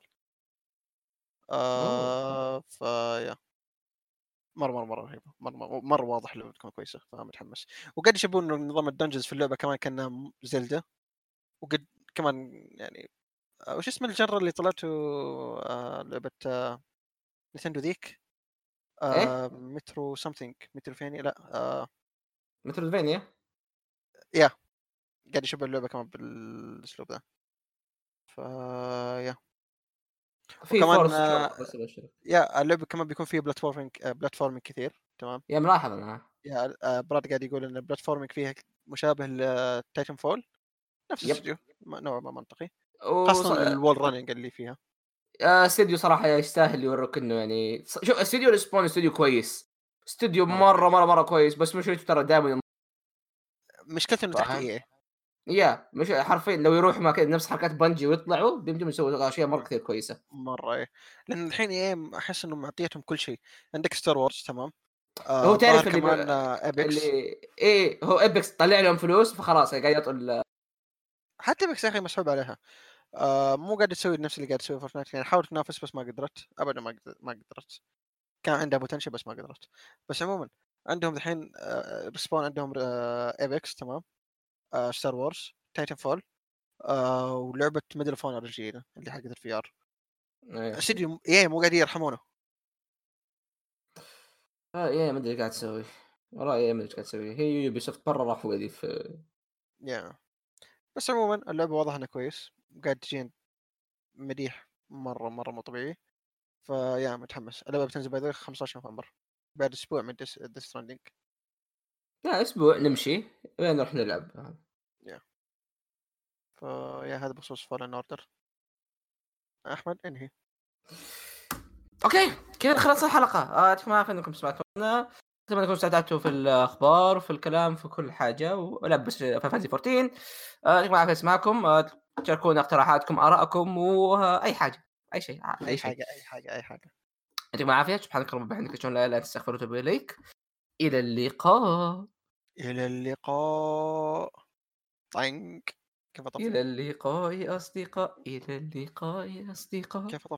أوه. آآ فيا مرة، مرة، مرة رهيبة. مرة، مرة مرة واضح اللعبة بتكون كويسة، فمتحمس. وقاعد يشبهون إنه نظام الdungeons في اللعبة كمان كأنها م زلدة. وقد كمان يعني آآ وش اسم الجَرّة اللي طلعته آآ لعبة نينتندو ذيك؟ إيه؟ آآ مترو something متروفينيا لأ آآ متروفينيا. ياه قاعد يشبه اللعبة كمان بالأسلوب ذا. فيا في وكمان فورس آه، شورت بس ابشرك. يا اللعبة كمان بيكون فيها platforming آآ platforming كثير تمام. يا ملاحظ انا. يا آآ براد قاعد يقول إن الplatforming فيها ك مشابه لTitanfall. نفس يب. الاستوديو م نوعًا ما منطقي. خاصةً وص... الwall running اللي فيها. آه، استديو صراحه يستاهل يوروك انه يعني ص- شوف استديو ريسبون استديو كويس. استديو مرة مره كويس. مره مره كويس بس مشكلته ترى دائما. مشكلته إنه تحت فاهم؟ إي إيه. يا مش حرفيا لو يروحوا ما كده نفس حركات بنجي ويطلعوا بيمدوا يسووا اشياء مره إمم. كثير كويسه. مرة إيه. لأن الحين إي إيه م أحس إنه معطيتهم كل شيء. عندك Star Wars تمام. هو آآ الظاهر تعرف اللي ب... كمان اللي Apex. ايه هو ايبكس طلع لهم فلوس فخلاص قاعد يعطوا ال... حتى Apex يا أخي مسحوب عليها. آآ مو قاعدة تسوي نفس اللي قاعد تسويه فورتنايت. يعني حاولت تنافس بس ما قدرت، أبدًا ما قد ما قدرت. كان عندها potential بس ما قدرت. بس عمومًا عندهم الحين آآ Respawn عندهم آآ Apex تمام. آآ Star Wars، Titanfall، آآ ولعبة Medal of Honor الجديدة اللي حقت الVR. إيه. استديو إيه مو قاعدين يرحمونه. آه إيه ما أدري إيش قاعد تسوي، والله إيه ما أدري إيش قاعد تسوي، هي يوبيسوفت مرة راحوا ذي في. يا بس عموما اللعبة واضح انه كويس، قاعد تجين مديح مرة مرة مو طبيعي. فيا متحمس. اللعبة بتنزل بعد خمسة عشر نوفمبر، بعد اسبوع من ديس ديس ستراندينج. لا أسبوع نمشي وين نروح نلعب. يا فيا هذا بخصوص فالن اوردر. احمد انهي. اوكي كذا خلصت الحلقه، آه، يعطيكم العافيه انكم سمعتونا، اتمنى انكم استمتعتوا في الاخبار وفي الكلام في كل حاجه ولبس في فانتسي أربعة عشر. آه، يعطيكم العافيه اسمعكم، آه، تشاركونا اقتراحاتكم ارائكم واي حاجه، اي شيء آه، اي اي شيء. حاجة اي حاجة اي حاجة. يعطيكم العافيه، سبحانك اللهم وبحمدك اشهد ان لا اله الا انت استغفرك واتوب اليك. الى اللقاء. الى اللقاء. طعنق. كيف اطفي؟ الى اللقاء اصدقاء، الى اللقاء اصدقاء. كيف